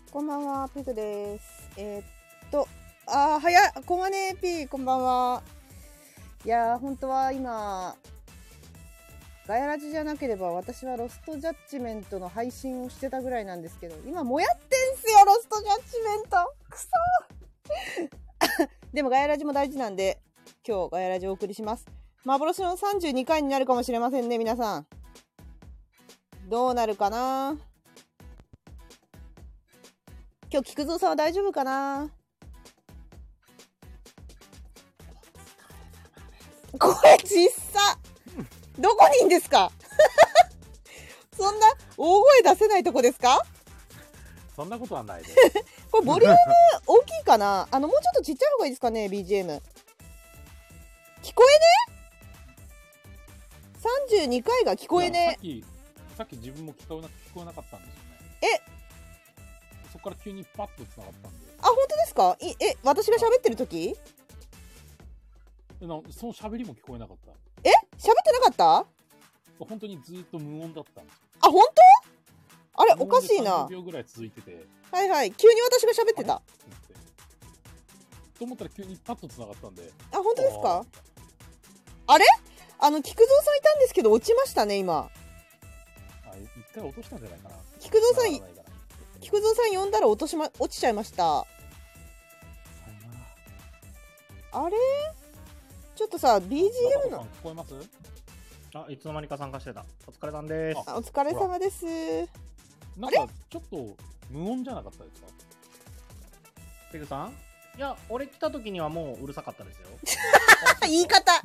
こんばんは、ピグです。早っ、こまね P、こんばんは。いやー、本当は今、ガヤラジじゃなければ私はロストジャッジメントの配信をしてたぐらいなんですけど、今もやってんすよ、ロストジャッジメント。くそー。でもガヤラジも大事なんで、今日ガヤラジをお送りします。幻の32回になるかもしれませんね、皆さん。どうなるかな。今日菊蔵さんは大丈夫かな。これ実際どこにいんですか。そんな大声出せないとこですか。 そんなことはないです。 これボリューム大きいかな。もうちょっとちっちゃい方がいいですかね。 BGM 聞こえね。32回が聞こえね。 さっき自分も聞こえなかったんですよね。そこから急にパッとつながったんで。 あ、本当ですか。私が喋ってる時その喋りも聞こえなかった。 喋ってなかった。 本当にずっと無音だったんですよ。 あ、本当。あれおかしいな。 30秒ぐらい続いてて、 はいはい、急に私が喋ってたと思ったら急にパッとつながったんで。 あ、本当ですか。あれ菊蔵さんいたんですけど落ちましたね今。 一回落としたんじゃないかな。 菊蔵さん呼んだら落ちちゃいました。あれちょっとさ BGM の聞こえます。 いつの間にか参加してた。お疲れさんです。 お疲れ様です。 なんかちょっと無音じゃなかったですか。 ペグさん。いや、俺来た時にはもううるさかったですよ。 言い方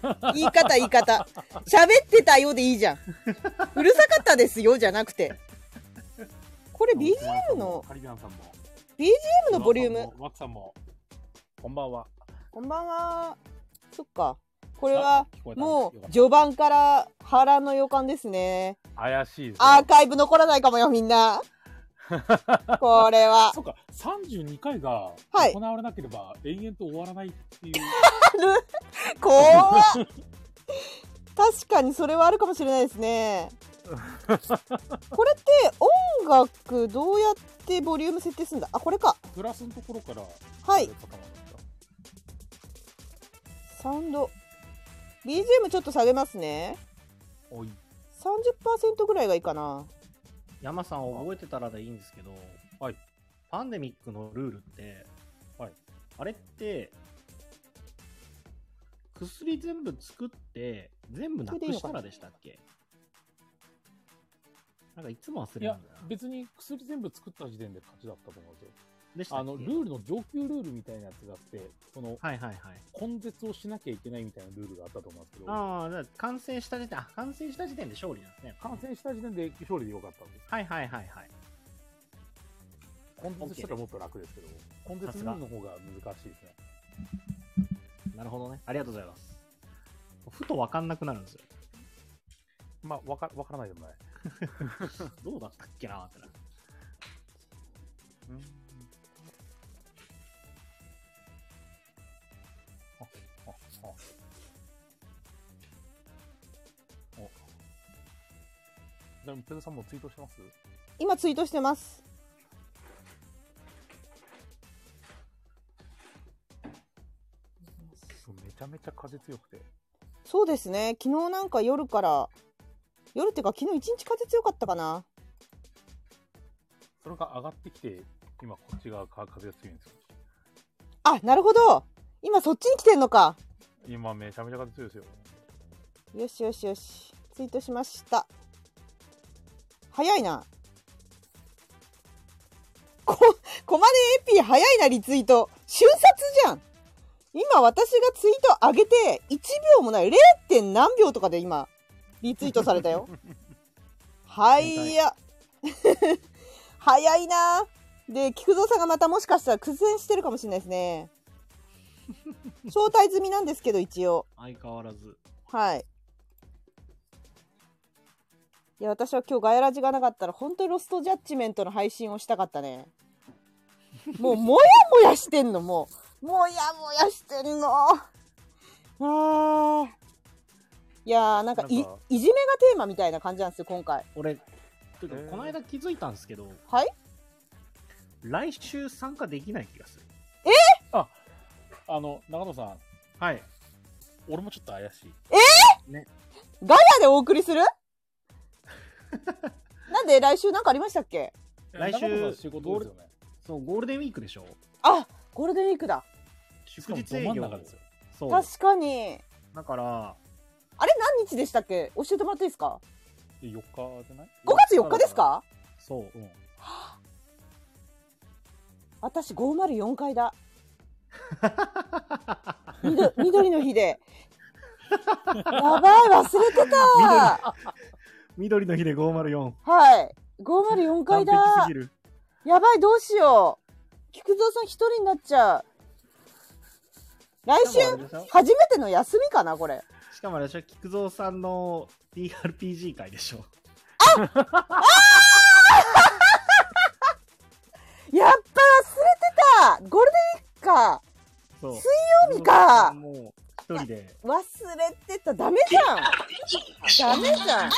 喋ってたよでいいじゃん。うるさかったですよじゃなくて、これ BGM のカリビアンさんも BGM のボリューム。 ワクさんもこんばんは。 こんばんは。そっか、これはもうう序盤から波乱の予感ですね。 怪しいですね。 アーカイブ残らないかもよみんな。これはそうか、32回がはい行われなければ永遠と終わらないっていう。 怖っ。確かにそれはあるかもしれないですね。これって音楽どうやってボリューム設定するんだ。あ、これか。 プラスのところから。 はい。サウンド BGM ちょっと下げますね。 おい。 30% ぐらいがいいかな。 山さん覚えてたらでいいんですけど、 はい。 パンデミックのルールって、 はい。 あれって薬全部作って全部なくしたらでしたっけ。なんかいつも忘れるんだよな。 別に薬全部作った時点で勝ちだったと思うんですよ。 でしたっけ。 ルールの上級ルールみたいなやつがあって、 はいはいはい、 根絶をしなきゃいけないみたいなルールがあったと思うんですけど。 ああ、完成した時点で勝利なんですね。 完成した時点で勝利でよかったんです。 はいはいはいはい。 根絶したらもっと楽ですけど、根絶ルールの方が難しいですね。 なるほどね。ありがとうございます。ふと分かんなくなるんですよ。 まあ、分からないでもない。 どうだったっけなーってな。 でもペグさんもツイートしてます？ 今ツイートしてます。 めちゃめちゃ風強くて。 そうですね、昨日なんか夜っていうか昨日一日風強かったかな。 それが上がってきて今こっち側風が強いんですよ。 あ、なるほど、今そっちに来てんのか。 今めちゃめちゃ風強いですよ。 よしよしよし、ツイートしました。早いな。コマネ AP 早いな、リツイート。瞬殺じゃん。今私がツイート上げて1秒もない 0. 何秒とかで今リツイートされたよ。早いな。で、菊蔵さんがまたもしかしたら苦戦してるかもしれないですね。招待済みなんですけど一応相変わらず。 はい。いや、私は今日ガヤラジがなかったら本当にロストジャッジメントの配信をしたかったね。もうもやもやしてんの。もやもやしてんの。いやー、なんかいじめがテーマみたいな感じなんですよ今回。 俺この間気づいたんですけど、 はい、 来週参加できない気がする。 長野さん、 はい。 俺もちょっと怪しい。 ガヤでお送りするなんで来週なんかありましたっけ？ 来週長野さん仕事ですよね。 そう、ゴールデンウィークでしょ。 あ、ゴールデンウィークだ。 祝日営業ど真ん中ですよ。 そう。 確かに。 だから、 あれ何日でしたっけ？教えてもらっていいですか 4日じゃない？ 5月4日ですか？ そう。 うん。 私504回だ。緑の日で。やばい、忘れてた。 緑の日で504。 はい。504回だ。 完璧すぎる。 やばい、どうしよう。菊蔵さん一人になっちゃう。来週初めての休みかなこれ。 しかもあれでしょ、菊蔵さんの TRPG 会でしょ。 やっぱ忘れてた。ゴールデンウィークか。 そう。 水曜日か。 もう一人で。 忘れてた。ダメじゃん。ダメじゃん。いや、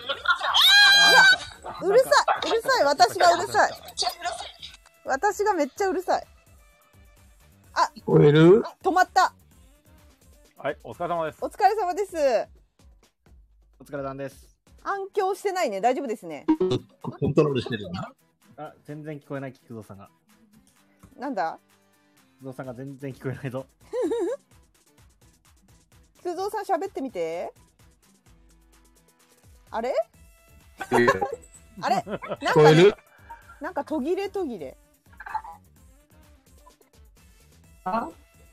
うるさい。うるさい。私がうるさい。私がめっちゃうるさい。 聞こえる？ 止まった。 はい、お疲れ様です。 お疲れ様です。 お疲れ様です。 反響してないね。大丈夫ですね。 コントロールしてるな。 あ、全然聞こえない、菊蔵さんが。 なんだ？ 菊蔵さんが全然聞こえないぞ。 菊蔵さん喋ってみて。あれ？あれ？なんかね、なんか途切れ途切れ。 あ？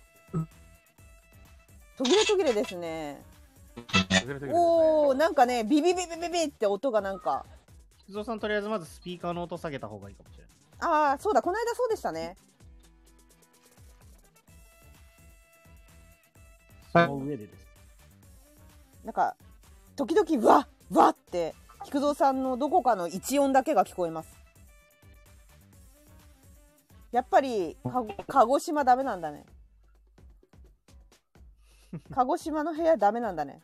途切れ途切れですね。 おおー、なんかね、ビビビビビビって音がなんか。 菊蔵さん、とりあえずまずスピーカーの音下げた方がいいかもしれない。 ああ、そうだ、この間そうでしたね。 その上でです。 なんか、時々、わっわっって、菊蔵さんのどこかの一音だけが聞こえます。やっぱり、鹿児島ダメなんだね。鹿児島の部屋ダメなんだね。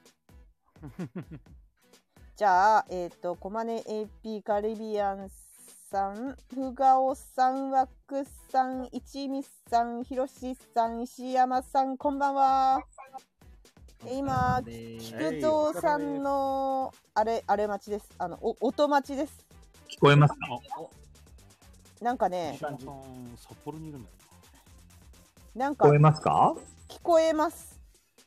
じゃあ、コマネ AP カリビアンさん、ふがおさん、ワックさん、一味さん、ひろしさん、石山さん、こんばんは。今、菊蔵さんの、あれ待ちです。音待ちです。 聞こえますか？ なんかね、 札幌にいるんだよ。 なんか、 聞こえますか？ 聞こえます。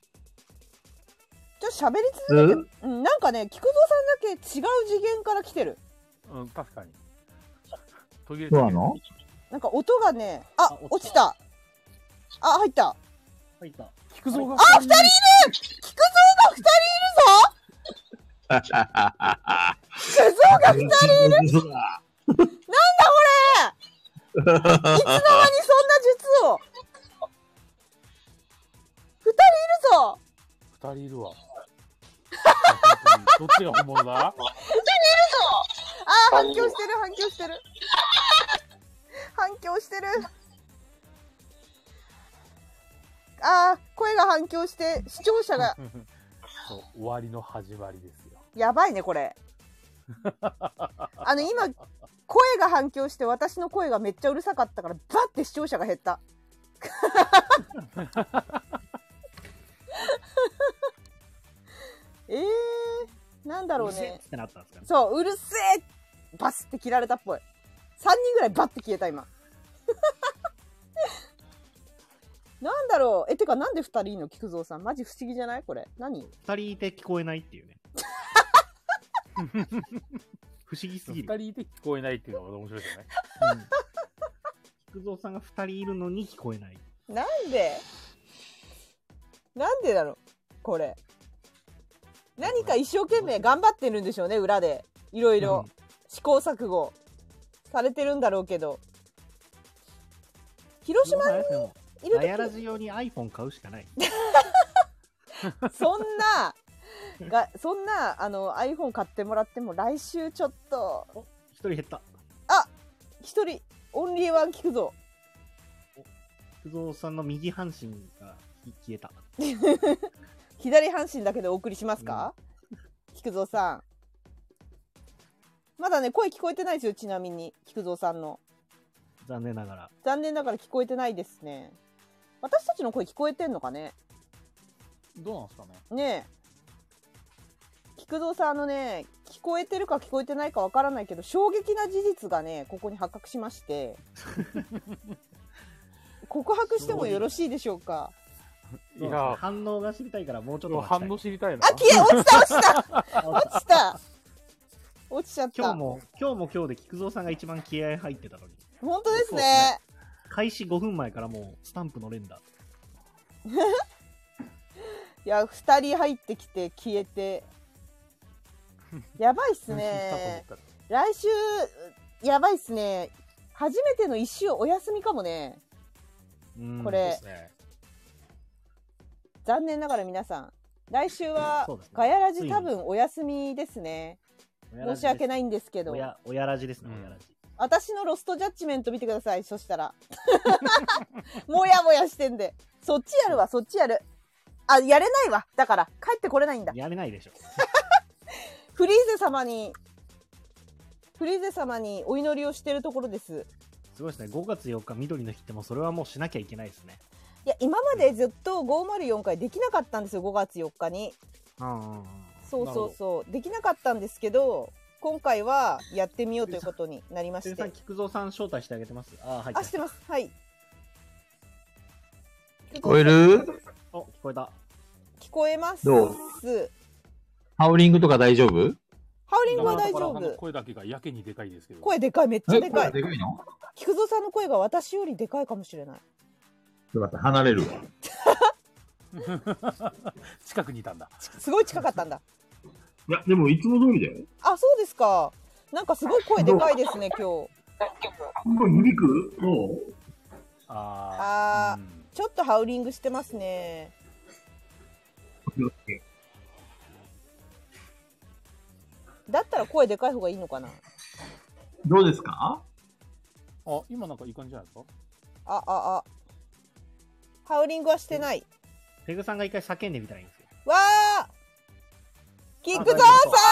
ちょっと喋り続けて、なんかね、菊蔵さんだけ違う次元から来てる。 うん、確かに。途切れそうなの？ なんか音がね、あ、落ちた。あ、入った。 入った。 菊蔵が。 あ、2人いる！菊蔵が2人いるぞ！菊蔵が2人いる！なんだこれ！いつの間にそんな術を！2人いるぞ！ 2人いるわ。どっちが本物だ？ 2人いるぞ！あー、反響してる、反響してる。反響してる。あー、声が反響して視聴者がそう、終わりの始まりですよ。 やばいねこれ。今声が反響して私の声がめっちゃうるさかったからバッて視聴者が減った。なんだろうね。 ってなったんですかね。 そう、うるせえバスって切られたっぽい。3人ぐらいバッて消えた今。なんだろう。てかなんで2人いいの？菊蔵さんマジ不思議じゃない？これ何？ 2人いて聞こえないっていうね。不思議すぎる。 2人いて聞こえないっていうのが面白いですよね。 菊蔵さんが2人いるのに聞こえない。 なんでだろうこれ。何か一生懸命頑張ってるんでしょうね、裏で。いろいろ試行錯誤されてるんだろうけど。広島にいるガヤラジ用に iPhone 買うしかない。 そんな iPhone 買ってもらっても来週ちょっと。 1人減った。 あ、1人オンリーワン聞くぞ。 菊蔵さんの右半身が消えた。 左半身だけでお送りしますか？菊蔵さんまだね声聞こえてないですよ。ちなみに菊蔵さんの残念ながら。 残念ながら聞こえてないですね。私たちの声聞こえてんのかね。 どうなんですかね。 ねえ。菊蔵さん聞こえてるか聞こえてないかわからないけど、衝撃な事実がね、ここに発覚しまして。告白してもよろしいでしょうか。 いや、 反応が知りたいからもうちょっと反応知りたいな。 あ、落ちた落ちちゃった。 今日も今日で菊蔵さんが一番気合入ってたのに。 本当ですね。 開始5分前からもうスタンプの連打。 いや、2人入ってきて消えて。やばいっすね。来週、やばいっすね。初めての1週お休みかもね。これ、残念ながら皆さん、来週はガヤラジ多分お休みですね。申し訳ないんですけど。 おやらじですね、おやらじ。 私のロストジャッジメント見てください。そしたら。もやもやしてんで。そっちやるわ、そっちやる。あ、やれないわ。だから、帰ってこれないんだ。 やれないでしょ。 フリーゼ様にお祈りをしてるところです。 すごいですね。5月4日緑の日ってもうそれはもうしなきゃいけないですね。 いや、今までずっと504回できなかったんですよ、5月4日に。そう。できなかったんですけど、今回はやってみようということになりまして。 菊蔵さん招待してあげてます？ はい。してます。はい。 聞こえる？ 聞こえた。 聞こえます。 どう？ハウリングとか大丈夫？ ハウリングは大丈夫。 声だけがやけにでかいですけど。 声でかい、めっちゃでかい。 でかいの？ 菊蔵さんの声が私よりでかいかもしれない。 ちょっと待って、離れるわ。近くにいたんだ。 すごい近かったんだ。 いや、でもいつも通りだよ。 あ、そうですか。なんかすごい声でかいですね、今日。 これ響く？ ちょっとハウリングしてますね。だったら声でかい方がいいのかな。 どうですか？ あ、今なんかいい感じじゃないですか？ ハウリングはしてない。 ペグさんが一回叫んでみたらいいんですよ。 わー！菊蔵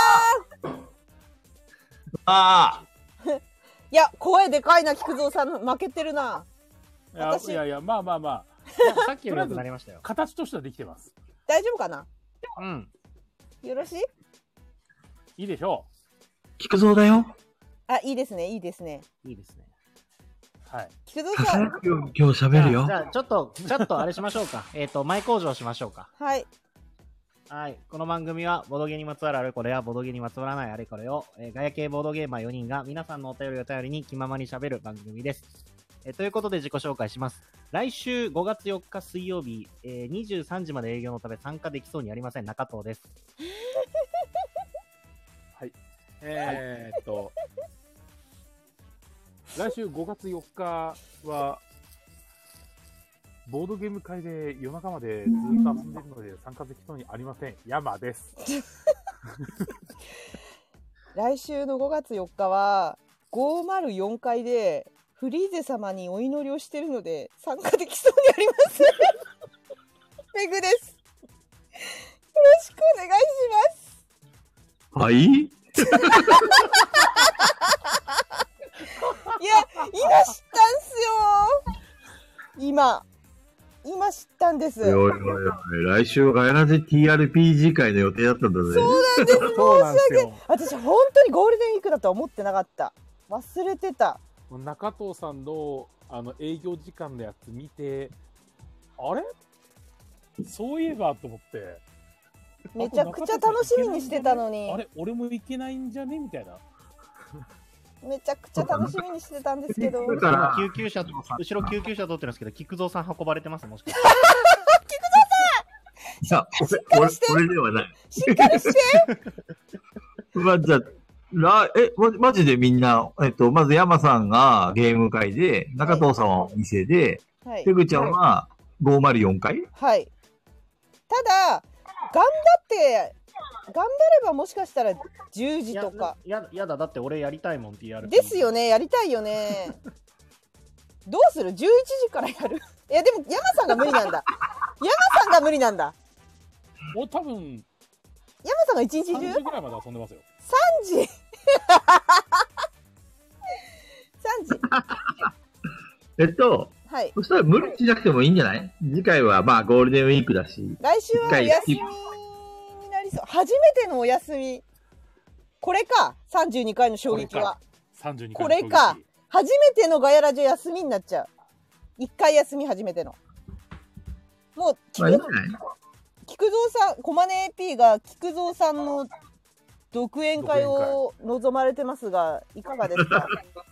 さんいや、声でかいな、菊蔵さん。負けてるな。 いや、まあ。 さっきより良くなりましたよ。 形としてはできてます。 大丈夫かな？ うん。 よろしい？ いいでしょう。菊蔵だよ。 あ、いいですね。 はい。 菊蔵さん。 今日喋るよ。 じゃあ、ちょっとあれしましょうか。前工場しましょうか。 はい。 はい。この番組は、ボードゲーにまつわるあれこれや、ボードゲーにまつわらないあれこれを、ガヤ系ボードゲーマー4人が皆さんのお便りを頼りに気ままに喋る番組です。ということで自己紹介します。来週5月4日水曜日、23時まで営業のため参加できそうにありません。中藤です。 はい。来週5月4日は、ボードゲーム会で夜中までずっと遊んでいるので参加できそうにありません。山です。 来週の5月4日は504回でフリーゼ様にお祈りをしているので参加できそうにありません。ペグです。よろしくお願いします。 はい。いや、今知ったんすよ。今知ったんです。 おい来週はガヤラジ TRPG 会の予定だったんだぜ。 そうなんです。申し訳ない。私本当にゴールデンウィークだとは思ってなかった。忘れてた。 中藤さんの営業時間のやつ見て、あれそういえばと思って。 めちゃくちゃ楽しみにしてたのに。 あれ俺も行けないんじゃねみたいな。 めちゃくちゃ楽しみにしてたんですけど。後ろ救急車通ってるんですけど、菊蔵さん運ばれてますもしかして。 菊蔵さん。 いや、俺ではない。 しっかりして。 まあ、じゃあ、マジでみんな、まず山さんがゲーム会で、中藤さんはお店で、ペグちゃんは504回？ はい。ただ、頑張ればもしかしたら10時とか。 やだ、だって俺やりたいもん TRPG。 ですよね、やりたいよね。どうする ?11 時からやる。いや、でも山さんが無理なんだ。 多分山さんが一日中 3時ぐらいまで遊んでますよ。 3時はい。 そしたら無理しなくてもいいんじゃない？次回はまあゴールデンウィークだし。 来週はお休みになりそう。初めてのお休み。これか。32回の衝撃は。 32回これか。初めてのガヤラジオ休みになっちゃう。1回休み初めての。もう、菊蔵さん、コマネ AP が菊蔵さんの独演会を望まれてますが、いかがですか？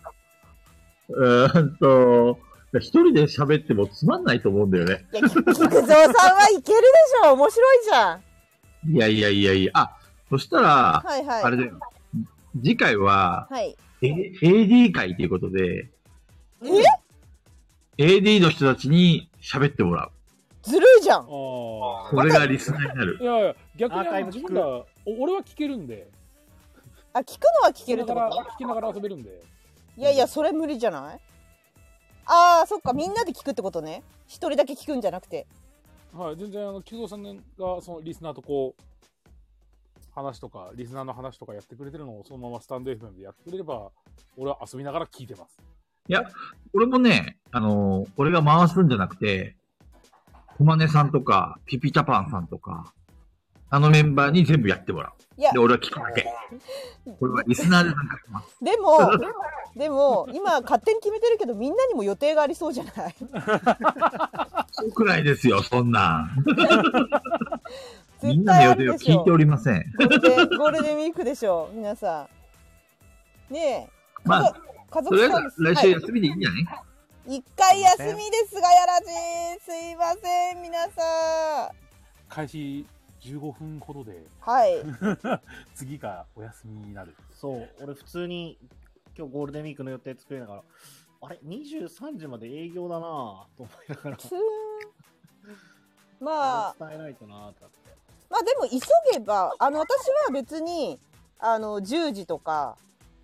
一人で喋ってもつまんないと思うんだよね。 いや、菊蔵さんはいけるでしょ。面白いじゃん。 いや。あ、そしたら、 はいはい。 あれだよ。次回は、 はい。 AD 会ということで、AD の人たちに喋ってもらう。 ずるいじゃん。 それがリスナーになる。 いや、逆に自分ら、俺は聞けるんで。 あ、聞くのは聞けるってこと？ 聞きながら遊べるんで。 いや、それ無理じゃない？ああ、そっか、みんなで聞くってことね。一人だけ聞くんじゃなくて。 はい、全然、菊蔵さんが、そのリスナーとこう、話とか、リスナーの話とかやってくれてるのをそのままスタンド FM でやってくれれば、俺は遊びながら聞いてます。 いや、俺もね、俺が回すんじゃなくて、コマネさんとか、ピピタパンさんとか、あのメンバーに全部やってもらう。で、俺は聞くだけ。これはリスナーでなんかします。 でも、今勝手に決めてるけど、みんなにも予定がありそうじゃない？ そうくらいですよ、そんなん。みんなの予定を聞いておりません。 ゴールデンウィークでしょ、皆さん。ねえ。 まあ、 家族さん、 来週休みでいいんじゃない？ 一回休みですが、やらじすいません、皆さん。 開始15分ほどで、 はい。 次がお休みになる。 そう、俺普通に今日ゴールデンウィークの予定作りながら、あれ23時まで営業だなぁと思いながら。 まあ、 伝えないとなぁって。 まあでも急げば、私は別に10時とか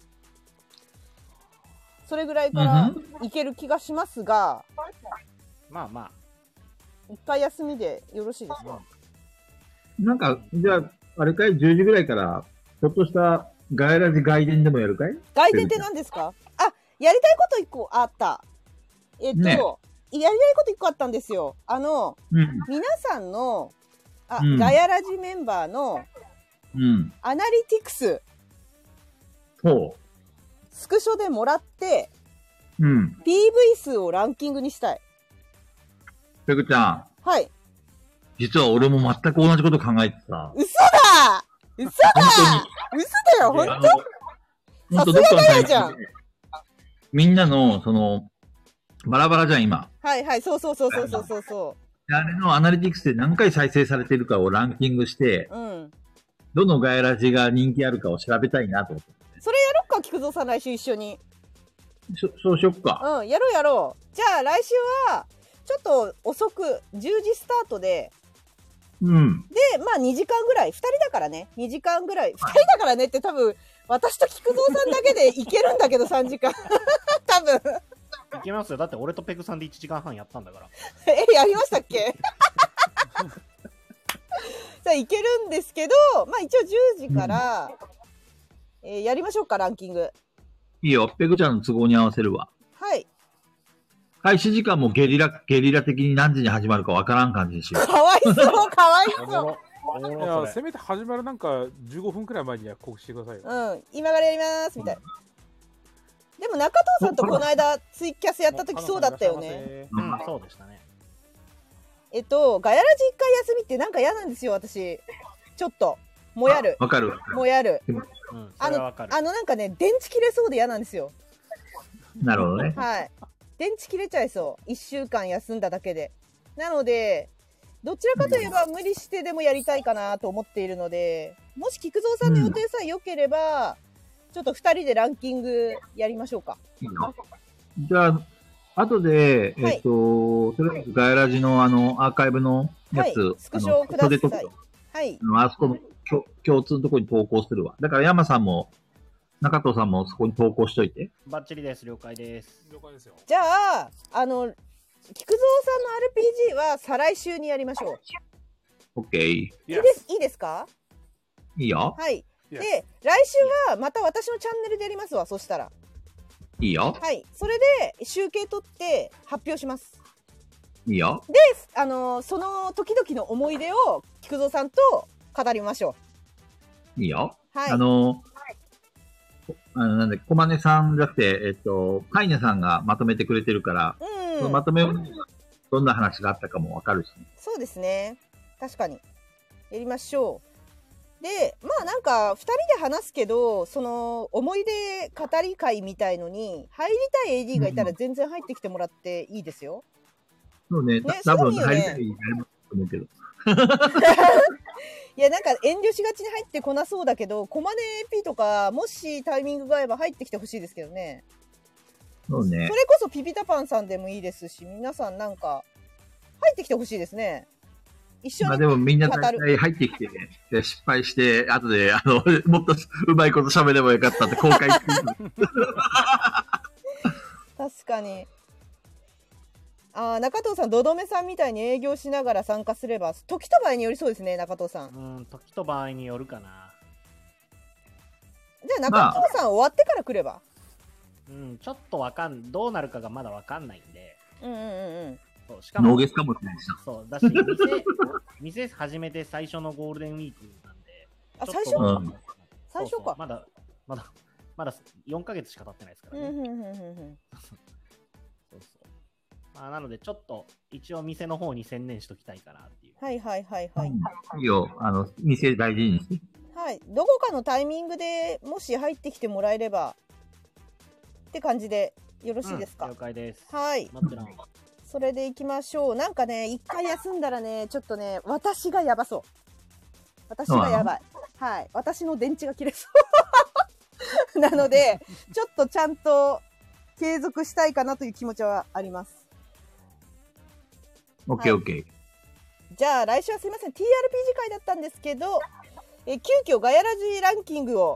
それぐらいから行ける気がしますが、 まあ一回休みでよろしいですか？ なんか、じゃあ、あれかい ?10 時ぐらいから、ちょっとしたガヤラジ外伝でもやるかい？ 外伝って何ですか？あ、やりたいこと一個あった。ね、やりたいこと一個あったんですよ。皆さんの、ガヤラジメンバーの、アナリティクス、スクショでもらって、PV 数をランキングにしたい。 ペグちゃん。 はい。 実は俺も全く同じこと考えてた。 嘘だよ、ほんとさすがガヤじゃん。 みんなの、バラバラじゃん、今。 はいはい、そう。 あれのアナリティクスで何回再生されてるかをランキングして、どのガヤラジが人気あるかを調べたいなと思って。 それやろっか、菊蔵さん、来週一緒に。 そうしよっか。 やろう。じゃあ来週は、ちょっと遅く、10時スタートで、で、まあ2時間ぐらい、2人だからね、2時間ぐらい、2人だからねって多分、私と菊蔵さんだけでいけるんだけど、3時間。多分。 いけますよ。だって俺とペグさんで1時間半やったんだから。 やりましたっけ？さあ、いけるんですけど、まあ一応10時から、やりましょうか、ランキング。 いいよ、ペグちゃんの都合に合わせるわ。 はい。 開始時間もゲリラ的に何時に始まるかわからん感じにしよう。 かわいそう。 いや、せめて始まるなんか15分くらい前には告知してくださいよ。 今からやりますみたいな。でも中藤さんとこの間ツイキャスやった時そうだったよね。 そうでしたね。 ガヤラジ1回休みってなんか嫌なんですよ、私。ちょっと。もやる。 わかる。 なんかね、電池切れそうで嫌なんですよ。 なるほどね。 はい。電池切れちゃいそう。1週間休んだだけで。なので、どちらかといえば無理してでもやりたいかなと思っているので、もし菊蔵さんの予定さえ良ければ、ちょっと2人でランキングやりましょうか。 じゃあ、後で、とりあえずガヤラジのアーカイブのやつ、 スクショください。 はい。あそこの共通のところに投稿するわ。だから山さんも、中藤さんもそこに投稿しといて。 バッチリです。了解です。 了解ですよ。 じゃあ、菊蔵さんの RPG は再来週にやりましょう。 OK。いいですか？ いいよ。 はい。で、来週はまた私のチャンネルでやりますわ、そしたら。 いいよ。 はい。それで、集計取って発表します。 いいよ。 で、その時々の思い出を、菊蔵さんと語りましょう。いいよ。 はい。 なんで、小金さんじゃなくて、カイネさんがまとめてくれてるから、そのまとめを、どんな話があったかもわかるし、ね。 そうですね。確かに。やりましょう。で、まあなんか、二人で話すけど、その、思い出語り会みたいのに、入りたい AD がいたら全然入ってきてもらっていいですよ。 そうね。多分入りたい AD がいると思うけど。 いや、なんか遠慮しがちに入ってこなそうだけど、コマネ AP とか、もしタイミングが合えば入ってきてほしいですけどね。 そうね。 それこそピピタパンさんでもいいですし、皆さんなんか、入ってきてほしいですね。一緒に。 まあでもみんな大体入ってきて、ね、失敗して、後で、もっとうまいこと喋ればよかったって後悔してる。 確かに。中藤さん、どどめさんみたいに営業しながら参加すれば、時と場合によりそうですね、中藤さん。 時と場合によるかな。 じゃあ中藤さん終わってから来れば。 ちょっとどうなるかがまだわかんないんで。 そうしかもノーゲスかもしれないしな。 そうだし、店始めて最初のゴールデンウィークなんで。 最初？最初か。 まだ4ヶ月しか経ってないですからね。なのでちょっと一応店の方に専念しときたいかなっていう。 はい。 いいよ、店大事にして。 はい。どこかのタイミングでもし入ってきてもらえればって感じでよろしいですか？ 了解です。 はい。それで行きましょう。なんかね、一回休んだらね、ちょっとね、私がやばそう。私がやばい。はい。私の電池が切れそうなので、ちょっとちゃんと継続したいかなという気持ちはあります。 オッケー。 じゃあ来週はすいません TRPG 会だったんですけど、急遽ガヤラジランキングを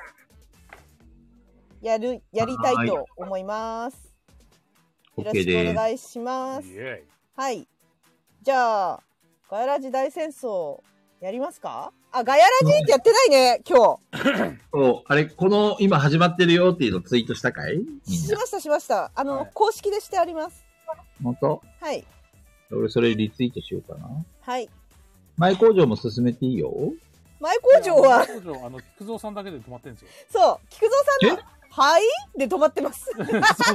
やりたいと思います。よろしくお願いします。はい。じゃあガヤラジ大戦争やりますか？ガヤラジってやってないね今日。 今始まってるよっていうのをツイートしたかい？ しました。公式でしてあります。 本当？ はい。 俺それリツイートしようかな。 はい。 前工場も進めていいよ。 前工場は菊蔵さんだけで止まってるんですよ。 そう、菊蔵さんのはいで止まってます。そう。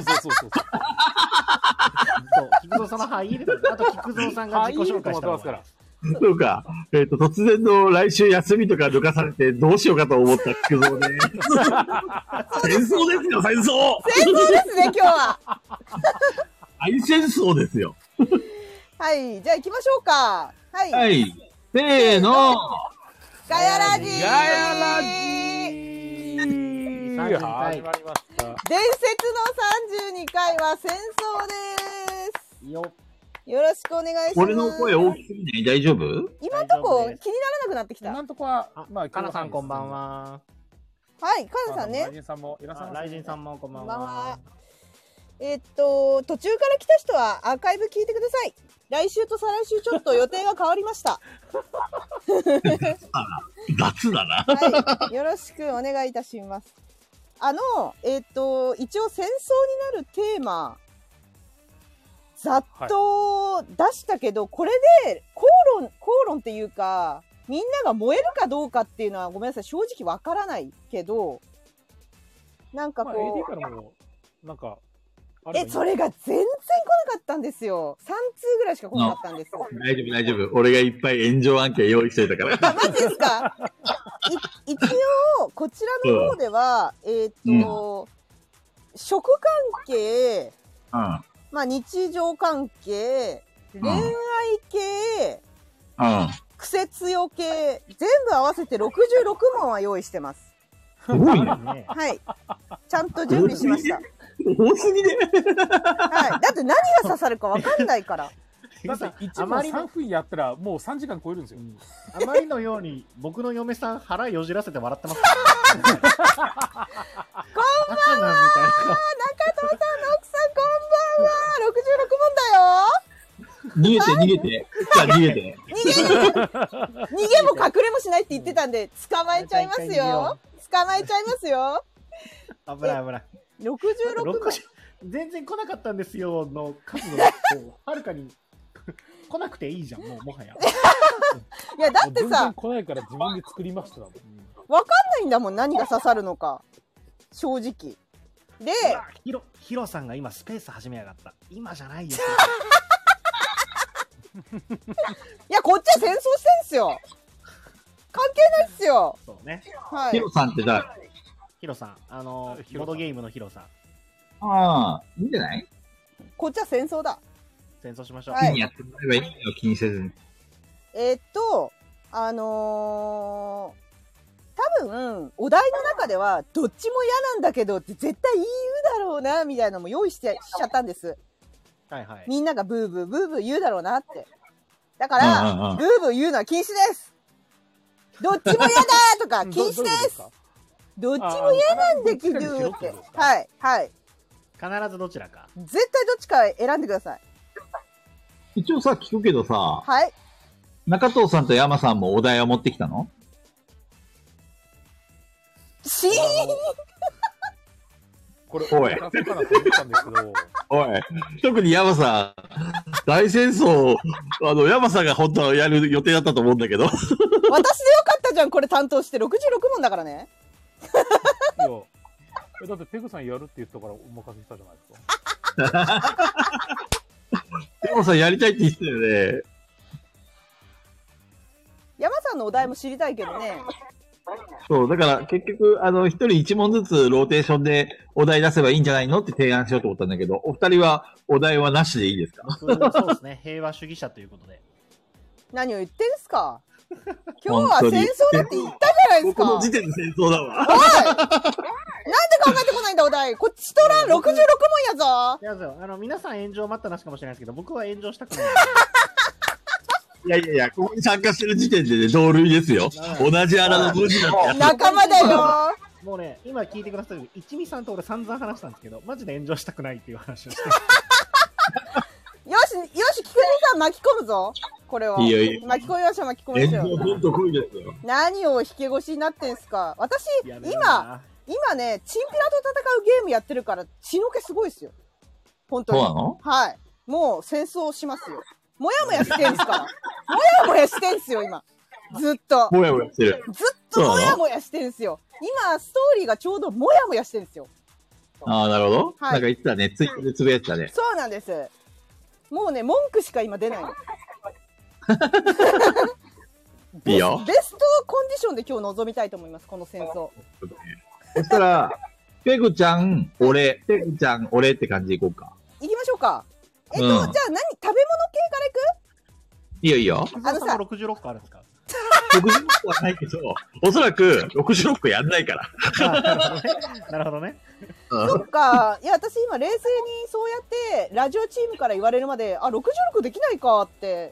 菊蔵さんのはいで、あと菊蔵さんが自己紹介してますから。 そうか。突然の来週休みとか抜かされてどうしようかと思った菊蔵ね。戦争ですよ、戦争。 戦争ですね、今日は。 大戦争ですよ。 はい、じゃあ行きましょうか。はい。 はい。せーの。 ガヤラジー。ガヤラジー。始まりました。 伝説の32回は戦争です。 よろしくお願いします。 俺の声大きすぎない？大丈夫？ 今んとこ気にならなくなってきた。 今んとこは、 かなさんこんばんは。 はい、かなさんね。 ライジンさんもいらっしゃいます。 ライジンさんもこんばんは。 途中から来た人はアーカイブ聞いてください。来週と再来週ちょっと予定が変わりました。 雑だな。 はい、よろしくお願いいたします。一応戦争になるテーマ、ざっと出したけど、これで口論っていうか、みんなが燃えるかどうかっていうのはごめんなさい、正直わからないけど、なんかこう。 AD からも、なんか、 それが全然来なかったんですよ。3通ぐらいしか来なかったんです。 大丈夫。俺がいっぱい炎上案件用意してたから。 マジですか？一応、こちらの方では、食関係、日常関係、恋愛系、クセ強系、全部合わせて66問は用意してます。 すごいね。 はい。ちゃんと準備しました。 多すぎね。 はい。だって何が刺さるか分かんないから。 だって1問3分やったらもう3時間超えるんですよ。 あまりのように僕の嫁さん腹よじらせて笑ってます。 こんばんは。中藤さんの奥さんこんばんは。66問だよ。 逃げて。 逃げも隠れもしないって言ってたんで、捕まえちゃいますよ。 危ない。 66 全然来なかったんですよの数のはるかに来なくていいじゃん、もはや。 いや、だってさ全然、来ないから自分で作りました。 わかんないんだもん、何が刺さるのか。正直。で、 ヒロさんが今スペース始めやがった。今じゃないよ。 いや、こっちは戦争してんすよ。関係ないっすよ。 そうね。 はい。 ヒロさんって誰？ ヒロさん、ボードゲームのヒロさん。 ああ、いいんじゃない？ こっちは戦争だ。 戦争しましょう。 はい好きにやってもらえばいいよ、気にせずに。 多分、お題の中では、どっちも嫌なんだけどって絶対言うだろうな、みたいなのも用意しちゃったんです。 はいはい。 みんながブーブーブーブー言うだろうなって。だから、ブーブー言うのは禁止です。どっちも嫌だとか禁止です。どっちも嫌なんだけどって。はい、はい。 必ずどちらか。 絶対どっちか選んでください。 一応さ、聞くけどさ、 はい。 中藤さんと山さんもお題を持ってきたの？ これ、 おい朝から思ったんですけど、 おい、特に山さん、大戦争、山さんが本当はやる予定だったと思うんだけど。 私でよかったじゃん、これ担当して。66問だからね。 いや、だってペグさんやるって言ったからお任せしたじゃないですか。 山さんやりたいって言ってたよね。 山さんのお題も知りたいけどね。 そう、だから結局、一人一問ずつローテーションでお題出せばいいんじゃないのって提案しようと思ったんだけど、お二人はお題はなしでいいですか？ そうですね。平和主義者ということで。 何を言ってんすか？今日は戦争だって言ったじゃないですか。 この時点で戦争だわ。 おいなんで考えてこないんだお題。こっちとら66問やぞ。 いや、皆さん炎上待ったなしかもしれないですけど、僕は炎上したくない。 いや、ここに参加してる時点でね、同類ですよ。同じ穴の文字だって。 仲間だよ。 もうね、今聞いてくださる一味さんと俺散々話したんですけど、マジで炎上したくないっていう話をして。 よし、菊池さん巻き込むぞ。これは。 いいよいいよ。 巻き込みましょう、巻き込みましょう。 炎上ほんと来いですよ。 何を引け腰になってんすか。私、今ね、チンピラと戦うゲームやってるから、血の気すごいっすよ。本当に。 そうなの？ はい。もう戦争しますよ。もやもやしてんすから。もやもやしてんすよ、今。ずっと。 もやもやしてる。 ずっともやもやしてんすよ。今、ストーリーがちょうどもやもやしてんすよ。 ああ、なるほど。 はいなんか言ってたね。ツイッターでつぶやいてたね。 そうなんです。もうね、文句しか今出ないの。 いいよ。 ベストコンディションで今日臨みたいと思います、この戦争。 そしたら、ペグちゃん、俺って感じでいこうか。 行きましょうか。じゃあ何食べ物系からいく？ いいよいいよ。 あのさ、66個あるんですか 66個はないけど、おそらく66個やんないから。 なるほどね。 そっか。いや、私今冷静にそうやって、ラジオチームから言われるまで、あ、66できないかって、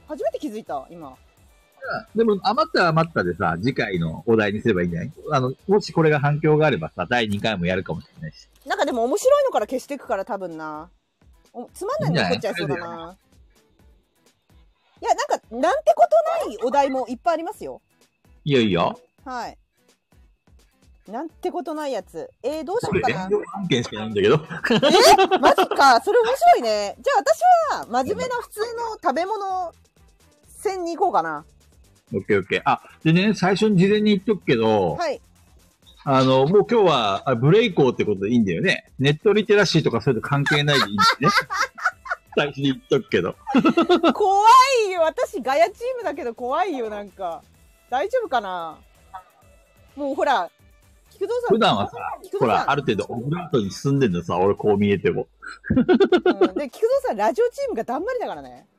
初めて気づいた、今。 でも、余ったでさ、次回のお題にすればいいんじゃない？もしこれが反響があればさ、第2回もやるかもしれないし。 なんかでも面白いのから消していくから多分な。つまんないの残っちゃいそうだな。いや、なんか、なんてことないお題もいっぱいありますよ。 いいよいいよ。 はい。なんてことないやつ。どうしよこれ、 うかな。 炎上案件しかないんだけど。 マジか。それ面白いね。じゃあ私は、真面目な普通の食べ物戦に行こうかな。 オッケーオッケー。あ、でね、最初に事前に言っとくけど、 はい。 もう今日はブレイコーってことでいいんだよね。ネットリテラシーとかそういうの関係ないでいいんだよね。最初に言っとくけど。 怖いよ。私、ガヤチームだけど怖いよ、なんか。大丈夫かな？もうほら、菊蔵さん。 普段はさ、ほら、ある程度オブラートに進んでんのさ、俺こう見えても。 で、菊蔵さん、ラジオチームがだんまりだからね。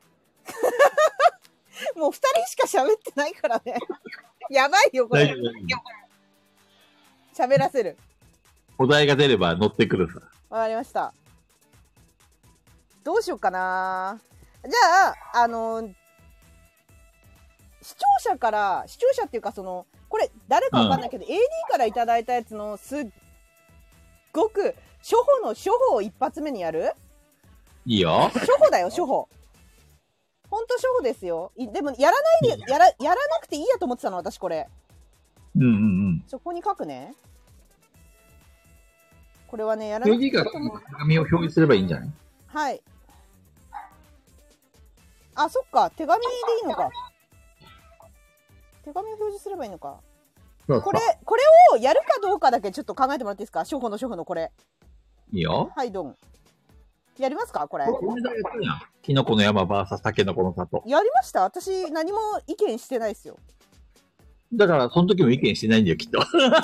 もう2人しか喋ってないからね。やばいよ、これ。喋らせる。 お題が出れば乗ってくるさ。 わかりました。どうしようかな。じゃあ、視聴者っていうかこれ誰かわかんないけど、AD からいただいたやつのすっごく初歩を一発目にやる？ いいよ。 初歩だよ、初歩。ほんと初歩ですよ。でもやらなくていいやと思ってたの、私これ。 うんうんうん。 そこに書くね。 これはね、やらなくていい 4G から手紙を表示すればいいんじゃない？ はい。あ、そっか。手紙でいいのか。手紙を表示すればいいのか。 そうそうこれをやるかどうかだけちょっと考えてもらっていいですか？初歩のこれ。 いいよ。 はい、どん。やりますかこれ。 これだけやったやん。キノコの山 VS タケノコの里。 やりました？私、何も意見してないですよ。 だから、その時も意見してないんだよ、きっと。 みんな喋り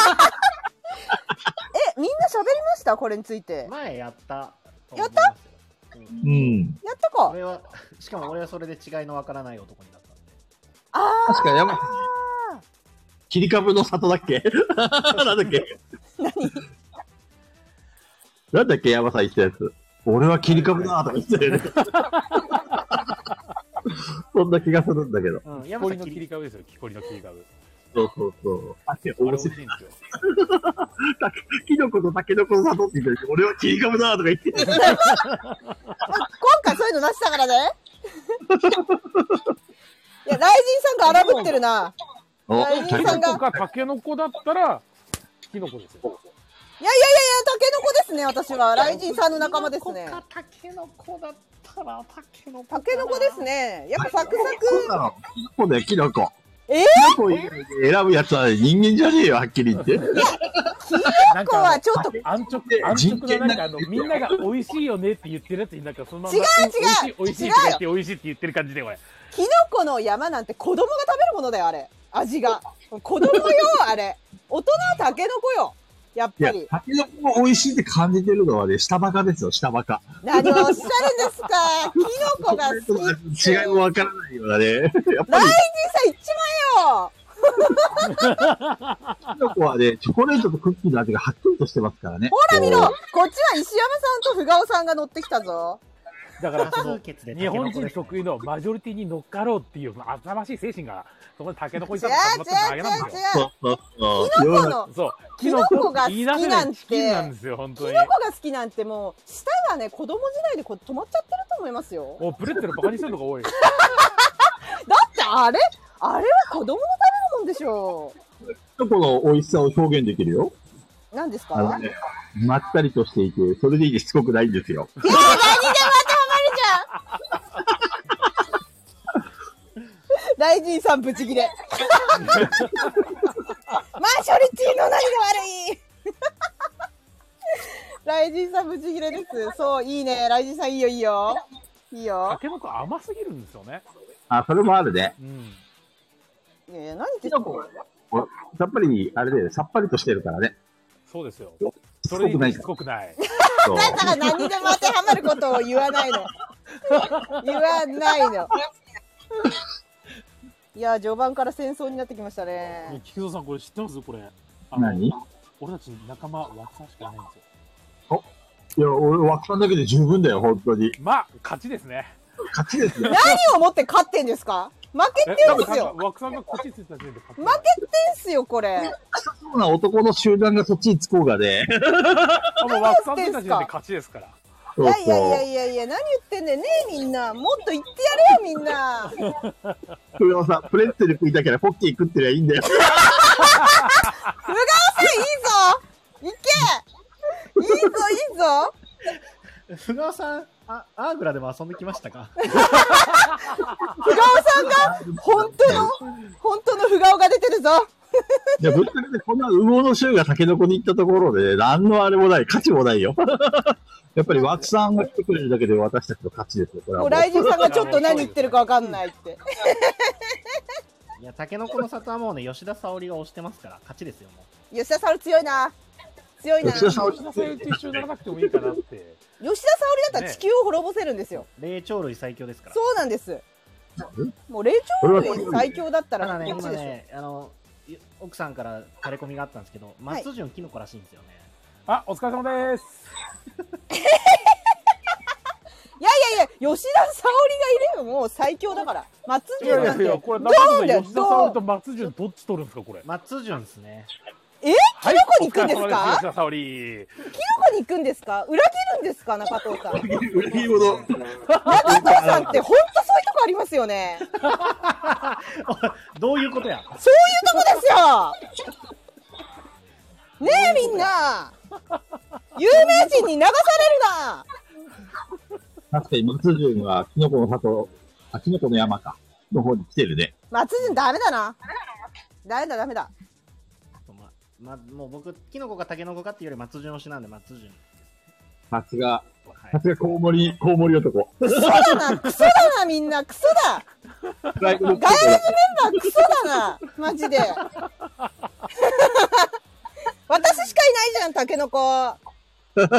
ましたこれについて。 前やったとやったうんうん。 やったか。 俺は、しかも俺はそれで違いのわからない男になったんで。 あ確か山さん、切り株の里だっけなんだっけ何なんだっけ山さん言ったやつ。俺は切り株だとか言ってたよね。そんな気がするんだけど。 うん、 木こりの切り株ですよ、木こりの切り株。 そうそうそう。あ、 あれ美味しいんですよ。 キノコとタケノコの里って言ってるけど、俺は切り株だとか言ってる。 今回そういうのなしだからね。いや、ライジンさんが荒ぶってるな。 お、 ライジンキさんが。 ノコかタケノコだったら、キノコですよ。 いや、タケノコですね、私は。ライジンさんの仲間ですね。 タケノコだったら、タケノコ。 タケノコですね。やっぱサクサそうなの。キノコだよ、キノコ。 えキノコ以外で選ぶやつは人間じゃねえよ、はっきり言って。 キノコはちょっと、 安直な、なんかみんなが美味しいよねって言ってるやつになんかそのまま違う美味しいとか言って美味しいって言ってる感じで、これ。 キノコの山なんて子供が食べるものだよ、あれ。味が。子供よ、あれ。大人はタケノコよ。やっいやぱり。、 タケノコが美味しいって感じてるのはね、下バカですよ、下バカ。 何をおっしゃるんですか。キノコが好き。 違いもわからないようなね。やっぱり、 ライジンさん言っちまえよ。 キノコはね、チョコレートとクッキーの味がはっきりとしてますからね。 ほら見ろ、 ここっちは石山さんとふがおさんが乗ってきたぞ。 だからそ多の数決で日本人得意のマジョリティに乗っかろうっていう浅ましい精神がそこでタケノコに違う始まっただけなんですよ。 そうそうそう。 キノコの、 そう。 キノコが好きなんて言い出せないチキンなんですよ、本当に。 キノコが好きなんてもう、舌がね、子供時代で止まっちゃってると思いますよ。 もうプレッツェルバカにするのが多い。 だってあれは子供の食べるもんでしょキノコの美味しさを表現できるよ。 う。何ですか？ ね、まったりとしていて、それでいいしつこくないんですよ。 何でも当てはまるじゃん。ライジンさんブチギレ。マジョリティの何が悪い。ライジンさんブチギレです。そう、いいね。ライジンさんいいよ、いいよ。いいタよ。 ケノコ甘すぎるんですよね。 あ、それもあるね。 うん。 いやいや、何言ってんの？ キノコはさっぱり、あれで、さっぱりとしてるからね。 そうですよ。 しつそれにこくないしつこくない。 そうだから何にでも当てはまることを言わないの。言わないの。いや、序盤から戦争になってきましたね。 菊蔵さん、これ知ってます？これ。 何？ 俺たち仲間、枠さんしかいないんですよ。 いや、俺、枠さんだけで十分だよ、本当に。 まあ、勝ちですね。 勝ちですよ。 何をもって勝ってんですか？負けてんすよ。 枠さんが勝ちついた時点で勝ち。 負けてんすよ、これ。 そうな男の集団がそっちにつこうがね。 もう枠さんついた時点で勝ちですから。 いやいやいやいやいや、何言ってんだよねえ、みんな。もっと言ってやれよ、みんな。 ふがおさん、プレッツェル食いたければポッキー食ってりゃいいんだよ。 ふがおさん、いいぞ。いけ。いいぞ、いいぞ。 ふがおさん、アーグラでも遊んできましたか？ ふがおさんが、本当のふがおが出てるぞ。 いや、ぶっちゃけてこんな羽毛の衆がタケノコに行ったところで、何のあれもない、価値もないよ。やっぱり枠さんが来てくれるだけで私たちの勝ちですよ、これはもう。 もうライジンさんがちょっと何言ってるかわかんないって。 いや、タケノコの里はもうね、吉田沙保里が押してますから、勝ちですよ、もう。 吉田沙保里強いな。強いな。 吉田沙保里吉田沙保里と一緒にならなくてもいいかなって。 吉田沙保里だったら地球を滅ぼせるんですよ。 霊長類最強ですから。 そうなんです。もう霊長類最強だったらただね、 こっちでしょ。 今ね、奥さんからタレコミがあったんですけど、松潤キノコらしいんですよね。 あ、お疲れ様です。 いやいやいや、吉田沙保里がいればもう最強だから。松いや潤なんて。 いやいや、これ、 ドーンだよ、 吉田沙保里とドーン。 松潤どっち取るんですか、これ。 松潤ですね。 キノコに行くんですか？ 吉田沙保里。 キノコに行くんですか？裏切るんですか、中藤さん。中藤裏切り者。 さんって本当そういうとこありますよね。 どういうことや？ そういうとこですよ。ねえみんな。 有名人に流されるな。 確かに松潤はキノコの里、キノコの山か、の方に来てるね。 松潤ダメだな。ダメだ。 もう僕、キノコかタケノコかっていうより松潤推しなんで松潤。 さすがコウモリ男。 クソだな、みんな、クソだ。ガヤラジメンバークソだな、マジで。私しかいないじゃん、タケノコ。みんな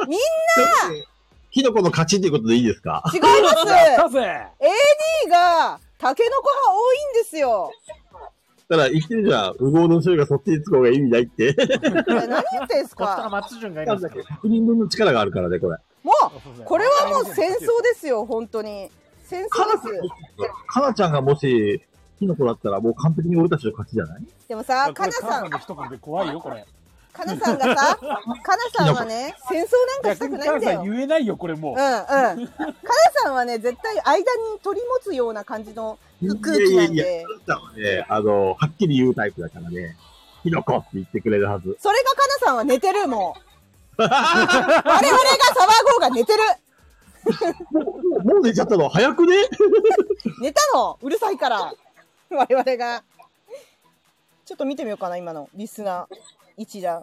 キノコの勝ちっていうことでいいですか？ 違います。 AD AD がタケノコが多いんですよ。 だから言ってるじゃん。右往の衆がそっちにつく方が意味ないって。 何言ってんすこっちからか。 松潤がいるんですけど。 100人分の力があるからね、これ。 もう、これはもう戦争ですよ、本当に。戦争です。 かなちゃんがもし、キノコだったらもう完璧に俺たちの勝ちじゃない？ でもさ、かなさんの一言で怖いよ、これ。 かなさんがさ、かなさんはね、戦争なんかしたくないんだよ。 言えないよ、これもう。 かなさんはね、絶対間に取り持つような感じの空気なんで。 かなさんはね、はっきり言うタイプだからね、キノコって言ってくれるはず。 それがかなさんは寝てる、もう。我々が騒ごうが寝てる。 もう寝ちゃったの早くね？ 寝たのうるさいから。我々が。ちょっと見てみようかな、今のリスナー一覧。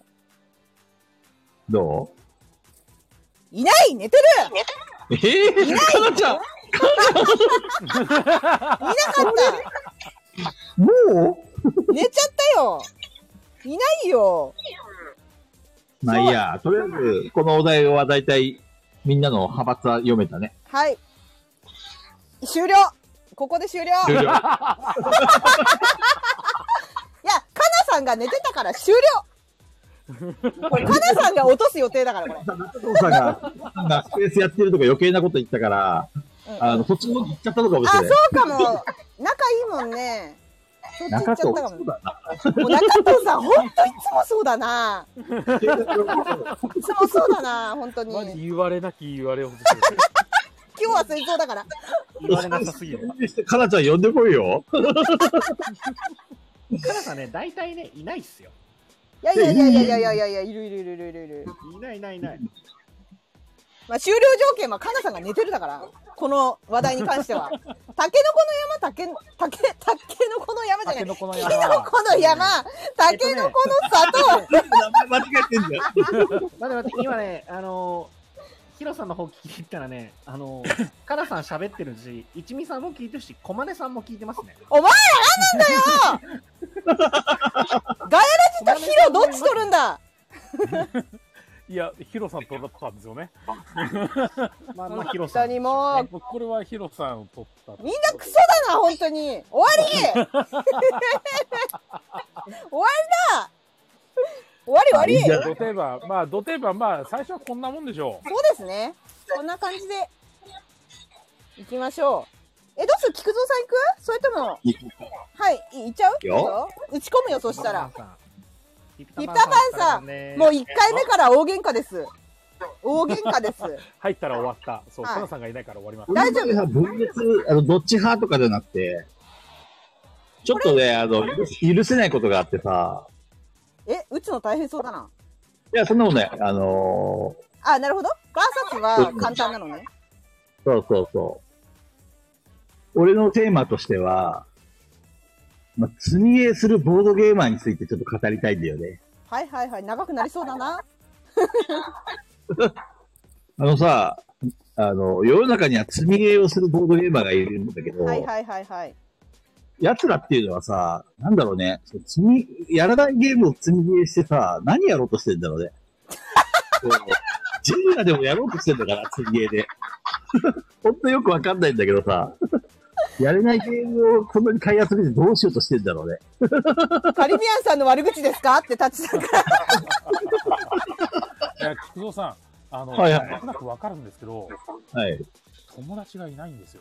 どう？いない寝てる。いないかなちゃんいなかった。 もう寝ちゃったよ。いないよ。 まあいいや、とりあえず、このお題はだいたいみんなの派閥は読めたね。 はい。終了。ここで終了。 終了。 いや、かなさんが寝てたから終了。これ、かなさんが落とす予定だから、これ。 中藤さんがスペースやってるとか余計なこと言ったから、そっちの方に行っちゃったのかもしれない。 そうかも。仲いいもんね。そっち行っちゃったかも。もう中藤さん、ほんといつもそうだな。いつもそうだな、ほんとに。 マジ言われなき言われほど。 今日は戦争だから。 言われなさすぎる。 かなちゃん呼んでこいよ。 かなさんね、大体ね、いないっすよ。 いや、いる。 いない。 まあ、終了条件はかなさんが寝てるだから、この話題に関しては。たけのこの山じゃない。きのこの山、たけのこの里。 間違えてんじゃん。 待って、今ね、ヒロさんの方聞いたらね、カナさん喋ってるし、一味さんも聞いてるし、コマネさんも聞いてますね。 お前ら何なんだよガヤラジとヒロどっち取るんだいや、ヒロさん取ったんですよね。 まあ、ヒロさん。 にもこれはヒロさんを取った。 みんなクソだな、本当に。終わり終わりだ終わりド定番、まあ、最初はこんなもんでしょう。 そうですね。こんな感じで、行きましょう。どうする？菊蔵さん行く？それとも、はい、行っちゃうよ。打ち込むよ、そしたら。ピピタパンさん、もう1回目から大喧嘩です。 入ったら終わった。そう、カナさんがいないから終わります。 大丈夫。 分裂、どっち派とかじゃなくて、ちょっとね、許せないことがあってさ。 打つの大変そうだな。 いや、そんなもんね。 なるほど。バーサスは簡単なのね。 そう。俺のテーマとしては、積みゲーするボードゲーマーについてちょっと語りたいんだよね。 はい。長くなりそうだな。 さ、世の中には積みゲーをするボードゲーマーがいるんだけど、 はい。 奴らっていうのはさ、なんだろうね、やらないゲームを積みゲーしてさ、何やろうとしてんだろうね。ジェニアでもやろうとしてんだから、積みゲーで。ほんとよくわかんないんだけどさ、やれないゲームをこんなに買い集めてどうしようとしてんだろうね。 カリビアンさんの悪口ですかってタッチさんから。 いや、菊蔵さん、なんとなくわかるんですけど、 はい。 友達がいないんですよ。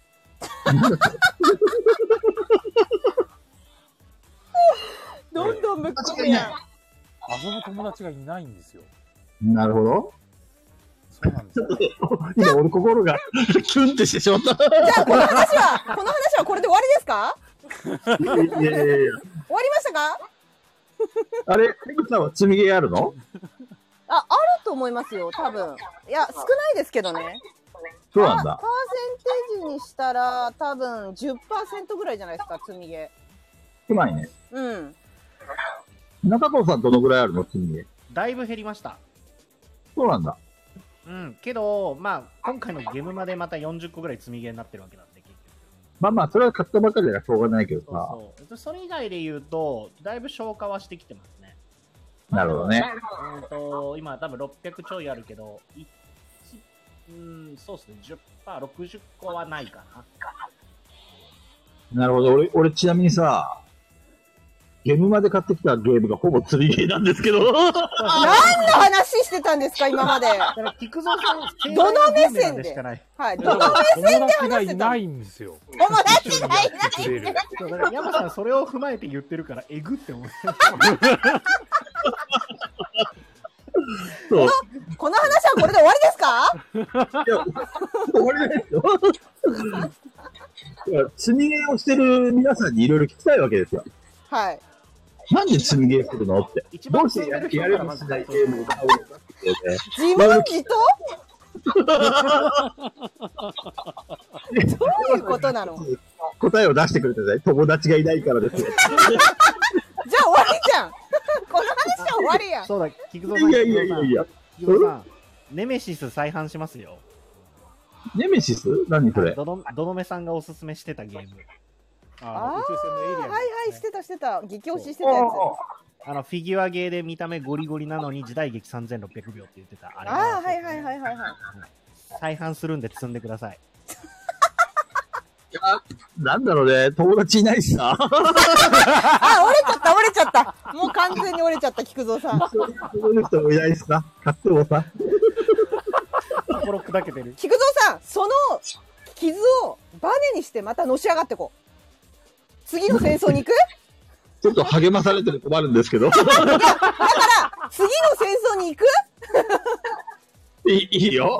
どんどんぶっ込むやん。 遊ぶ友達がいないんですよ。 なるほど。 そうなんですよ。 今俺心がキュンってしてしまった。じゃあこの話はこれで終わりですか？ いや。 終わりましたか？ あれ、ペグさんは積みゲーあるの？ あるとと思いますよ、多分。いや、少ないですけどね。 そうなんだ。 パーセンテージにしたら、多分 10% ぐらいじゃないですか、積み毛。 うまいね。 うん。 中藤さんどのぐらいあるの積み毛。 だいぶ減りました。 そうなんだ。 うん。けど、まあ、今回のゲームまでまた40個ぐらい積み毛になってるわけなんで、結局。 まあまあ、それは買ったばっかりだからしょうがないけどさ。 そうそう。それ以外で言うと、だいぶ消化はしてきてますね。 なるほどね。 今多分600ちょいあるけど、そうですね、10%、60個はないかな。 なるほど。俺ちなみにさ、ゲームまで買ってきたゲームがほぼ釣りゲーなんですけど。 何の話してたんですか、今まで。 だから、菊蔵さん、 どの目線ではい、どの目線で話してたの？ 友達がいないんですよ。 友達がいないんだ。 そうだから山さんそれを踏まえて言ってるから、えぐって思う。 そう。 この話はこれで終わりですか？ いや、終わりですよ。いや、積みゲーをしてる皆さんにいろいろ聞きたいわけですよ。 はい。 なんで積みゲーするのって。どうしてやれもしないゲームを買うのかってね。 自問自答？どういうことなの？ 答えを出してくれてない。友達がいないからですよ。 じゃあ終わりじゃん。この話は終わりやん。 そうだ、菊蔵さん。 いや。 菊蔵さん、ネメシス再販しますよ。 ネメシス？何それ？ どのめさんがおすすめしてたゲーム。 宇宙船のエイリアン、ね。はい、してた。激推ししてたやつ。 フィギュアゲーで見た目ゴリゴリなのに時代劇3600秒って言ってた。あれはい。 再販するんで積んでください。 いや、なんだろうね、友達いないしさ。 折れちゃった。もう完全に折れちゃった、菊蔵さん。 そういう人もいないしさ。買ってもさ。 心砕けてる。 菊蔵さん、その傷をバネにしてまたのし上がってこう。次の戦争に行く？ ちょっと励まされてる困るんですけど。 だから、次の戦争に行く？ いいよ。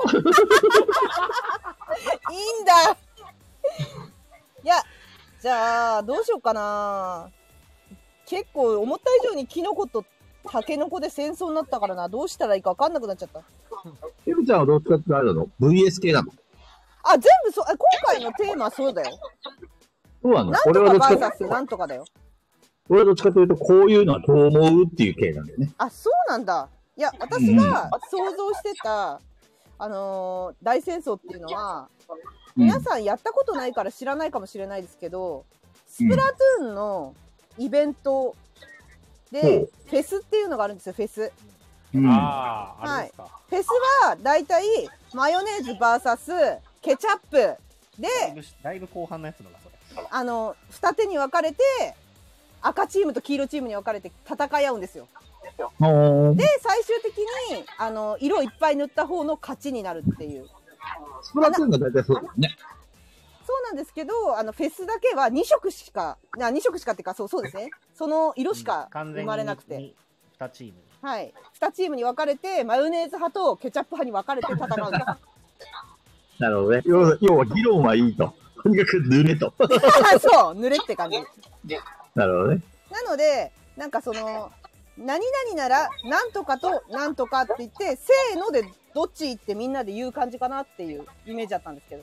いいんだ。いや、じゃあ、どうしようかな。結構、思った以上にキノコとタケノコで戦争になったからな。どうしたらいいか分かんなくなっちゃった。 エブちゃんはどっちかってあれなの？ VS 系なの？ あ、全部そう、今回のテーマはそうだよ。 そうなんだ。 なんとかバーサスなんとかだよ。 俺はどっちかというと、こういうのはどう思うっていう系なんだよね。 あ、そうなんだ。いや、私が想像してた、大戦争っていうのは、皆さんやったことないから知らないかもしれないですけど、スプラトゥーンのイベントで、フェスっていうのがあるんですよ、フェス。 あれですか。 フェスはだいたいマヨネーズ VS ケチャップで、 だいぶ後半のやつのがそれ。 二手に分かれて、赤チームと黄色チームに分かれて戦い合うんですよ。で、最終的に、色いっぱい塗った方の勝ちになるっていう。 スプラトゥーンが大体そうだよね。 そうなんですけど、フェスだけは2色しかっていうか、そうですね。その色しか生まれなくて。 2チーム。 はい。2チームに分かれて、マヨネーズ派とケチャップ派に分かれて戦うんです。 なるほどね。要は議論はいいと。とにかく濡れと。 そう、濡れって感じ。 なるほどね。 なので、なんか何々なら、なんとかとなんとかって言って、せーのでどっちってみんなで言う感じかなっていうイメージだったんですけど。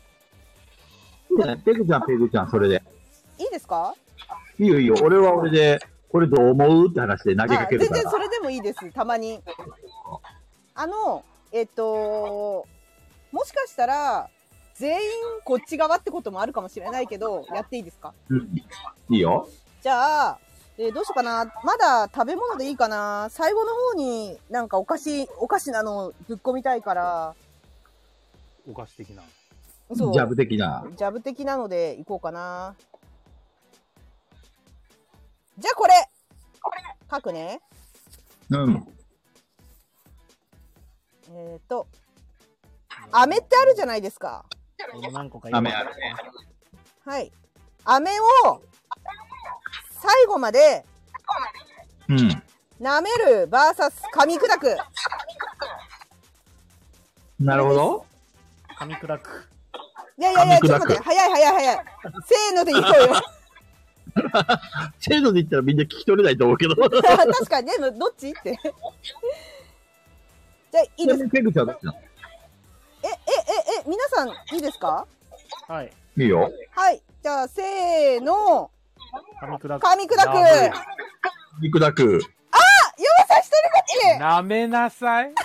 ペグちゃん、それで。 いいですか？ いいよ。俺は俺で、これどう思うって話で投げかけるから。 全然それでもいいです、たまに。もしかしたら、全員こっち側ってこともあるかもしれないけど、やっていいですか？ いいよ。 じゃあ、どうしようかな。まだ食べ物でいいかな。最後の方になんかお菓子なのぶっ込みたいから。 お菓子的な。 そう。 ジャブ的な。 ジャブ的なのでいこうかな。じゃあこれ書くね。飴ってあるじゃないですか。 何個か飴あるね。 はい。飴を最後まで舐める VS 噛み砕く。 なるほど。 噛み砕く。 いや、ちょっと待って。早い。せーので言おうよ。 せーので言ったらみんな聞き取れないと思うけど。 確かに、でもどっちって。 じゃあ、いいですか？ ペグちゃんどっちなの？ 皆さん、いいですか？ はい。 いいよ。 はい。じゃあ、せーの。 噛み砕く。 噛み砕く。 噛み砕く。 山さん一人勝ち。 なめなさい。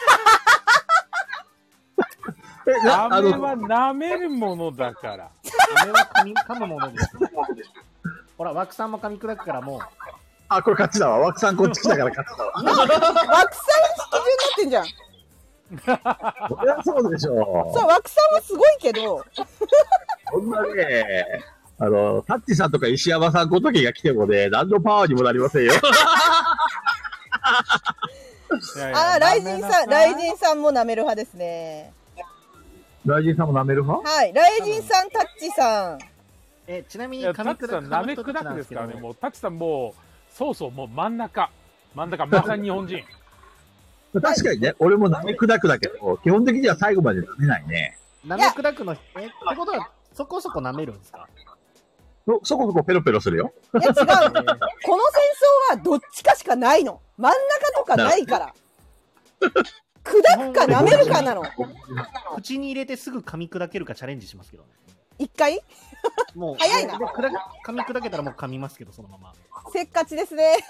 飴は舐めるものだから。 飴は噛むものです。ほら、枠さんも噛み砕くからもう。 あ、これ勝ちだわ。枠さんこっち来たから勝ちだわ。 枠さん基準になってんじゃん。 そりゃそうでしょ。 そう、枠さんはすごいけど。 そんなね、タッチさんとか石山さんごときが来てもね、何のパワーにもなりませんよ。 ライジンさんも舐める派ですね。 ライジンさんも舐める派？ はい。ライジンさん、タッチさん。 ちなみにタッチさん舐め砕くですからね。もうタッチさんもう、もう真ん中、まさに日本人。 確かにね、俺も舐め砕くだけど、基本的には最後まで舐めないね。 舐め砕くの、ってことは、そこそこ舐めるんですか？ そこそこペロペロするよ。 いや、違う。この戦争はどっちかしかないの。真ん中とかないから。砕くか舐めるかなの。 口に入れてすぐ噛み砕けるかチャレンジしますけどね。 一回もう、 早いな。 噛み砕けたらもう噛みますけど、そのまま。 せっかちですね。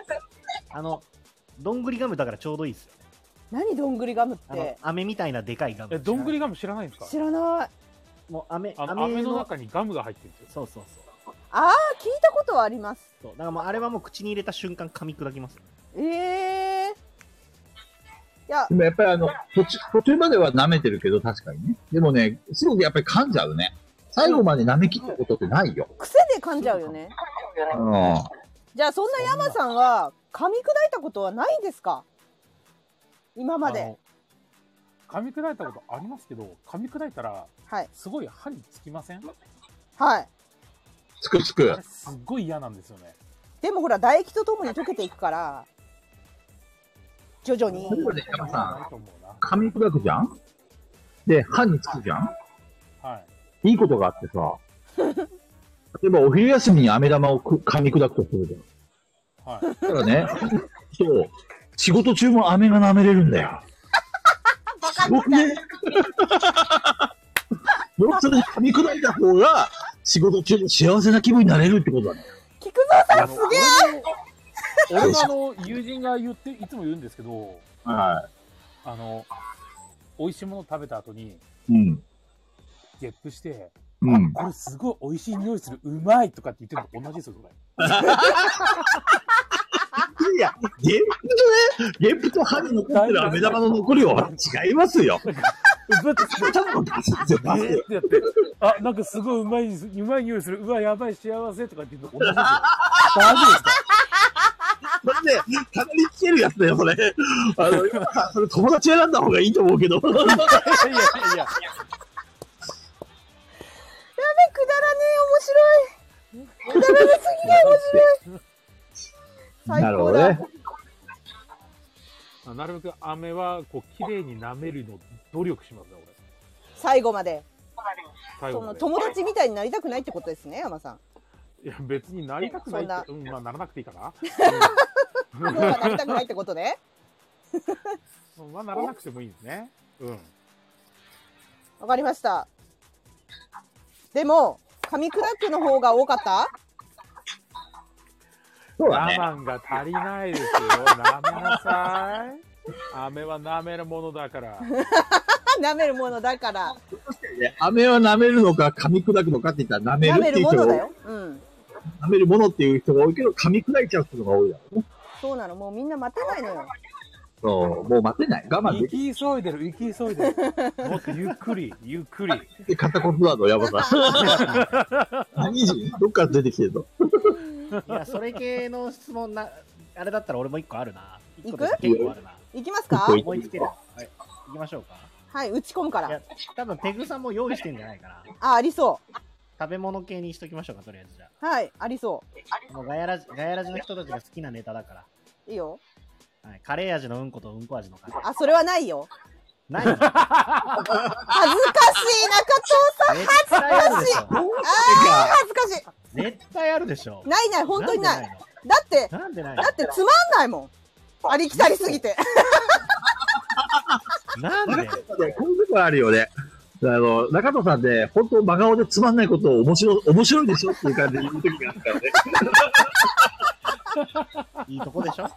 どんぐりガムだからちょうどいいですよね。 何どんぐりガムって。 飴みたいなでかいガム。 どんぐりガム知らないんですか？ 知らない。 もう飴の中にガムが入ってるんですよ。 そう。 ああ、聞いたことはあります。 そう。だからもうあれはもう口に入れた瞬間噛み砕きますよね。いや。 でもやっぱり途中までは舐めてるけど確かにね。でもね、すぐやっぱり噛んじゃうね。最後まで舐め切ったことってないよ。 癖で噛んじゃうよね。 うん。 じゃあそんな山さんは噛み砕いたことはないんですか？今まで。 噛み砕いたことありますけど、噛み砕いたら、すごい歯につきません？ はい。 つく。 すっごい嫌なんですよね。 でもほら、唾液とともに溶けていくから、徐々に。 山さん、噛み砕くじゃん？で、歯につくじゃん？ はい。 いいことがあってさ、例えばお昼休みに飴玉を噛み砕くとするじゃん。はい。だからね、そう、仕事中も飴が舐めれるんだよ。すごくね。要するに噛み砕いた方が仕事中も幸せな気分になれるってことだね。 菊蔵さんすげえ。 俺の友人がいつも言うんですけど、 はい。 美味しいもの食べた後に、ゲップして、これすごい美味しい匂いする、うまいとかって言ってるのと同じですよ、それ。 いや、ゲップと歯に残ってる飴玉の残りは違いますよ。 だってってやって、なんかすごいうまい匂いする、うわ、やばい、幸せとかって言うの同じですよ。大丈夫ですか？ それね、かなり聞けるやつだよ、それ。今さ、それ友達選んだ方がいいと思うけど。いや。 やべ、くだらねえ、面白い。くだらなすぎる、面白い。最高だ。ね、 なるべく飴はこう綺麗に舐めるの努力しますね、俺。 最後まで。 その友達みたいになりたくないってことですね、山さん。 いや、別になりたくないって、まあならなくていいかな。 なりたくないってことね。 まあならなくてもいいですね。 わかりました。でも、噛み砕くの方が多かった？ 我慢が足りないですよ。舐めなさい。飴は舐めるものだから。 舐めるものだから。 飴は舐めるのか噛み砕くのかって言ったら舐めるっていう人が多い。舐めるものだよ。舐めるものっていう人が多いけど、噛み砕いちゃう人が多いだろうね。 そうなの、もうみんな待てないのよ。 そう、もう待てない。我慢できる。行き急いでる。もっとゆっくり。 で、片言だの、山さん。何時どっから出てきてるの？ いや、それ系の質問あれだったら俺も一個あるな。 行く？ 結構あるな。 行きますか？ 思いつける。はい。行きましょうか。 はい、打ち込むから。 いや、多分ペグさんも用意してんじゃないかな。 ありそう。 食べ物系にしときましょうか、とりあえずじゃあ。はい、ありそう。 もうガヤラジの人たちが好きなネタだから。 いいよ。 はい、カレー味のうんことうんこ味のカレー。 それはないよ。 ないの？恥ずかしい、中藤さん。恥ずかしい。恥ずかしい。 絶対あるでしょ。 ない、本当にない。だってつまんないもん。ありきたりすぎて。 なんでこういうとこあるよね。中藤さんで、本当真顔でつまんないことを面白いでしょっていう感じで言う時があるからね。 いいとこでしょ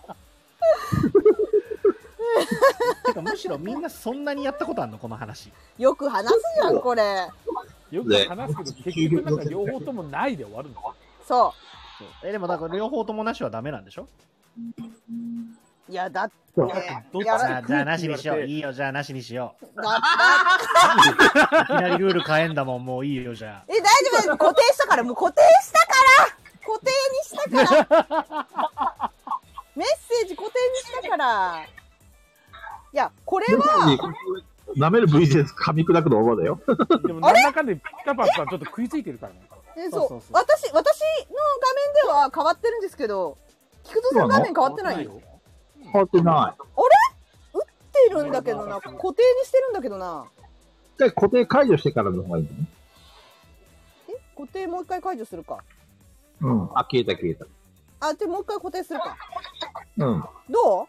てかむしろみんなそんなにやったことあんのこの話。 よく話すじゃん、これ。 よく話すけど、結局なんか両方ともないで終わるの。 そでもだから両方ともなしはダメなんでしょ。 う。いや、だって、 どっちやらじゃあなしにしよう。いいよ、じゃあなしにしよう。 だいきなりルール変えんだもん、もういいよ、じゃあ。 大丈夫です。固定したから、もう固定したから固定にしたからメッセージ固定にしたから。いや、これは、 舐める VC 噛み砕くのままだよ。 でもなんだかんでピタパンさんちょっと食いついてるからね。 そう私の画面では変わってるんですけど、菊蔵さん画面変わってないよ。 変わってない。 打ってるんだけどな、固定にしてるんだけどな。 じゃあ固定解除してからの方がいいんだね。 固定もう一回解除するか。 うん。あ、消えた。 で、もう一回固定するか。 うん。 どう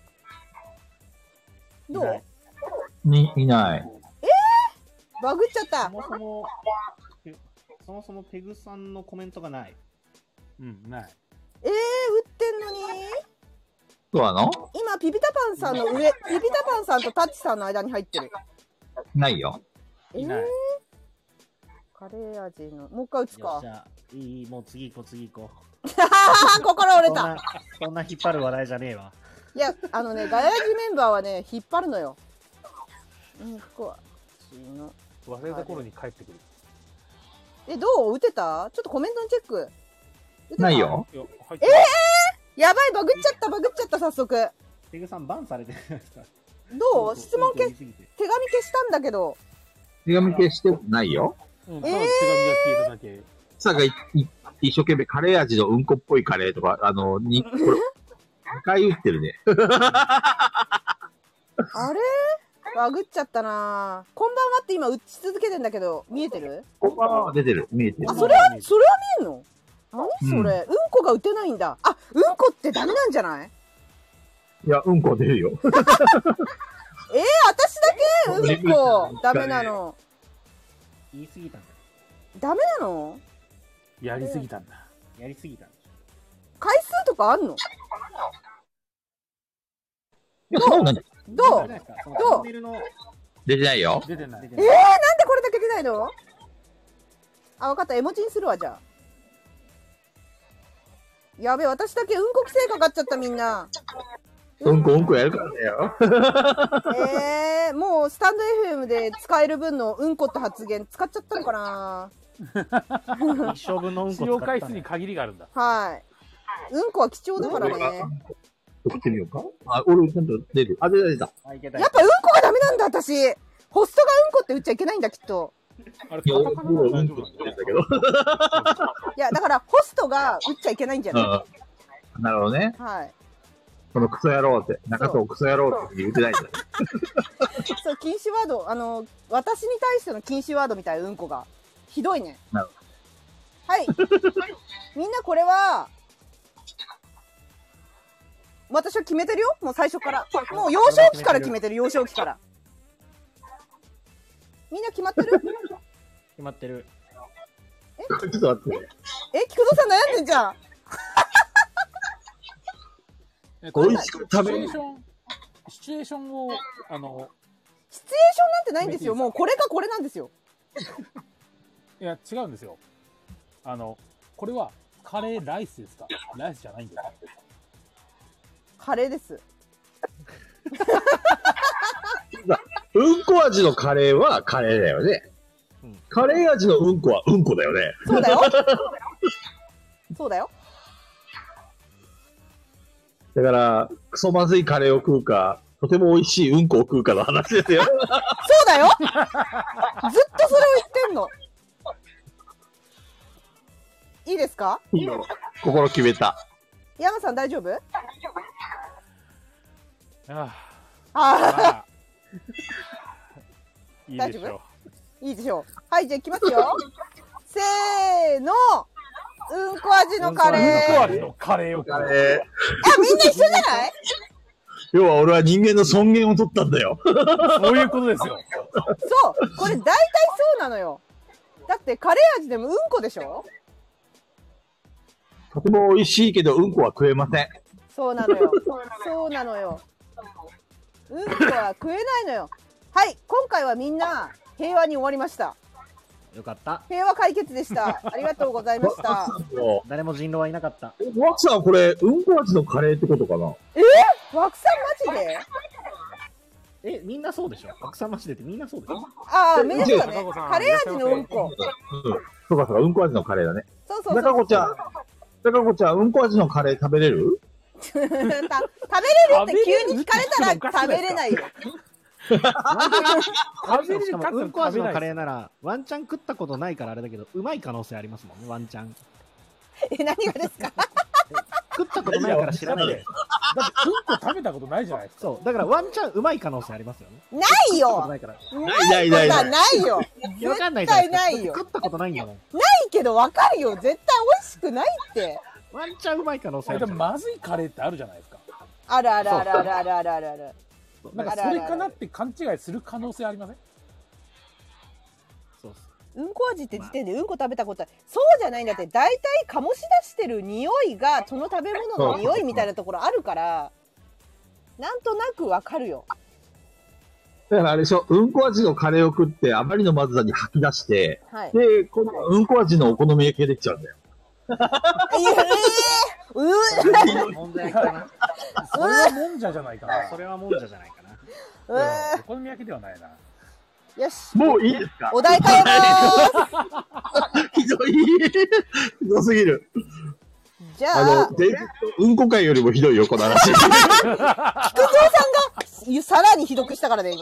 いない。 バグっちゃった。 そもそもペグさんのコメントがない。 うん、ない。 打ってんのにそうなの？ 今、ピピタパンさんの上、ピピタパンさんとタッチさんの間に入ってる。 ないよ。 いない。 カレー味の、もう一回打つか。 じゃあ、いい、もう次行こう。 心折れた。 そんな引っ張る話題じゃねえわ。 いや、ガヤラジメンバーはね、引っ張るのよ。 忘れた頃に帰ってくる。 どう打てた？ちょっとコメントのチェック。 ないよ。 やばい、バグっちゃった、早速。 ペグさんバンされてるんですか？ どう？質問手紙消したんだけど。 手紙消してないよ。 手紙が消えただけ。 さが一生懸命カレー味のうんこっぽいカレーとか、これ、2回言ってるね。あれバグっちゃったな。こんばんはって今打ち続けてんだけど、見えてる？ こんばんは出てる。見えてる。 それは見えんの？何それ、うんこが打てないんだ。うんこってダメなんじゃない？ いや、うんこ出るよ。 私だけうんこダメなの。 言い過ぎたんだ。 ダメなの？ やりすぎたんだ。 やりすぎたんだ。 回数とかあんの？ どう出てないよ。 出てない。 なんでこれだけ出ないの？わかった。絵文字にするわ、じゃあ。やべえ、私だけうんこ規制かかっちゃった、みんな。 うんこやるからだよ。もうスタンド FM で使える分のうんこって発言使っちゃったのかな。 一生分のうんこ使用回数に限りがあるんだ。 はい。うんこは貴重だからね。 送ってみようか。俺ちゃんと出る。出た。 やっぱうんこがダメなんだ、私。ホストがうんこって打っちゃいけないんだ、きっと。 いや、俺もうんこって言ったけど。 いや、だからホストが打っちゃいけないんじゃない？ なるほどね。 はい。 このクソ野郎って、中藤クソ野郎って言ってないんだ。 そう、禁止ワード、私に対しての禁止ワードみたいなうんこが。ひどいね。はい。みんなこれは、私は決めてるよ、もう最初から。もう幼少期から決めてる、幼少期から。みんな決まってる？ 決まってる。 ちょっと待って。 菊蔵さん悩んでんじゃん。 美味しく食べる。 シチュエーションを、 シチュエーションなんてないんですよ。もうこれかこれなんですよ。 いや、違うんですよ。これはカレーライスですか？ライスじゃないんだよ。 カレーです。 うんこ味のカレーはカレーだよね。カレー味のうんこはうんこだよね。 そうだよ。そうだよ。 だから、クソまずいカレーを食うか、とても美味しいうんこを食うかの話ですよ。 そうだよ。ずっとそれを言ってんの。いいですか？ いいよ。心決めた。 山さん大丈夫？ いいでしょう。いいでしょう。はい、じゃあいきますよ。せーの。うんこ味のカレー。 うんこ味のカレーを。 みんな一緒じゃない？ 要は俺は人間の尊厳を取ったんだよ。 そういうことですよ。 そう、これ大体そうなのよ。だってカレー味でもうんこでしょ。 とても美味しいけど、うんこは食えません。 そうなのよ。そうなのよ。うんこは食えないのよ。はい、今回はみんな平和に終わりました。 よかった。 平和解決でした。ありがとうございました。 誰も人狼はいなかった。 ワクさん、これ、うんこ味のカレーってことかな？ ワクさんマジで？ みんなそうでしょ？ワクさんマジでってみんなそうでしょ？ ああ、みんなそうだね。カレー味のうんこ。 そうかそうか、うんこ味のカレーだね。 そうそうそう。 中子ちゃん、うんこ味のカレー食べれる？ 食べれるって急に聞かれたら食べれないよ。 しかもうんこ味のカレーならワンチャン食ったことないからあれだけどうまい可能性ありますもんね。ワンチャン何がですか？ 食ったことないから知らないで。 だってうんこ食べたことないじゃないですか。 そうだからワンチャンうまい可能性ありますよね。 ないよ。 ないからないよ。 わかんない絶対ないよ。 食ったことないんだもん。 ないけどわかるよ。絶対美味しくないって。 ワンチャンうまい可能性ある。 でもまずいカレーってあるじゃないですか。 ある。 なんかそれかなって勘違いする可能性ありません？ そうっす。 うんこ味って時点でうんこ食べたことない。そうじゃないんだって。大体醸し出してる匂いがその食べ物の匂いみたいなところあるから、なんとなくわかるよ。 だからあれでしょ、うんこ味のカレーを食ってあまりのまずさに吐き出して、 はい、 で、このうんこ味のお好み焼きができちゃうんだよ。 問題かな。 それはもんじゃじゃないかな。 それはもんじゃじゃないかな。 お好み焼きではないな。 よし。 もういいですか？ お題変えまーす。 ひどい。ひどすぎる。 じゃあ、 うんこ会よりもひどいよ、この話。 菊蔵さんがさらにひどくしたからね、今。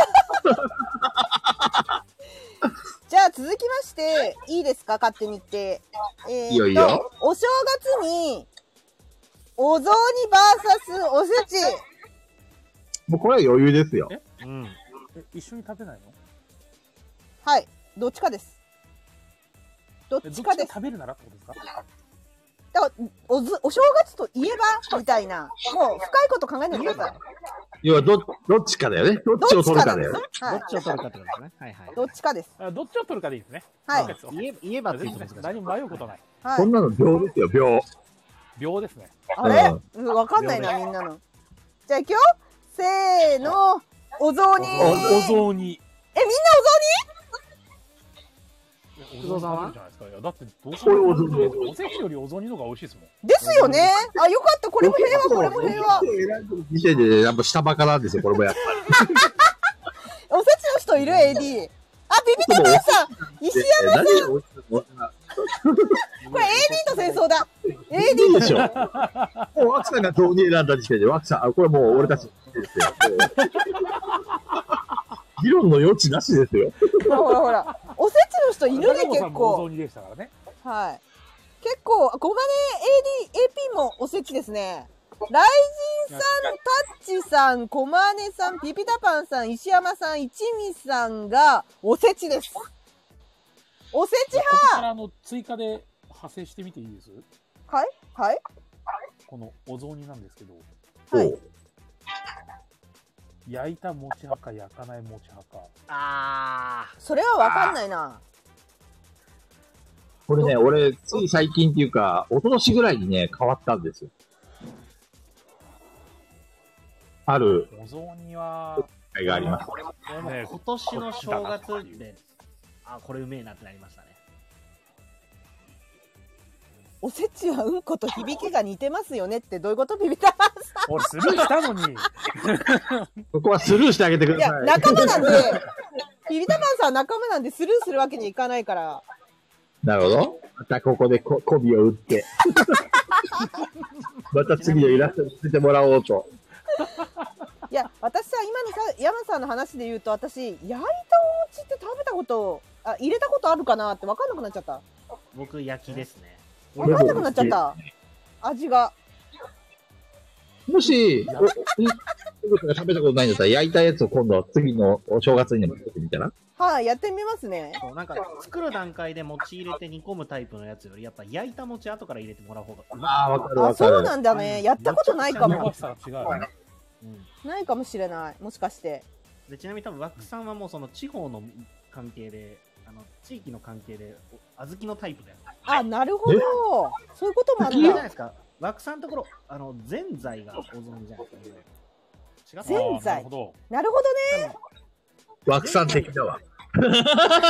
じゃあ続きまして、いいですか？勝手に言って。 いいよいいよ。 お正月に、お雑煮バーサスおせち。 もうこれは余裕ですよ。 うん。 一緒に食べないの？ はい。どっちかです。どっちかです。 食べるならってことですか？ だからお正月といえばみたいな、もう深いこと考えないでください。 要はどっちかだよね。どっちを取るかだよね。 どっちを取るかってことですね。はいはい。 どっちかです。 どっちを取るかでいいですね。 はい。 言えばって言ってます。 何も迷うことない。 はい。 こんなの秒ですよ、秒。 秒ですね。 あれ？わかんないな、みんなの。じゃあ行くよ。せーの、お雑煮。 お雑煮。 みんなお雑煮？ お雑煮じゃないですか。だってどうしようもない。おせちよりお雑煮の方が美味しいですもん。 ですよね。あ、よかった。これも平和、これも平和。 時点でやっぱ下バカなんですよ、これもやっぱり。 おせちの人いる AD。あ、ビビタマンさん、石山さん。これ AD と戦争だ。AD でしょ。もうワクさんが雑煮選んだ時点で、ワクさん、これもう俺たちですよ。議論の余地なしですよ。 ほらほら。おせちの人いるね、結構。 お雑煮でしたからね。 はい。結構、小金 AD、AP もおせちですね。ライジンさん、タッチさん、コマネさん、ピピタパンさん、石山さん、一味さんがおせちです。おせちここか派。 ら追加で派生してみていいです？ はいはい。 このお雑煮なんですけど。 はい。 焼いた餅派か焼かない餅派か。 それはわかんないな。 これね、俺、つい最近っていうか、一昨年ぐらいにね、変わったんですよ。ある。 お雑煮は、 会があります。 今年の正月で、これうめえなってなりましたね。 おせちはうんこと響きが似てますよねってどういうこと？ビビタマンさん。 俺スルーしたのに。 ここはスルーしてあげてください。 いや、仲間なんで、ビビタマンさんは仲間なんでスルーするわけにいかないから。 なるほど。またここで媚びを打って。また次のイラストにつけてもらおうと。 いや、私さ、今のさ、山さんの話で言うと、私、焼いたお餅って食べたこと、入れたことあるかなって分かんなくなっちゃった。 僕、焼きですね。 分かんなくなっちゃった。味が。 もし、僕が食べたことないんだったら、焼いたやつを今度、次のお正月にも作ってみたら？ はい、やってみますね。 なんか、作る段階で餅入れて煮込むタイプのやつより、やっぱ焼いた餅後から入れてもらう方がうまい。 わかるわかる。 そうなんだね。やったことないかも。 ないかもしれない。もしかして。 でちなみに多分ワックさんはもうその地方の関係で、地域の関係で小豆のタイプだよ。 あ、なるほど。そういうこともあるんじゃだ。 ないですか。ワックさんのところぜんざいがお雑煮じゃないですか。 ぜんざい。なるほどね。 ワクさん的だわ。 急に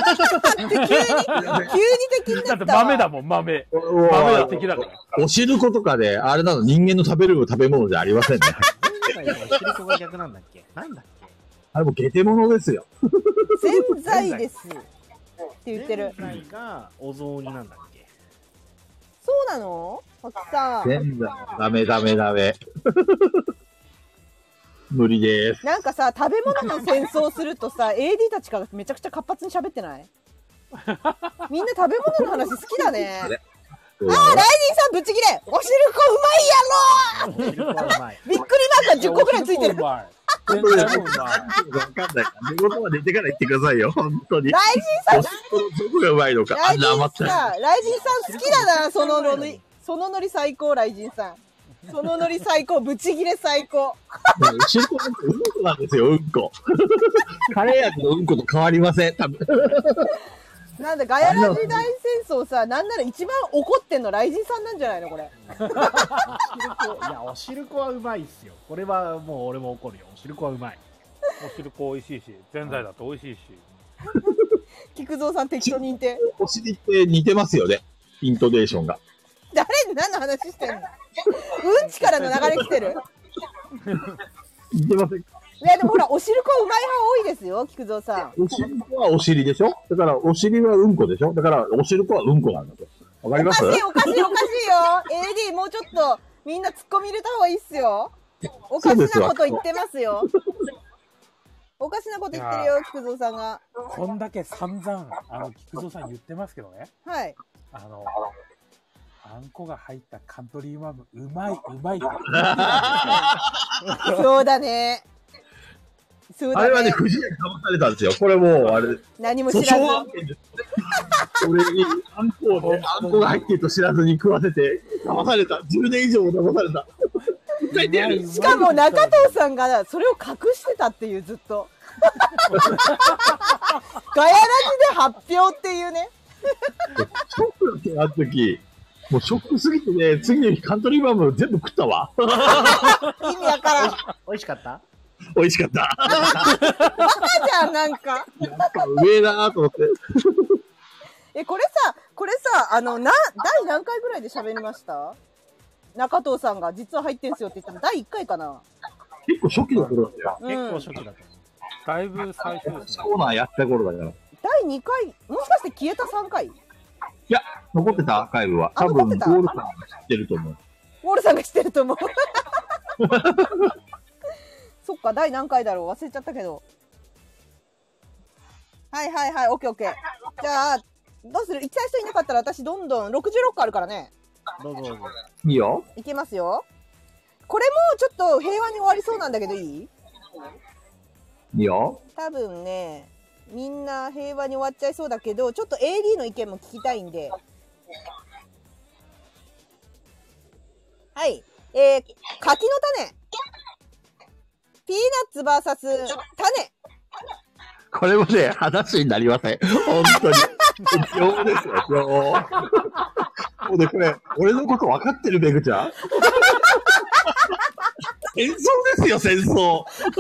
的になった。 だって豆だもん、豆。豆だ的だから。 おしることかで、あれなの、人間の食べる食べ物じゃありませんね。 ぜんざいとおしるこが逆なんだっけ？なんだっけ？ あれもゲテモノですよ。 ぜんざいです。って言ってる。 ぜんざいがお雑煮なんだっけ？ そうなの？ワクさん。 ぜんざい、ダメ。無理です。 なんかさ、食べ物の戦争するとさ、AD たちがめちゃくちゃ活発に喋ってない？みんな食べ物の話好きだね。あー、ライジンさんぶち切れ！おしるこうまいやろー！びっくりマークが10個くらいついてる。 本当にわかんない。寝言は寝てから言ってくださいよ、本当に。 ライジンさん、 どこがうまいのか。 ライジンさん好きだな、そのノリ。そのノリ最高、ライジンさん。そのノリ最高、ブチギレ最高。 うしるこなんてうんこなんですよ、うんこ。カレー味のうんこと変わりません、多分。 なんだ、ガヤラジ大戦争さ、なんなら一番怒ってんのライジンさんなんじゃないのこれ。 いや、おしるこはうまいっすよ。これはもう俺も怒るよ。おしるこはうまい。 おしるこ美味しいし、ぜんざいだと美味しいし。 菊蔵さん適当に言って。 お尻って似てますよね、イントネーションが。 誰に何の話してんの？うんちからの流れ来てる？ 似てませんか？ いやでもほら、おしるこうまい派多いですよ、菊蔵さん。 おしるこはお尻でしょ？だからお尻はうんこでしょ？だからおしるこはうんこなんだと。わかります？ おかしいよ。AD もうちょっとみんな突っ込み入れた方がいいっすよ。おかしなこと言ってますよ。おかしなこと言ってるよ、菊蔵さんが。 こんだけ散々、菊蔵さん言ってますけどね。 はい。 あんこが入ったカントリーマーム、うまいって。 そうだね。 あれはね、藤屋に騙されたんですよ。これもう、あれ。 何も知らず。 俺にあんこが入ってると知らずに食わせて、騙された。10年以上も騙された。 しかも中藤さんがそれを隠してたっていう、ずっと。ガヤラジで発表っていうね。 ショックだってあの時。もうショックすぎてね、次の日カントリーマーム全部食ったわ。 意味わからん。 美味しかった？ 美味しかった。 バカじゃん、なんか。 うめえなーと思って。 これさ、第何回ぐらいで喋りました？中藤さんが実は入ってんすよって言ったの第1回かな？ 結構初期の頃だよ。 結構初期だった。 だいぶ最初ですね。 コーナーやった頃だから。 第2回、もしかして消えた3回？ いや、残ってたアーカイブは。多分、ウォールさんが知ってると思う。 ウォールさんが知ってると思う。そっか、第何回だろう忘れちゃったけど。はい、オッケー。じゃあ、どうする？行きたい人いなかったら私どんどん66個あるからね。 どうぞ。 いいよ。 いけますよ。これもちょっと平和に終わりそうなんだけどいい？ いいよ。 多分ね、みんな平和に終わっちゃいそうだけど、ちょっと AD の意見も聞きたいんで。はい。柿の種。ピーナッツ VS 種。 これもね、話になりません。本当に。情ですよ、情。もうね、これ、俺のこと分かってる、めぐちゃん。戦争ですよ、戦争。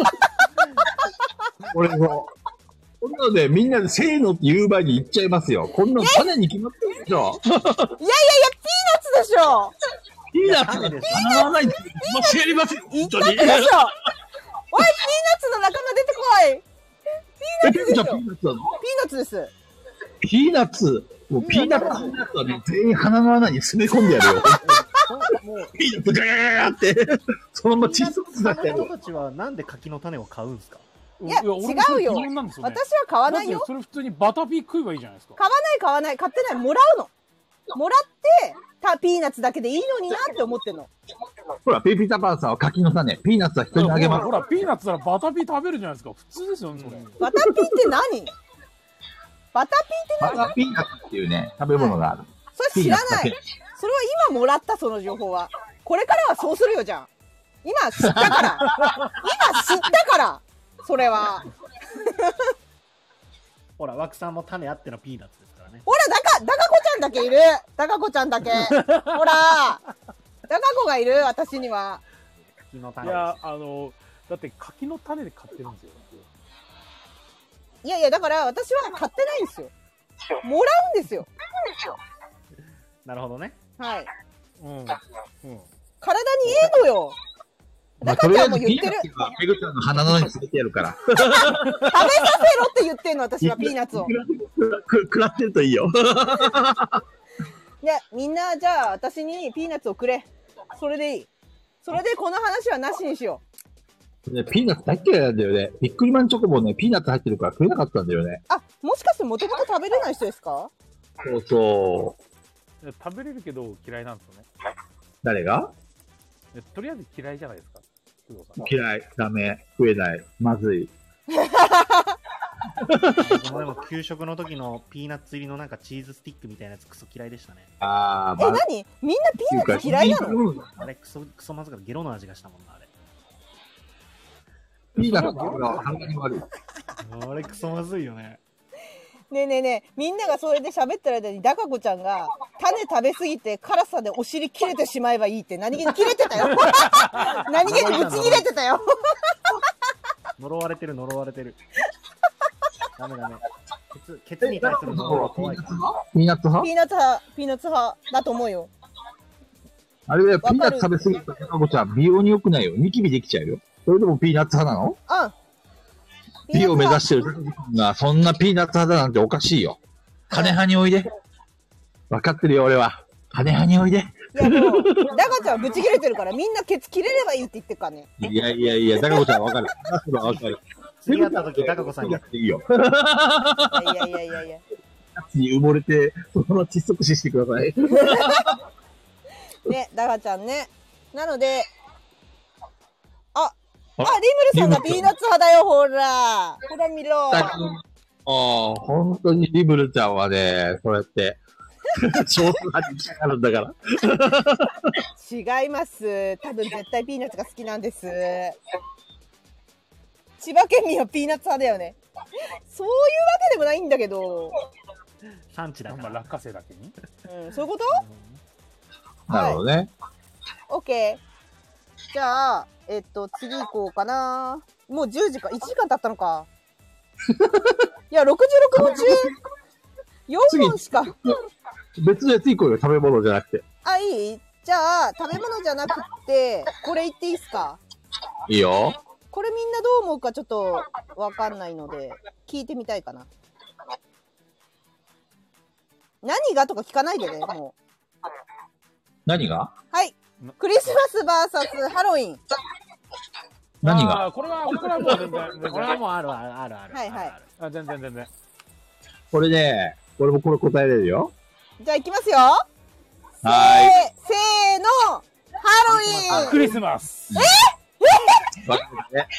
俺も。こんなのね、みんなでせーのって言う前に言っちゃいますよ。こんなの種に決まってるでしょ。 いや、ピーナッツでしょ。 ピーナッツで叶わないって間違いますよ。 言ったでしょ。おい、ピーナッツの仲間出てこい。ピーナッツでしょ。ピーナッツです。 ピーナッツ。もうピーナッツはね、全員鼻の穴に詰め込んでやるよ。ピーナッツガーガーって、そのまま窒息させてやる。 人たちはなんで柿の種を買うんですか？ いや、違うよ。私は買わないよ。 それ普通にバタピー食えばいいじゃないですか。 買わない。買ってない。もらうの。もらって、ピーナッツだけでいいのになって思ってんの。 ほら、ピピタパンさんは柿の種。ピーナッツは人にあげます。 ほら、ピーナッツならバタピー食べるじゃないですか。普通ですよね、それ。 バタピーって何？バタピーって何？ バタピーナッツっていうね、食べ物がある。 それ知らない。それは今もらった、その情報は。これからはそうするよ、じゃん。 今吸ったから今吸ったからそれはほら、枠さんも種あってのピーナッツですからね。 ほら、ダカ子ちゃんだけいる。ダカ子ちゃんだけ。ほら、ダカ子がいる、私には。 柿の種いや、 です。 だって柿の種で買ってるんですよ。 いやいや、だから私は買ってないんですよ。もらうんですよ。 なるほどね。 はい。 うん。うん。 体にいいのよ。ダカちゃんも言ってる。 ペグちゃんの鼻の上につけてやるから。 食べさせろって言ってんの、私はピーナッツを。 食らってるといいよ。 いや、みんな、じゃあ、私にピーナッツをくれ。それでいい。それでこの話はなしにしよね、ピーナッツ大嫌いなんだよね。ビックリマンチョコもね、ピーナッツ入ってるから食えなかったんだよね。 う。あ、もしかしてもともと食べれない人ですか？ そうそう。 食べれるけど嫌いなんですよね。 誰が？ とりあえず嫌いじゃないですか。 嫌い、ダメ、食えない、まずい。 僕もでも給食の時のピーナッツ入りのなんかチーズスティックみたいなやつクソ嫌いでしたね。 あー、まあ、 何？みんなピーナッツ嫌いなの？ あれクソまずかったゲロの味がしたもんな、あれ。 ピーナッツが鼻に悪い。 あれクソまずいよね。 ねえねえねえ、みんながそれで喋ってる間にダカ子ちゃんが種食べすぎて辛さでお尻切れてしまえばいいって何気に切れてたよ。何気にぶち切れてたよ。 呪われてる。ダメ。ケツに対する呪いは怖いから。 ピーナッツ派？ ピーナッツ派だと思うよ。 あれだよ、ピーナッツ食べ過ぎたタカ子ちゃん、美容に良くないよ。ニキビできちゃうよ。それでもピーナッツ派なの？ うん。 美を目指してるタカ子ちゃんが、そんなピーナッツ派だなんておかしいよ。金派においで。分かってるよ、俺は。金派においで。 いやもう、ダカちゃんはブチ切れてるから、みんなケツ切れればいいって言ってるからね。 いや、タカ子ちゃんは分かる。分かる。 次会った時、タカ子さんに。 いいよ。 いや。 に埋もれて、そのまま窒息死してください。 ね、ダカちゃんね。なので、リムルさんがピーナッツ派だよ、ほら。ほら見ろ。 本当にリムルちゃんはね、そうやって、少数派になるんだから。 違います。多分絶対ピーナッツが好きなんです。千葉県民はピーナッツ派だよね。そういうわけでもないんだけど。 産地だから。 落花生だけに。 うん、そういうこと？ なるほどね。 オッケー。じゃあ、次行こうかな。もう10時か。1時間経ったのか。いや、66問中、4問しか。 別のやつ行こうよ、食べ物じゃなくて。 あ、いい？じゃあ、食べ物じゃなくて、これ言っていいっすか？ いいよ。 これみんなどう思うかちょっとわかんないので、聞いてみたいかな。何がとか聞かないでね、もう。 何が？ はい。クリスマス VS ハロウィン。 何が？ これはもう全然。 これはもうある。 はいはい。 あ、全然。 これね、俺もこれ答えれるよ。 じゃあ行きますよ。 はせーの、ハロウィン。 クリスマス。 わかるね。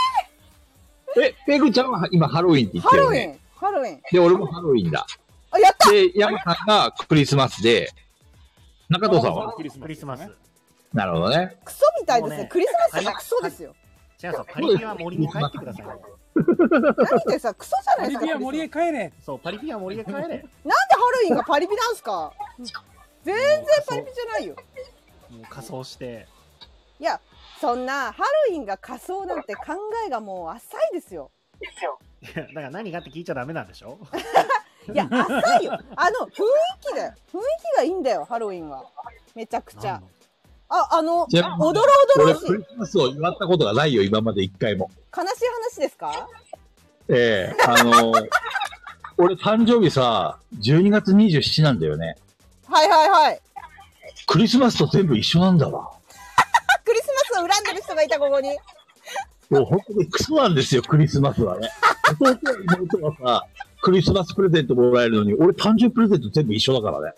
ペグちゃんは今ハロウィンって言ってるよね。 ハロウィン。 で、俺もハロウィンだ。 あ、やった！ で、山さんがクリスマスで、中藤さんはクリスマス。 なるほどね。 クソみたいですね。クリスマスがクソですよ。 違う、パリピは森に帰ってください。 何でさ、クソじゃないですか。 パリピは森へ帰れ。 そう、パリピは森へ帰れ。なんでハロウィンがパリピなんすか？全然パリピじゃないよ。 もう仮装して。 いや、そんなハロウィンが仮装なんて考えがもう浅いですよ。 いや、だから何がって聞いちゃダメなんでしょ？ いや、浅いよ。雰囲気だよ。雰囲気がいいんだよ、ハロウィンは。めちゃくちゃ。おどろおどろしい。 俺クリスマスを祝ったことがないよ、今まで一回も。 悲しい話ですか？ 俺誕生日さ、12月27なんだよね。 はい。 クリスマスと全部一緒なんだわ。 クリスマスを恨んでる人がいた、ここに。 もう本当にクソなんですよ、クリスマスはね。弟や妹がさ、クリスマスプレゼントもらえるのに、俺誕生日プレゼント全部一緒だからね。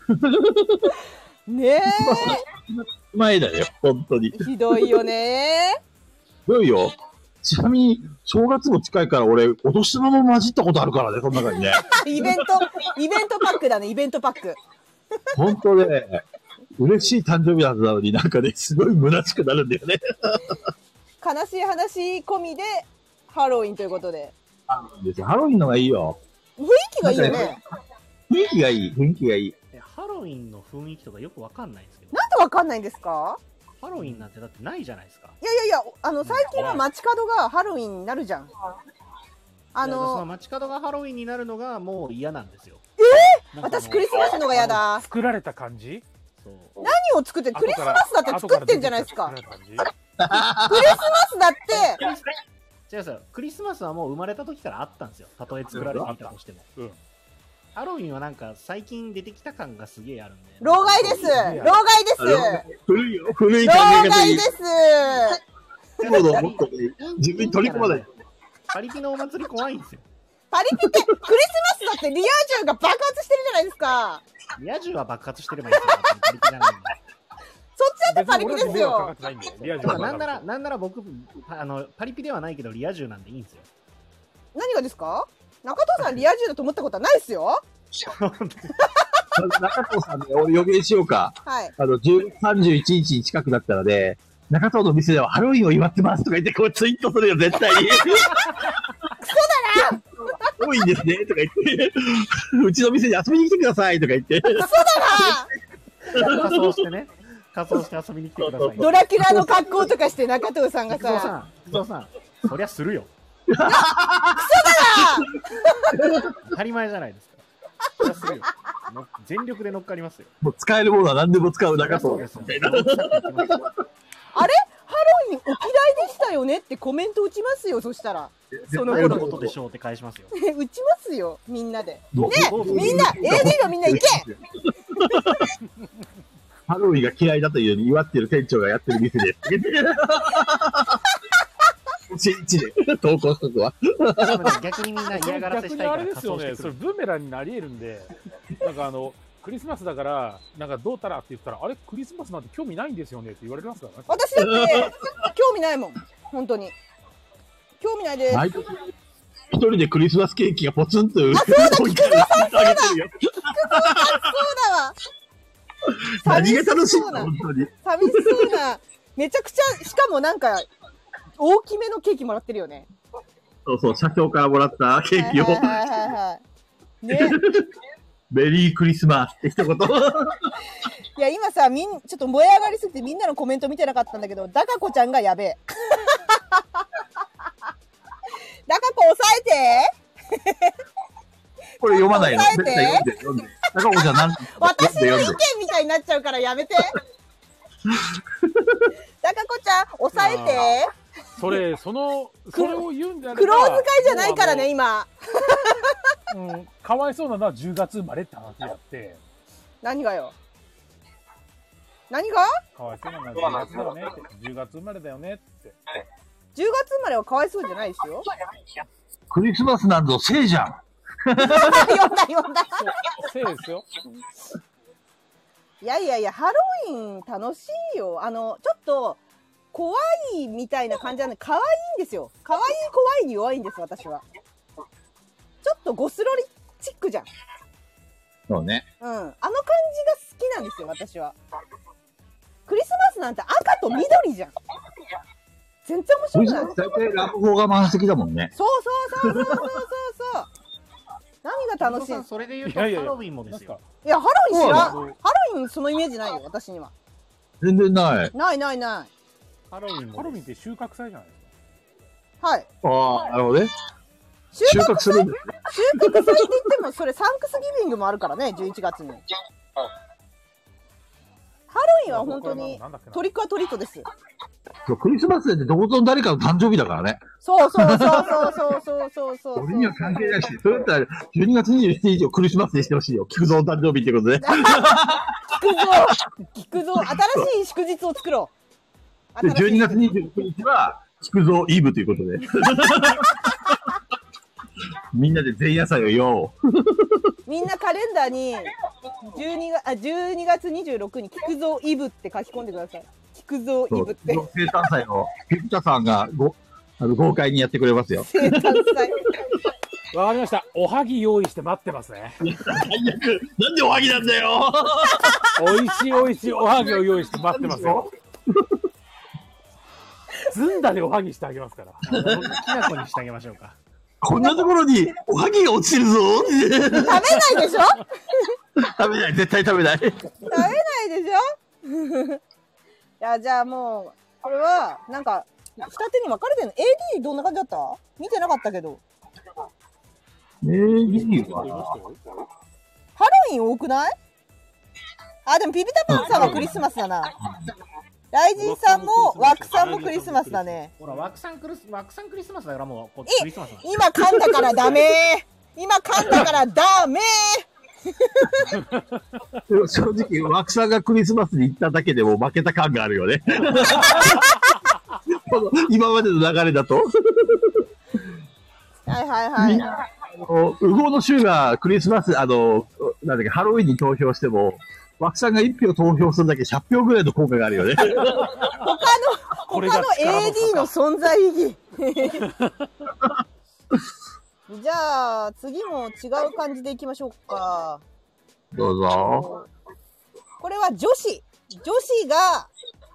ねえ。 前だよ、本当に。 ひどいよね。 ひどいよ。ちなみに、正月も近いから俺、お年玉も混じったことあるからね、その中にね。 イベントパックだね、イベントパック。 本当ね、 嬉しい誕生日なはずなのになんかね、すごい虚しくなるんだよね。 悲しい話込みで、ハロウィンということで。 ハロウィンのがいいよ。 雰囲気がいいよね。 雰囲気がいい、雰囲気がいい。 ハロウィンの雰囲気とかよくわかんないんですけど。 なんでわかんないんですか？ ハロウィンなんてだってないじゃないですか。 いや、最近は街角がハロウィンになるじゃん。 その街角がハロウィンになるのがもう嫌なんですよ。 私クリスマスのが嫌だ。 作られた感じ？ そう。 何を作ってクリスマスだって作ってんじゃないですか。クリスマスだって。 違うですよ。クリスマスはもう生まれた時からあったんですよ。たとえ作られていたとしても。ハロウィンはなんか最近出てきた感がすげえあるんで。 老害です。 古いよ。古い考え方。 老害です。 もっと自分に取り込まない。 パリピのお祭り怖いんですよ。 パリピってクリスマスだってリア充が爆発してるじゃないですか。 リア充は爆発してればいいんですよ。パリピじゃないんで。 そっちだってパリピですよ。 なんなら僕パリピではないけどリア充なんでいいんですよ。 何がですか？中藤さんリア充だと思ったことはないですよ。 中藤さんね、俺予言しようか。 はい。 10月31日に近くなったらね、中藤の店ではハロウィンを祝ってますとか言って、こうツイートするよ、絶対に。クソだな多いんですね、とか言って。うちの店に遊びに来てください、とか言って。クソだな仮装してね。仮装して遊びに来てください。 ドラキュラの格好とかして中藤さんがさ。菊蔵さん、そりゃするよ。 クソだな当たり前じゃないですか。そりゃするよ。全力で乗っかりますよ。 もう使えるものは何でも使う中藤。 あれハロウィンお嫌いでしたよねってコメント打ちますよ、そしたら。 その頃のことでしょうって返しますよ。 打ちますよ、みんなで。ね、みんな、AD のみんな行けハロウィンが嫌いだというように祝ってる店長がやってる店です。1日で投稿しとくわ。 逆にみんな嫌がらせしたいから。 逆にあれですよね、それブーメランになり得るんで、なんかクリスマスだから、なんかどうたらって言ったら、あれ、クリスマスなんて興味ないんですよねって言われますからね。 私だって興味ないもん、本当に。興味ないです。 一人でクリスマスケーキがポツンとそうだ、菊蔵さんそうだ。菊蔵さんそうだわ。 何が楽しいの本当に。 寂しそうな。めちゃくちゃ、しかもなんか、大きめのケーキもらってるよね。 そうそう、社長からもらったケーキを。ね。メリークリスマスって一言。 いや、今さ、ちょっと燃え上がりすぎてみんなのコメント見てなかったんだけど、ダカ子ちゃんがやべえ。ダカ子抑えてこれ読まないの。絶対読んで。ダカ子ちゃん私の意見みたいになっちゃうからやめて。ダカ子ちゃん、抑えて。 それを言うんじゃないクローズ会じゃないからね、今。 かわいそうなのは10月生まれって話であって。 何がよ。何がかわいそうなのは10月だよねって。10月生まれだよねって。 10月生まれはかわいそうじゃないですよ。 クリスマスなんぞせいじゃん。 読んだ。 せいですよ。 いや、ハロウィン楽しいよ。ちょっと、怖いみたいな感じなので、可愛いんですよ。可愛い怖いに弱いんです、私は。ちょっとゴスロリチックじゃん。 そうね。 あの感じが好きなんですよ、私は。クリスマスなんて赤と緑じゃん。全然面白くない。 大体ラブホが満席だもんね。 そう。何が楽しい？ それで言うとハロウィンもですよ。 いや、ハロウィンハロウィンそのイメージないよ、私には。 全然ない。 ない。 ハロウィンって収穫祭じゃないですか。はい。 ああ、なるほどね。収穫するんですね。 収穫祭って言っても、それサンクスギビングもあるからね、11月に。ハロウィンは本当にトリックアトリートです。 クリスマスってどこぞの誰かの誕生日だからね。 そう。 俺には関係ないし、それだったら12月27日をクリスマスにしてほしいよ。菊蔵誕生日ってことで。 菊蔵、新しい祝日を作ろう。で、12月29日は、菊蔵イブということで。みんなで前夜祭を言おう。 みんなカレンダーに12月26日に菊蔵イブって書き込んでください。菊蔵イブって。 生誕祭のピピタさんが豪快にやってくれますよ。 生誕祭。 わかりました。おはぎ用意して待ってますね。 最悪。なんでおはぎなんだよ。 美味しいおはぎを用意して待ってますよ。ずんだでおはぎしてあげますから。 僕、きなこにしてあげましょうか。 こんなところにおはぎが落ちてるぞ。 食べないでしょ？ 食べない、絶対食べない。 食べないでしょ？いや、じゃあもう、これは、なんか、二手に分かれてるの？ AD どんな感じだった？見てなかったけど。 AD はハロウィン多くない？あ、でもピピタパンさんはクリスマスだな。ライジンさんもワクさんもクリスマスだね。 ほら、ワクさんクリスマスだからもう、クリスマスなんです。 今噛んだからダメー。今噛んだからダメ正直、ワクさんがクリスマスに行っただけでも負けた感があるよね。今までの流れだと。 はいはいはい。 ウゴの州がクリスマス、なんだっけ、ハロウィンに投票しても、ワクさんが1票投票するだけ100票ぐらいの効果があるよね。 他の AD の存在意義。じゃあ、次も違う感じでいきましょうか。 どうぞ。 これは女子。女子が、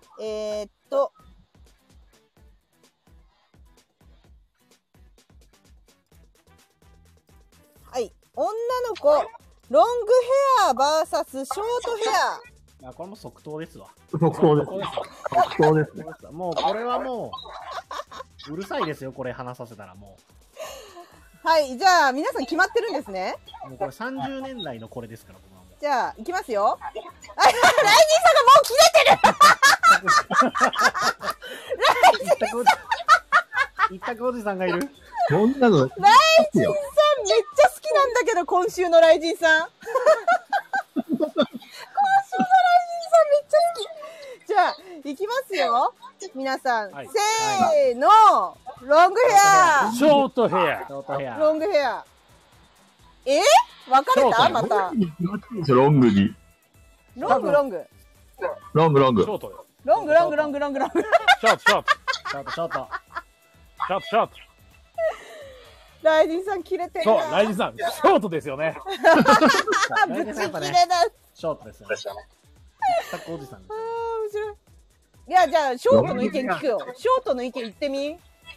はい。女の子、ロングヘア VS ショートヘア。いや、これも即答ですわ。 即答です。即答ですね。 もう、これはもう、うるさいですよ、これ話させたらもう。はい、じゃあ、皆さん決まってるんですね。 もうこれ30年代のこれですから、僕はもう。 じゃあ、いきますよ。ライジンさんがもう切れてるライジンさん一択おじさんがいる。 そんなの。 ライジンさんめっちゃ好きなんだけど、今週のライジンさん。今週のライジンさんめっちゃ好き。じゃあ、いきますよ。皆さん、はい、せーの、はい、ロングヘアショートヘアロングヘア分かれたまた。 ロングに。 ロング。 ロング。 ショートよ。 ロング。 ショート。 ライジンさん切れてる。 そう、ライジンさん、ショートですよね。 ぶち切れだ。 ショートですよね。全くおじさんです。 面白い。いや、じゃあ、ショートの意見聞くよ。ショートの意見言ってみ。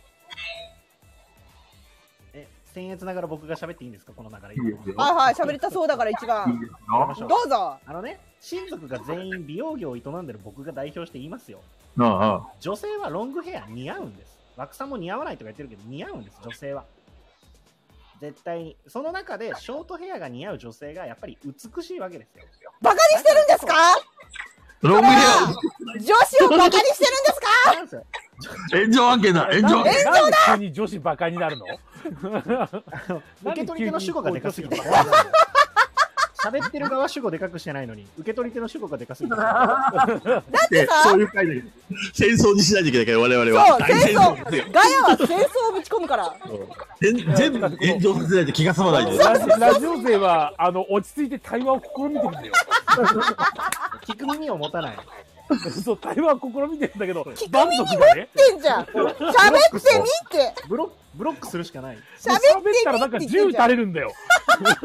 僭越ながら僕が喋っていいんですか、この流れ。 はい、喋りたそうだから一番。どうぞ。 親族が全員美容業を営んでる僕が代表して言いますよ。女性はロングヘア似合うんです。ワクさんも似合わないとか言ってるけど似合うんです、女性は。絶対に。その中でショートヘアが似合う女性がやっぱり美しいわけですよ。 バカにしてるんですか？ ロングヘア女子をバカにしてるんですか？ 炎上案件だ。炎上だ。なんで急に女子バカになるの？ 受け取り手の主語がでかすぎて。喋ってる側主語でかくしてないのに、受け取り手の主語がでかすぎて。 だってさ、 そういう回だけど、戦争にしないといけないから、我々は。 そう、戦争。ガヤは戦争をぶち込むから。 全部炎上させないと気が済まないで。 ラジオ勢は、落ち着いて対話を試みてるんだよ。 聞く耳を持たない。 そう、対話を試みてるんだけど、 満足だね。喋ってみて。 ブロックするしかない。 喋ったらなんか銃撃たれるんだよ。 喋って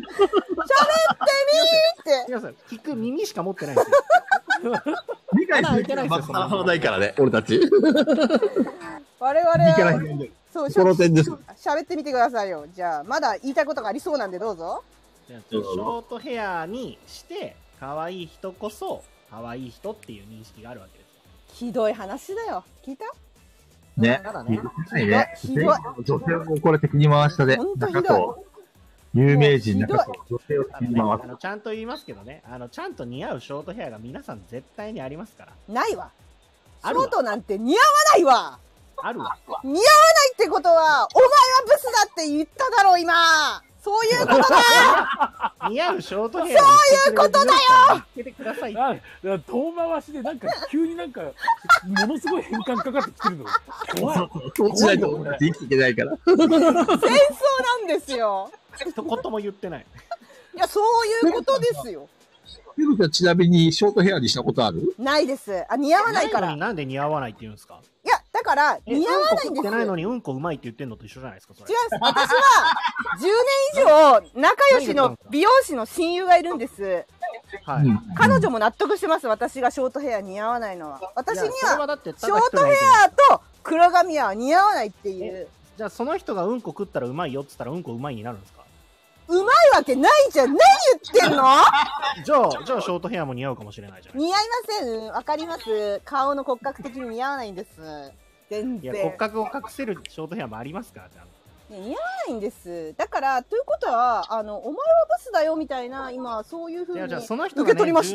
みーって。 聞く耳しか持ってないんですよ。 理解する気がないからね、俺たち。 我々 は、そう、その点です。 喋ってみてくださいよ。じゃあ、まだ言いたいことがありそうなんでどうぞ。 ショートヘアにして、可愛い人こそ、可愛い人っていう認識があるわけです。 ひどい話だよ。聞いた？ ね。ひどい。女性をこれ敵に回したで。中と、有名人中と、女性を敵に回す。 ちゃんと言いますけどね、ちゃんと似合うショートヘアが皆さん絶対にありますから。 ないわ。ショートなんて似合わないわ。 あるわ。 似合わないってことは、お前はブスだって言っただろ、今。そういうことだ似合うショートヘアそういうことだよ見つけてください。 遠回しでなんか急になんかものすごい変換かかってきてるの。怖い。 そうしないと俺たち生きていけないから。 戦争なんですよ。 一言も言ってない。 いや、そういうことですよ。 ペグちゃんちなみにショートヘアにしたことある？ ないです。似合わないから。 なんで似合わないって言うんですか？ いや、 だから、似合わないんですよ。 うんこ食ってないのにうんこうまいって言ってんのと一緒じゃないですか、それ。 違うんです。私は、10年以上、仲良しの美容師の親友がいるんです。 はい。 彼女も納得してます。私がショートヘア似合わないのは。私には、ショーートヘアと黒髪は似合わないっていう。 じゃあその人がうんこ食ったらうまいよっつったらうんこうまいになるんですか？ うまいわけないじゃん。何言ってんの？ じゃあショートヘアも似合うかもしれないじゃない。 似合いません。わかります。顔の骨格的に似合わないんです。全然。 いや、骨格を隠せるショートヘアもありますから、ちゃんと。 似合わないんです。だから、ということは、お前はブスだよみたいな、今、そういうふうに受け取りました。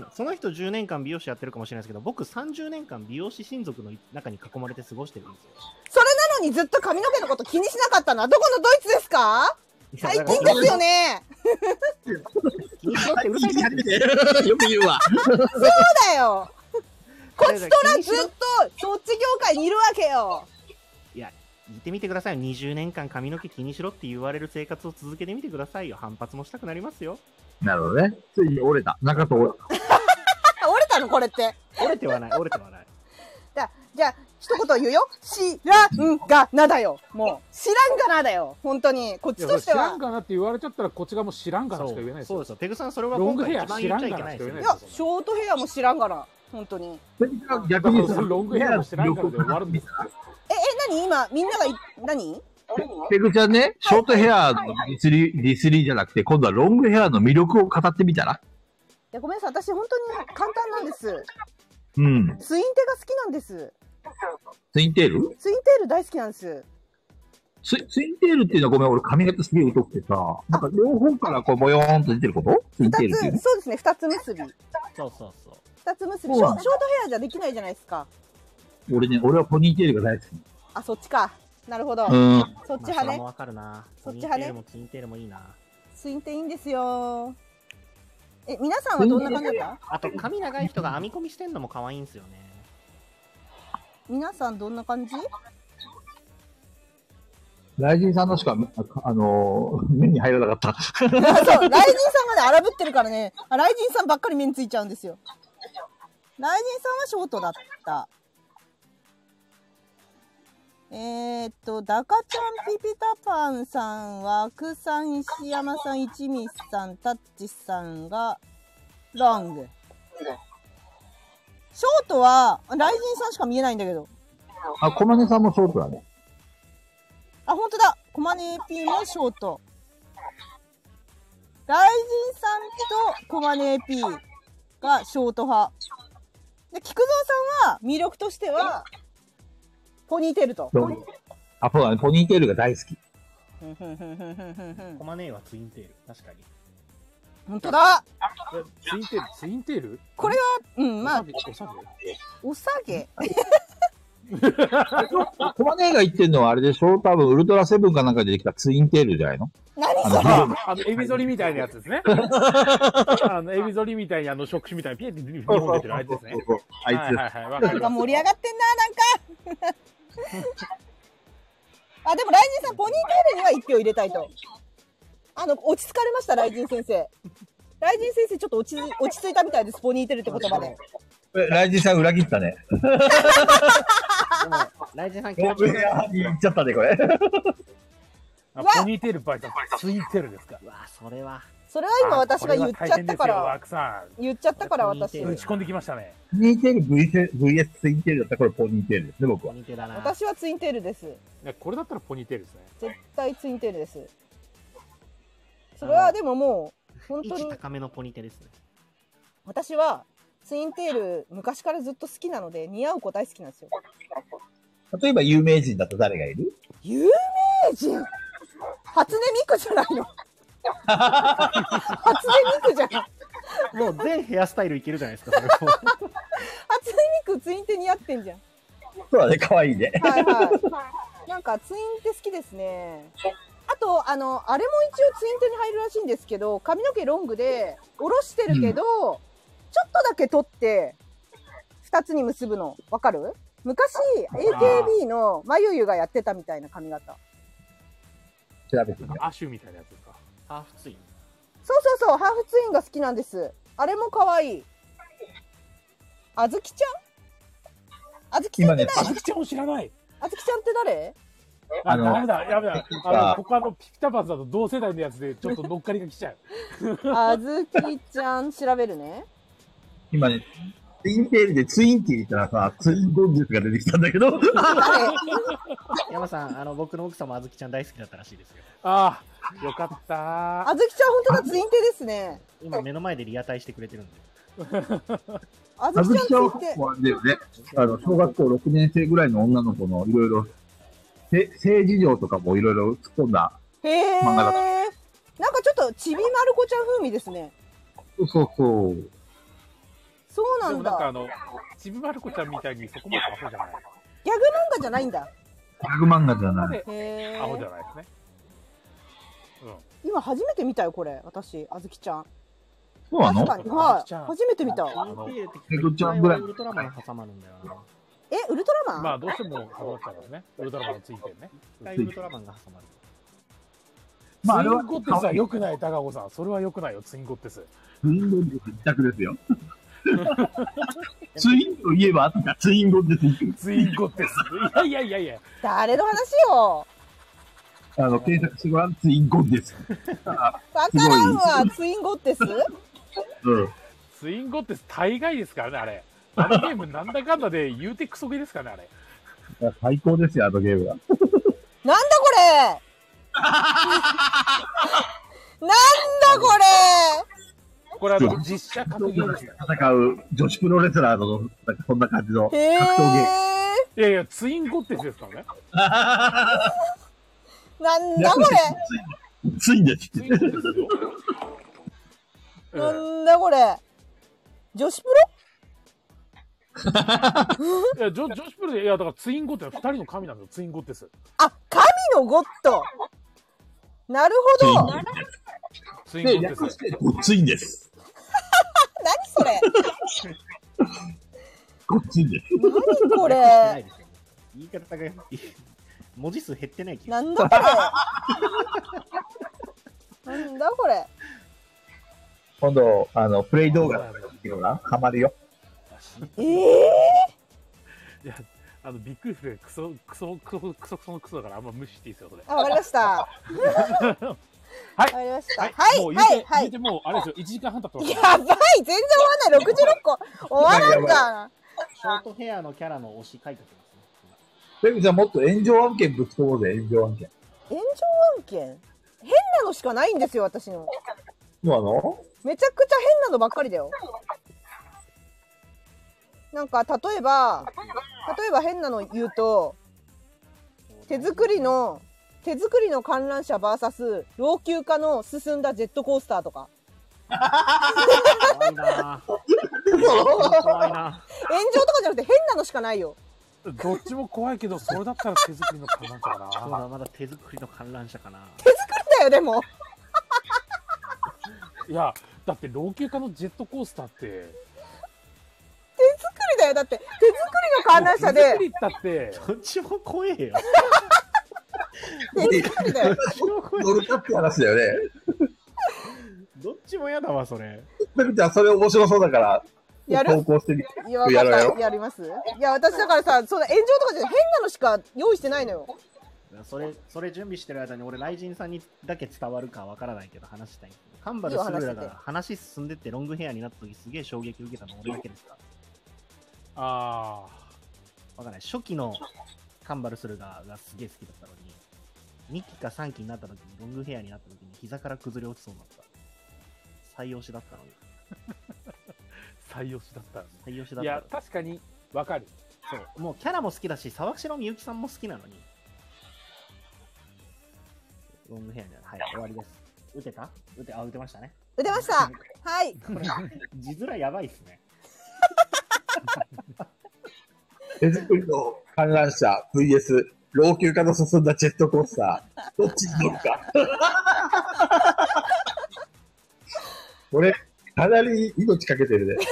その人10年間美容師やってるかもしれないですけど、僕30年間美容師親族の中に囲まれて過ごしてるんですよ。 それなのにずっと髪の毛のこと気にしなかったのはどこのドイツですか？最近ですよね。 気にしろってうるさいってよく言うわ。 そうだよ。こっちとらずっとそっち業界にいるわけよ。 いや、言ってみてください。20年間髪の毛気にしろって言われる生活を続けてみてくださいよ。反発もしたくなりますよ。 なるほどね。ついに折れた。中と折れた。 折れたのこれって。 折れてはない、折れてはない。 じゃあ、一言言うよ。知らんがなだよ。もう。知らんがなだよ。本当に。こっちとしては。 知らんがなって言われちゃったら、こっちがもう知らんがなしか言えないですよ。 そうですよ。ペグさん、それは今回一番言っちゃいけないですよ。 いや、ショートヘアも知らんがな。本当に。 逆にロングヘアも知らんからで終わるんですよ。 何今、みんなが何ペグちゃんね、ショートヘアのディスリーじゃなくて、今度はロングヘアの魅力を語ってみたら？ いや、ごめんなさい。私、本当に簡単なんです。 うん。 ツインテが好きなんです。 ツインテール？ ツインテール大好きなんです。 ツインテールっていうのはごめん、俺髪型すげえ疎くてさ、なんか両方からこう、ボヨーンと出てること？ツインテールっていう。 そうですね、二つ結び。 そうそうそう。 二つ結び。ショートヘアじゃできないじゃないですか。 俺はポニーテールが大好き。 あ、そっちか。なるほど。そっち派ね。 わかるな。 そっち派ね。 ツインテールもいいな。 ツインテールいいんですよ。皆さんはどんな感じだった？ あと、髪長い人が編み込みしてんのも可愛いんですよね。 皆さんどんな感じ？ ライジンさんのしか、目に入らなかった。 そう、ライジンさんまで荒ぶってるからね。ライジンさんばっかり目についちゃうんですよ。ライジンさんはショートだった。ダカちゃん、ピピタパンさん、ワクさん、石山さん、一味さん、タッチさんが、ロング。ショートは、ライジンさんしか見えないんだけど。 あ、コマネさんもショートだね。 あ、ほんとだ。コマネ AP もショート。ライジンさんとコマネ AP がショート派。で、菊蔵さんは魅力としては、ポニーテールと。 あ、そうだね。ポニーテールが大好き。 コマネーはツインテール。確かに。 ほんとだ。 ツインテールこれは、まあ、お下げコマネーが言ってるのはあれでしょ？多分ウルトラセブンかなんかでできたツインテールじゃないの？ 何それ？ エビ反りみたいなやつですね。エビ反りみたいに触手みたいにピエって日本出てるあいつですね。 あいつ。 なんか盛り上がってんな、なんか。あ、でもライジンさん、ポニーテールには1票入れたいと。落ち着かれました、ライジン先生。ライジン先生、ちょっと落ち着いたみたいです、ポニーテールって言葉で。 ライジンさん裏切ったね。でも、 ライジンさん気持ち悪い。言っちゃったね、これ。 ポニーテールバイト、ツインテールですか。 うわ、それは今私が言っちゃったから。言っちゃったから私。 打ち込んできましたね。 ポニーテール VS ツインテールだったらこれポニーテールですね、僕は。 私はツインテールです。 これだったらポニーテールですね。 絶対ツインテールです。それはでももう、本当に。 高めのポニーテールですね。 私は、ツインテール、昔からずっと好きなので、似合う子大好きなんですよ。 例えば有名人だと誰がいる？ 有名人初音ミクじゃないの？初音ミクじゃん。 もう全ヘアスタイルいけるじゃないですか、それも。 初音ミクツインテ似合ってんじゃん。 そうだね、可愛いね。 はいはい。なんかツインテ好きですね。あと、あれも一応ツインテに入るらしいんですけど、髪の毛ロングで、下ろしてるけど、ちょっとだけ取って、二つに結ぶの。わかる？昔、AKB のまゆゆがやってたみたいな髪型。 調べてみよう。 アシュみたいなやつですか。 ハーフツイン。 そう、ハーフツインが好きなんです。あれも可愛い。あずきちゃんあずきちゃんってあずきちゃんを知らない。 あずきちゃんって誰？ ダメだ、やめだ。ここピピタパンさんと同世代のやつで、ちょっと乗っかりが来ちゃう。 あずきちゃん、調べるね。 今ね、ツインテールでツインって言ったらさ、ツインゴンジュスが出てきたんだけど。 山さん、僕の奥様、あずきちゃん大好きだったらしいですよ。 ああ、よかった。 あずきちゃん、本当だ、ツインテですね。 今、目の前でリアタイしてくれてるんで。 あずきちゃんって。 あれだよね。小学校6年生ぐらいの女の子のいろいろ、性事情とかもいろいろ突っ込んだ漫画だった。 なんかちょっとちびまる子ちゃん風味ですね。 そうそうそう。 そうなんだ。 なんかちびまる子ちゃんみたいにそこまでアホじゃない。 ギャグ漫画じゃないんだ。 ギャグ漫画じゃない。 アホじゃないですね。 今初めて見たよ、これ。私、あずきちゃん。 そうなの？ 確かに。はい。初めて見た。 江戸ちゃんぐらい。 ウルトラマン挟まるんだよな。 ウルトラマン？ まあ、どうしても挟まっちゃうからね。ウルトラマンのついてるね。 ウルトラマンが挟まる。 まあ、ツインゴッテスは良くない、高子さん。それは良くないよ、ツインゴッテス。 ツインゴッテス一択ですよ。ツインといえば、ツインゴッテス。 ツインゴッテス。いや。 誰の話よ。 検索してごらん、ツインゴッテス。 わからんわ、ツインゴッテス？ うん。 ツインゴッテス大概ですからね、あれ。あのゲームなんだかんだで言うてクソゲーですからね、あれ。 最高ですよ、あのゲームは。 なんだこれなんだこれこれ実写格ゲーですね。 戦う女子プロレスラーの、なんかそんな感じの格闘ゲー。いや、ツインゴッテスですからね。 なんだこれツインです。 なんだこれ女子プロいや、女子プロで、いや、だからツインゴッテス、二人の神なんだよ、ツインゴッテス。 あ、神のゴッド。なるほど。 ツインゴッテス。 ツインです。 何それごっついんです。 何これ言い方が、文字数減ってない気が。なんだこれなんだこれ今度、プレイ動画っていうのがハマるよ。 いや、びっくりする。クソのクソだからあんま無視していいですよ、それ。 あ、わかりました。 はい。わかりました。はい。 もう言うてもう、あれですよ、1時間半経ってます。 やばい、全然終わんない。66個。終わらんか。 ショートヘアのキャラの推し書いてますね。 ペグちゃんもっと炎上案件ぶち込もうぜ、炎上案件。 炎上案件？変なのしかないんですよ、私の。 そうなの？ めちゃくちゃ変なのばっかりだよ。なんか例えば変なの言うと、手作りの観覧車 VS 老朽化の進んだジェットコースターとか。 怖いな。怖いな。 炎上とかじゃなくて変なのしかないよ。 どっちも怖いけど、それだったら手作りの観覧車かな。 そうだ、まだ手作りの観覧車かな。 手作りだよ、でも。 いや、だって老朽化のジェットコースターって。 手作りだよ、だって手作りの観覧車で。 手作りだって。 どっちも怖えよ。 手作りだよ。 乗るかって話だよね。 どっちも嫌だわ、それ。 ペグちゃん、それ面白そうだから。 やる？ 投稿してみて。 やります？いや、私だからさ、その炎上とかじゃ変なのしか用意してないのよ。 それ準備してる間に俺、雷神さんにだけ伝わるかわからないけど話したいんですけど、カンバルスルラが話進んでってロングヘアになった時すげえ衝撃受けたの俺だけですか？わかんない。初期のカンバルスルラがすげえ好きだったのに、2期か3期になった時にロングヘアになった時に膝から崩れ落ちそうになった。採用しだったのに。 採用しだった。 採用しだった。 いや、確かにわかる。 そう。もうキャラも好きだし、沢城みゆきさんも好きなのに。ロングヘアになる。はい、終わりです。打てた？打てましたね。 打てました。はい。 これ、字面やばいっすね。 手作りの観覧車 VS 老朽化の進んだジェットコースター。どっちに乗るか。俺、かなり命かけてるね。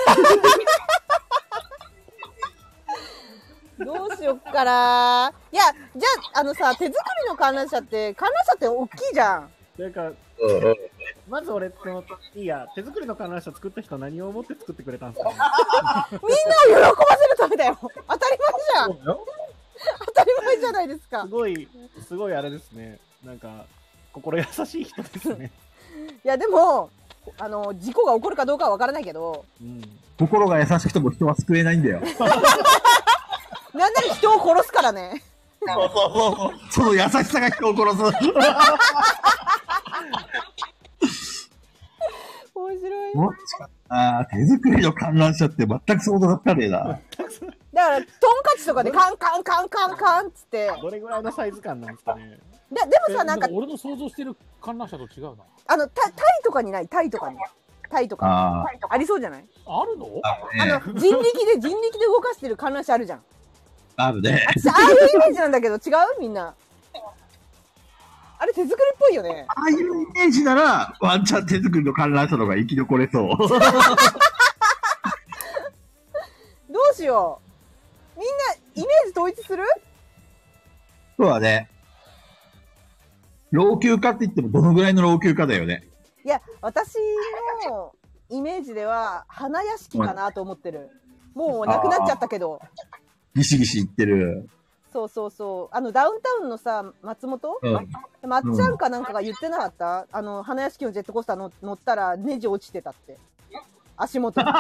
どうしよっかな。いや、じゃあ、さ、手作りの観覧車って大きいじゃん。 なんか、 まず俺、いいや、手作りの観覧車作った人は何を思って作ってくれたんですかね。 みんなを喜ばせるためだよ。当たり前じゃん。当たり前じゃないですか。 すごいあれですね。なんか、心優しい人ですね。 いや、でも、事故が起こるかどうかは分からないけど、 うん、 心が優しくても人は救えないんだよ。 なんなら人を殺すからね。 その優しさが人を殺す。 面白い。 もっち手作りの観覧車って全く想像がつかねえな。 だから、トンカチとかでカンカンカンカンカンっつって。 どれぐらいのサイズ感なんですかね。 でもさ、なんか、 俺の想像してる観覧車と違うな。 タイとかにない？タイとかに。ありそうじゃない？ あるの？ 人力で動かしてる観覧車あるじゃん。 あるね。 ああいうイメージなんだけど、違う？みんな。あれ手作りっぽいよね。 ああいうイメージなら、ワンチャン手作りの観覧車の方が生き残れそう。 どうしよう。みんな、イメージ統一する？ そうだね。老朽化って言ってもどのぐらいの老朽化だよね。 いや、私のイメージでは、花屋敷かなと思ってる。もうなくなっちゃったけど。 ギシギシ言ってる。 そうそうそう。ダウンタウンのさ、松本、まっちゃんかなんかが言ってなかった？花屋敷のジェットコースター乗ったらネジ落ちてたって。足元に。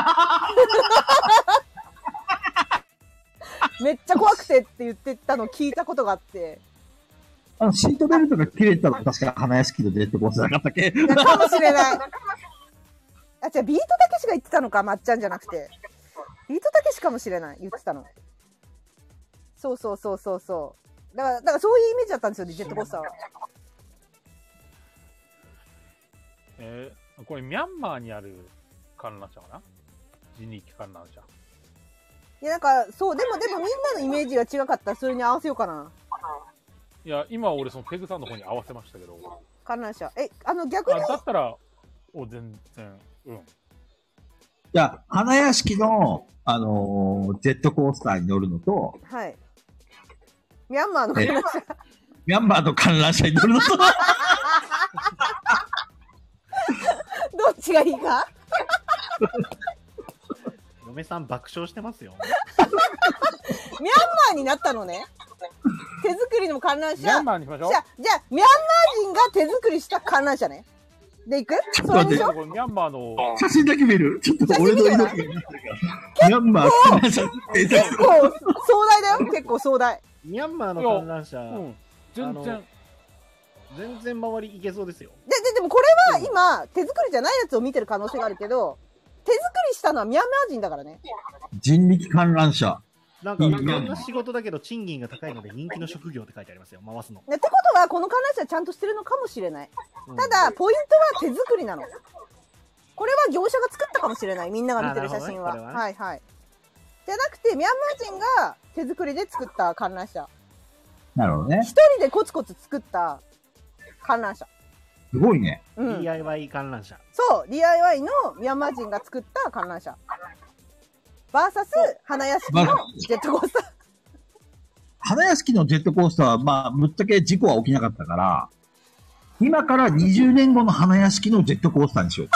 めっちゃ怖くてって言ってたの聞いたことがあって。 シートベルトが切れてたの確か花屋敷のジェットコースターなかったっけ？ かもしれない。あ、じゃあビートたけしが言ってたのか、まっちゃんじゃなくて。ビートたけしかもしれない。言ってたの。そう。だからそういうイメージだったんですよね、ジェットコースターは。 これミャンマーにある観覧車かな？人力観覧車。 いや、なんか、そう、でもみんなのイメージが違かったらそれに合わせようかな。 いや、今俺そのペグさんの方に合わせましたけど。 観覧車。逆に。 だったら、全然、うん。 いや、花屋敷の、ジェットコースターに乗るのと、 はい。ミャンマーの観覧車。 ミャンマーの観覧車に乗るのと、 どっちがいいか？ 嫁さん爆笑してますよ。 ミャンマーになったのね。手作りの観覧車。 ミャンマーにしましょう。 じゃあ、ミャンマー人が手作りした観覧車ね。で、行く？それでしょ？ ミャンマーの。 写真だけ見る？ちょっと俺の命が見てるから。ミャンマー観覧車って結構壮大だよ。結構壮大。 ミャンマーの観覧車、全然周りいけそうですよ。 でもこれは今、手作りじゃないやつを見てる可能性があるけど、手作りしたのはミャンマー人だからね。 人力観覧車。 なんか、いろんな仕事だけど賃金が高いので人気の職業って書いてありますよ、回すの。 ってことは、この観覧車はちゃんとしてるのかもしれない。ただ、ポイントは手作りなの。これは業者が作ったかもしれない。みんなが見てる写真は。はいはい。じゃなくて、ミャンマー人が手作りで作った観覧車。 なるほどね。 一人でコツコツ作った観覧車。 すごいね。 うん。 DIY 観覧車。 そう、DIY のミャンマー人が作った観覧車。バーサス花屋敷のジェットコースター。 花屋敷のジェットコースターは、まあ、ぶっちゃけ事故は起きなかったから、今から20年後の花屋敷のジェットコースターにしよ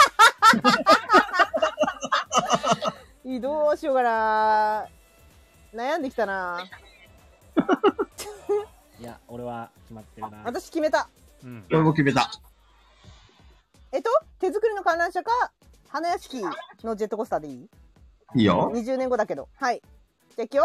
う。どうしようかな。悩んできたな。 いや、俺は決まってるな。 私決めた。 俺も決めた。 手作りの観覧車か、花屋敷のジェットコースターでいい？ いいよ。 20年後だけど。はい。じゃあ行くよ。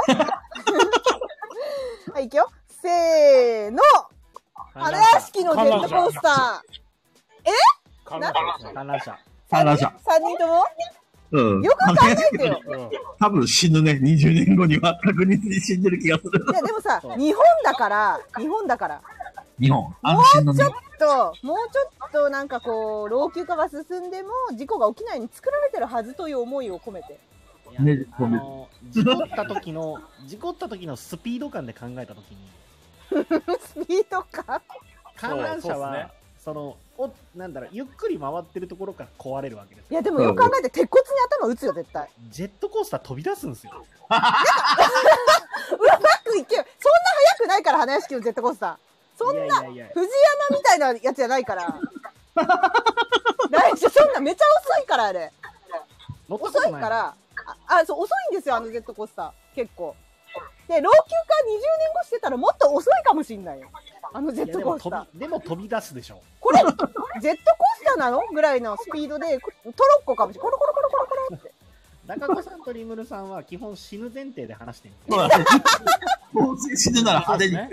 はい、行くよ。せーの。花屋敷のジェットコースター。 観覧車。 観覧車。 3人とも？ うん。 よく考えてよ。 多分死ぬね。20年後には確実に死んでる気がする。 いや、でもさ、日本だから。 日本。安心のね。 もうちょっとなんかこう、老朽化が進んでも事故が起きないように作られてるはずという思いを込めて。 事故った時のスピード感で考えた時にスピード感観覧車はなんだろう、ゆっくり回ってるところから壊れるわけです。 いやでもよく考えて鉄骨に頭打つよ絶対。 ジェットコースター飛び出すんですよ。 うまくいけよ。そんな速くないから花屋敷のジェットコースター。そんな藤山みたいなやつじゃないから。大丈ないでしょ。そんなめちゃ遅いからあれ。 乗ったことない遅いから、そう、遅いんですよ、ジェットコースター。結構。で、老朽化20年後してたらもっと遅いかもしんないよ。ジェットコースター。 でも飛び出すでしょ。 これ、ジェットコースターなのぐらいのスピードで、トロッコかもしれない。コロコロコロコロコロって。 中子さんとリムルさんは基本死ぬ前提で話してるんですそうだね。もう死ぬなら派手に。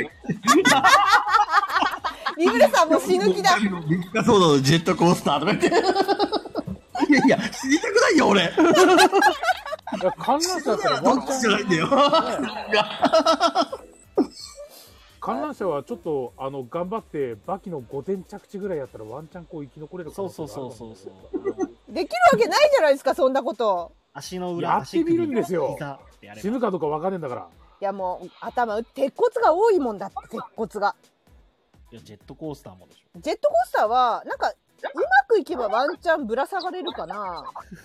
リムルさんも死ぬ気だ。 激化ソードのジェットコースターとか言って。いやいや、死にたくないよ、俺。 いや、観覧車だったらワンチャン。 じゃないんだよ。 観覧車はちょっと、頑張って、バキの5点着地ぐらいやったらワンチャンこう生き残れるかもしれない。 そう。 できるわけないじゃないですか、そんなこと。 足の裏、 やってみるんですよ。死ぬかどうか分かんねえんだから。 いやもう、鉄骨が多いもんだって、鉄骨が。 いや、ジェットコースターもでしょ。 ジェットコースターは、なんか、うまくいけばワンチャンぶら下がれるかな。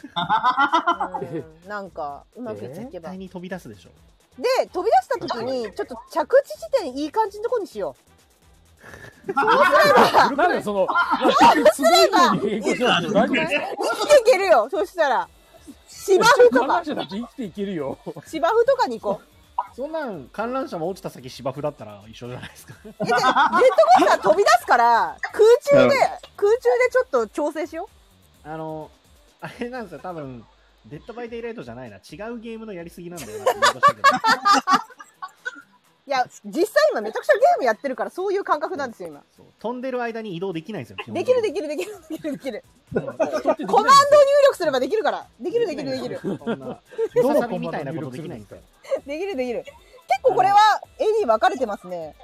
なんか、うまくいけば。 絶対に飛び出すでしょ。 で、飛び出した時に、ちょっと着地地点いい感じのとこにしよう。そうすれば、 なんでその、すごいのに並行しなくて大丈夫ですか？ 生きていけるよ、そしたら。芝生とか。 観覧車だって生きていけるよ。 芝生とかに行こう。 そんなん観覧車も落ちた先芝生だったら一緒じゃないですか。 ジェットコースター飛び出すから空中でちょっと調整しよう。あれなんですよ、多分デッドバイデイライトじゃないな、違うゲームのやりすぎなんだよなって思いましたけど。 いや実際今めちゃくちゃゲームやってるからそういう感覚なんですよ今。 飛んでる間に移動できないんですよ。 できる。コマンド入力すればできるから。できる。 そんなどのサビみたいなことできないんですよ。 できる。結構これは絵に分かれてますね。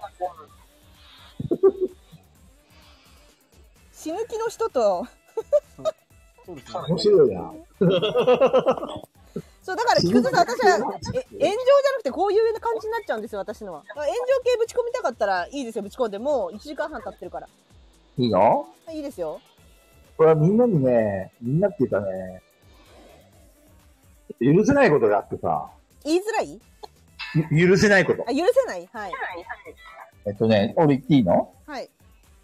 死ぬ気の人とそうですね。 面白いな。 そうだから菊池さん、私は炎上じゃなくてこういう感じになっちゃうんですよ、私のは。炎上系ぶち込みたかったらいいですよ、ぶち込んでもう1時間半経ってるから。 いいの？ いいですよ。 これはみんなにね、みんなっていうかね、許せないことがあってさ。 言いづらい？ 許せないこと。 許せない？はい。 俺言っていいの？ はい。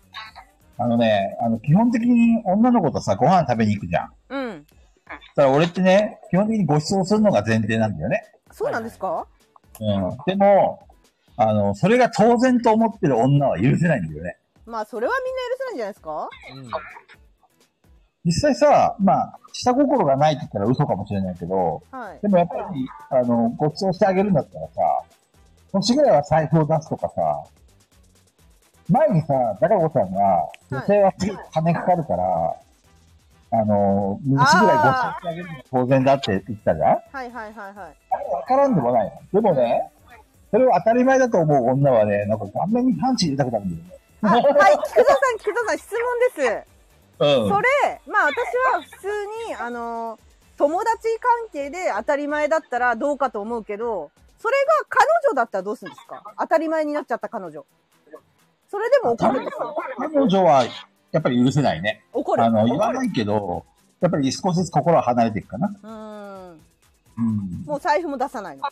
基本的に女の子とさ、ご飯食べに行くじゃん。 うん。 だから俺ってね、基本的にご馳走するのが前提なんだよね。 そうなんですか？ でも、それが当然と思ってる女は許せないんだよね。 まあ、それはみんな許せないんじゃないですか？ 実際さ、下心がないって言ったら嘘かもしれないけど、 はい。 でもやっぱり、ご馳走してあげるんだったらさ、少しぐらいは財布を出すとかさ、前にさ、高子さんが、女性は金かかるから、虫ぐらいご馳走してあげるのが当然だって言ったじゃん？ はい。 わからんでもないの。でもね、それを当たり前だと思う女はね、なんか顔面にパンチ入れたくなるんだよね。 はい、菊田さん、質問です。それ、私は普通に、友達関係で当たり前だったらどうかと思うけど、それが彼女だったらどうするんですか？当たり前になっちゃった彼女。それでも怒るんですか？彼女は、やっぱり許せないね。 怒る。 言わないけど、やっぱり少しずつ心は離れていくかな。 もう財布も出さないの。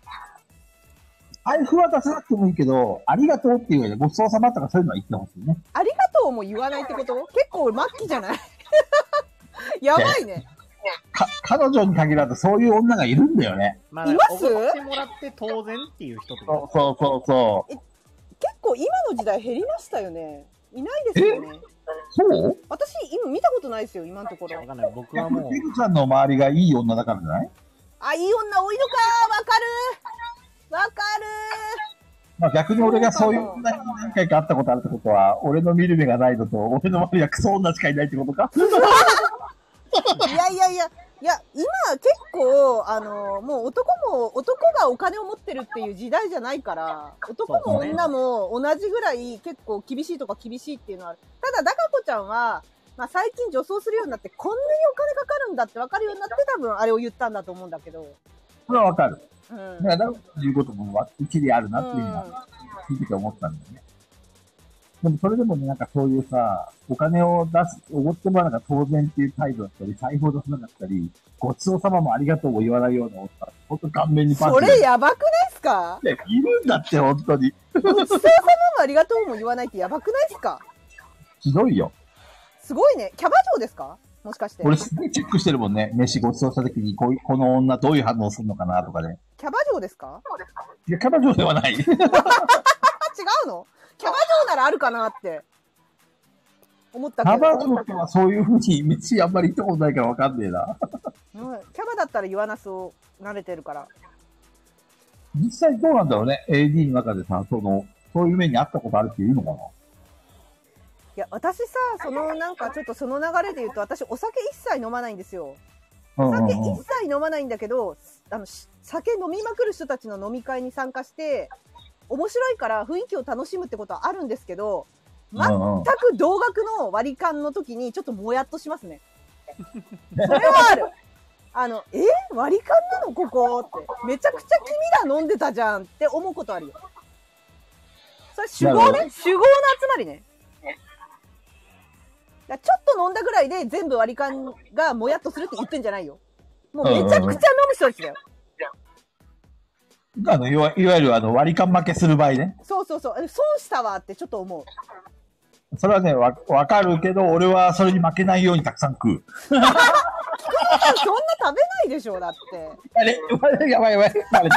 財布は出さなくてもいいけど、ありがとうっていうよりごちそうさまとかそういうのは言ってほしいね。 ありがとうも言わないってこと？結構末期じゃない？やばいね。 彼女に限らずそういう女がいるんだよね。 います？おごってもらって当然っていう人とか。 そう。 結構今の時代減りましたよね。いないですよね。 そう？ 私今見たことないですよ、今のところ。 わかんない。僕はもう。 ピグさんの周りがいい女だからじゃない？ あ、いい女多いのか。わかる。 逆に俺がそういう女に何回か会ったことあるってことは、俺の見る目がないのと、俺の周りはクソ女しかいないってことか？ いや、今結構、もう男がお金を持ってるっていう時代じゃないから、男も女も同じぐらい結構厳しいとか厳しいっていうのはある。ただ、ダカ子ちゃんは、最近女装するようになって、こんなにお金かかるんだって分かるようになって多分あれを言ったんだと思うんだけど。 それは分かる。だからダカ子ちゃんの言うことも一理あるなっていうのは、聞いてて思ったんだよね。でもそれでもね、なんかそういうさ、お金をおごってもらうのが当然っていう態度だったり、財布を出さなかったり、ごちそうさまもありがとうも言わないようなおっさん、ほんと顔面にパンチ。 それやばくないっすか？ いるんだって、ほんとに。 ごちそうさまもありがとうも言わないってやばくないっすか？ ひどいよ。 すごいね。キャバ嬢ですか？ もしかして。 俺すげえチェックしてるもんね。飯ごちそうした時に、この女どういう反応するのかなとかね。 キャバ嬢ですか？ いや、キャバ嬢ではない。違うの？キャバ嬢ならあるかなって思ったけど。 キャバ嬢とはそういう風に道あんまり行ったことないからわかんねえな。 キャバだったら言わなそう、慣れてるから。 実際どうなんだろうね。AD の中でさ、そういう目にあったことあるっていうのかな。 いや、私さ、なんかちょっとその流れで言うと、私お酒一切飲まないんですよ。お酒一切飲まないんだけど、酒飲みまくる人たちの飲み会に参加して、面白いから雰囲気を楽しむってことはあるんですけど、全く同額の割り勘の時にちょっともやっとしますね。それはある。割り勘なのここって。めちゃくちゃ君ら飲んでたじゃんって思うことあるよ。それ酒豪ね。酒豪の集まりね。ちょっと飲んだぐらいで全部割り勘がもやっとするって言ってんじゃないよ。もうめちゃくちゃ飲む人たちだよ。 いわゆる割り勘負けする場合ね。 そう。損したわってちょっと思う。 それはね、わかるけど、俺はそれに負けないようにたくさん食う。 そんな食べないでしょ、だって。 あれやばい。食べた。 取れ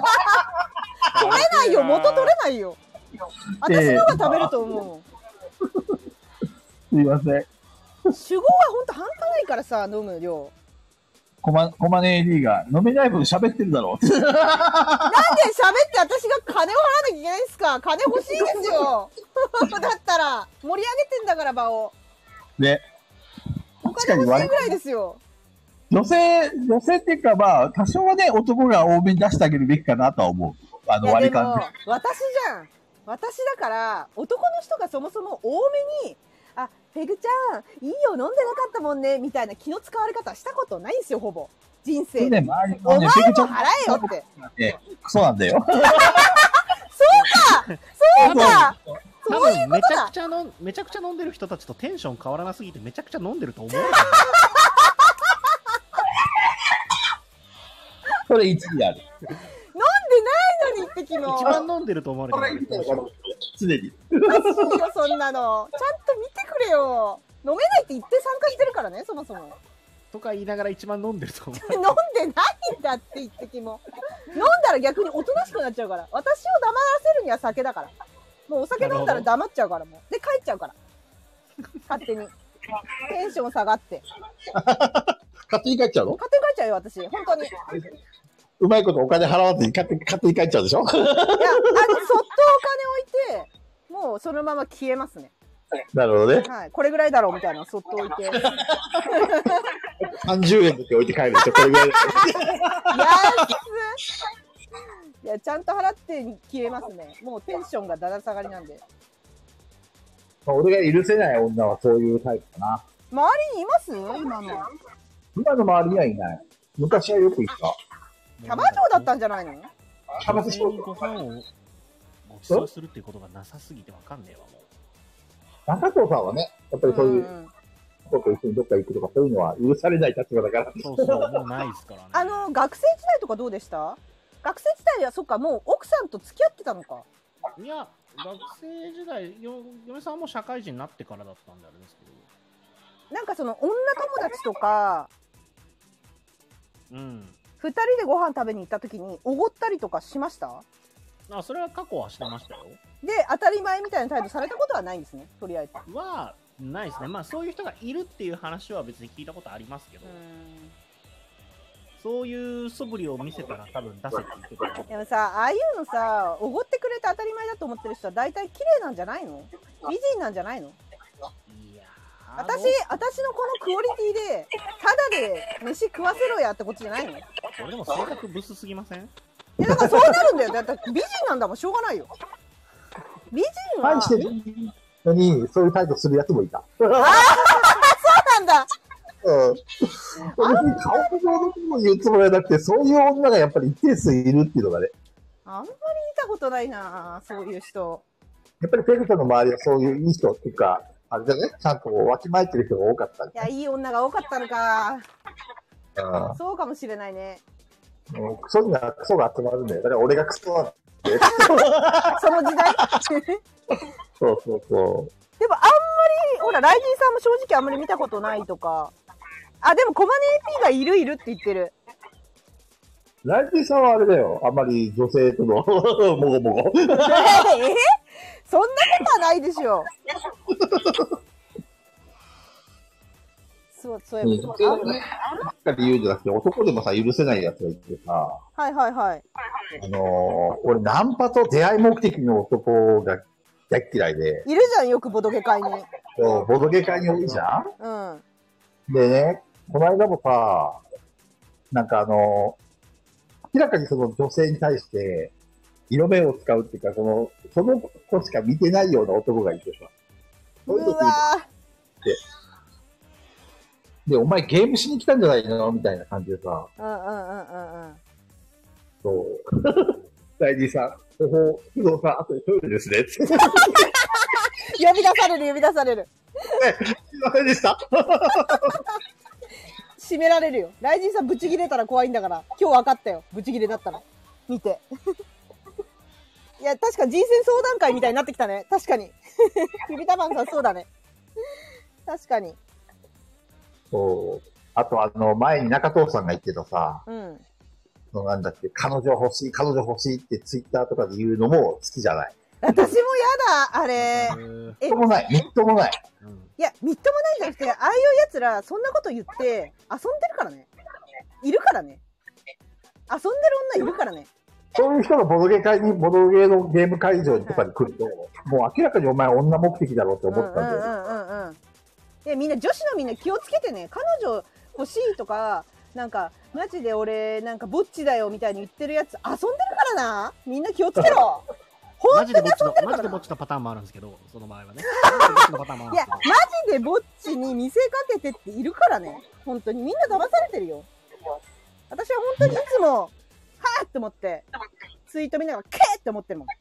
ないよ、元取れないよ。私のが食べると思う。 すいません。 酒豪はほんと半端ないからさ、飲む量。 コマネ AD が飲めない分喋ってるだろう。 なんで喋って私が金を払わなきゃいけないんすか？金欲しいですよ。だったら、盛り上げてんだから場を。 ね。 お金欲しいぐらいですよ。 女性っていうかまあ、多少はね、男が多めに出してあげるべきかなとは思う。割り勘で。 私じゃん。私だから、男の人がそもそも多めに、ペグちゃん、いいよ、飲んでなかったもんね、みたいな気の使われ方したことないんですよ、ほぼ。人生で。お前も払えよって。 クソなんだよ。 そうか多分めちゃくちゃ飲んでる人たちとテンション変わらなすぎてめちゃくちゃ飲んでると思う。 それ一理ある。 飲んでないのにって昨日。 一番飲んでると思われてる。 常に。 マジよ、そんなの。ちゃんと見てくれよ。飲めないって言って参加してるからね、そもそも。 とか言いながら一番飲んでると思う。 飲んでないんだって一滴も。飲んだら逆におとなしくなっちゃうから。私を黙らせるには酒だから。もうお酒飲んだら黙っちゃうからもう。で、帰っちゃうから。勝手に。テンション下がって。 勝手に帰っちゃうの？ 勝手に帰っちゃうよ、私。本当に。 うまいことお金払わずに勝手に帰っちゃうでしょ？いや、そっとお金置いて、もうそのまま消えますね。 なるほどね。 はい。これぐらいだろうみたいなのそっと置いて。 30円だけ置いて帰るでしょ、これぐらいだ。 いや、ちゃんと払って消えますね。もうテンションがだだ下がりなんで。 俺が許せない女はそういうタイプかな。 周りにいます今の。 今の周りにはいない。昔はよく言った。 キャバ嬢だったんじゃないの？ キャバ嬢にご飯をご馳走するっていうことがなさすぎてわかんねえわ、もう。 中藤さんはね、やっぱりそういうことと一緒にどっか行くとかそういうのは許されない立場だから。 そう、もうないですからね。 学生時代とかどうでした？学生時代はそっか、もう奥さんと付き合ってたのか。 いや、学生時代、嫁さんも社会人になってからだったんであれですけど。 なんかその女友達とか、 うん。 2人でご飯食べに行った時におごったりとかしました？ それは過去はしてましたよ。 で、当たり前みたいな態度されたことはないんですね、とりあえず。 は、ないですね。まあそういう人がいるっていう話は別に聞いたことありますけど、そういう素振りを見せたら多分出せって言ってくる。 でもさ、ああいうのさ、おごってくれて当たり前だと思ってる人は大体綺麗なんじゃないの？美人なんじゃないの？いや私のこのクオリティで、ただで飯食わせろやってことじゃないの？ それでも性格ブスすぎません？ いや、だからそうなるんだよ。だって美人なんだもん、しょうがないよ。美人は。 愛してるのに、そういう態度するやつもいた。 そうなんだ。 別に顔上のことを言うつもりはなくて、そういう女がやっぱり一定数いるっていうのがね。 あんまり見たことないな、そういう人。 やっぱりペグさんの周りはそういういい人っていうか、あれだね、ちゃんとわきまえてる人が多かった、ね。 いや、いい女が多かったのか。そうかもしれないね。 クソにはクソが集まるんだよ。だから俺がクソなんだよ。 その時代そう。 でもあんまり、ほら、ライジンさんも正直あんまり見たことないとか。 あ、でもコマネ AP がいるって言ってる。 ライジンさんはあれだよ。あんまり女性とのもごもご。 そんなことはないでしょ。そう、そういうこと。 ばっかり言うんじゃなくて、男でもさ、許せないやつがいてさ。 はいはいはい。 俺、ナンパと出会い目的の男が大っ嫌いで。 いるじゃん、よくボドゲ会に。 そう、ボドゲ会に多いじゃん。 うん。 でね、この間もさ、なんか明らかにその女性に対して、色目を使うっていうか、その子しか見てないような男がいてさ。 うわー。で、お前ゲームしに来たんじゃないのみたいな感じでさ。そう。大臣さん、工藤さん、あとでトイレですね。 呼び出される。 すいませんでした。 閉められるよ。ライジンさんブチ切れたら怖いんだから。今日分かったよ。ブチ切れだったら。見て。いや、確か人選相談会みたいになってきたね。確かに。ビビタマンさんそうだね。確かに。 そう。あと前に中藤さんが言ってたさ、なんだっけ、彼女欲しいってツイッターとかで言うのも好きじゃない。 私もやだ、あれ。 みっともない。 いや、みっともないじゃなくて、ああいう奴ら、そんなこと言って、遊んでるからね。いるからね。遊んでる女いるからね。 そういう人がボドゲのゲーム会場とかに来ると、もう明らかにお前女目的だろうって思ったんだよ。 で、みんな、女子のみんな気をつけてね。彼女欲しいとか、なんか、マジで俺、なんか、ぼっちだよみたいに言ってるやつ遊んでるからな。みんな気をつけろ。 マジでぼっちのパターンもあるんですけど、その場合はね。 いや、マジでぼっちに見せかけてっているからね。本当に。みんな騙されてるよ。私は本当にいつも、はぁって思って、ツイート見ながら、けーって思ってるもん。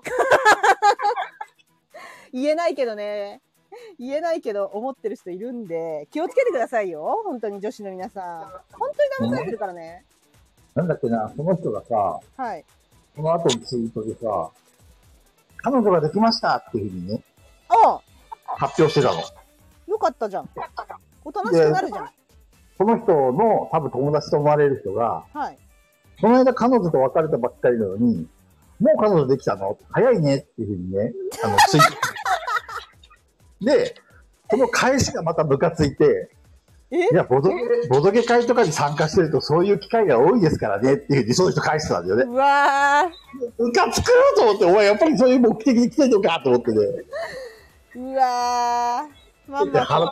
言えないけどね。思ってる人いるんで、気をつけてくださいよ。本当に女子の皆さん。本当に騙されてるからね。 なんだっけな、その人がさ、 はい。 その後のツイートでさ、彼女ができましたっていうふうにね、発表してたの。 よかったじゃん。おとなしくなるじゃん。 その人の多分友達と思われる人が、 はい。 この間彼女と別れたばっかりなのに、もう彼女できたの早いねっていうふうにね、ツイートで、その返しがまたムカついて、いや、ボドゲ会とかに参加してるとそういう機会が多いですからねっていうふうにそういう人返してたんだよね。 うわー。ムカつくと思って、お前やっぱりそういう目的に来てるのかと思ってね。 うわー。まんま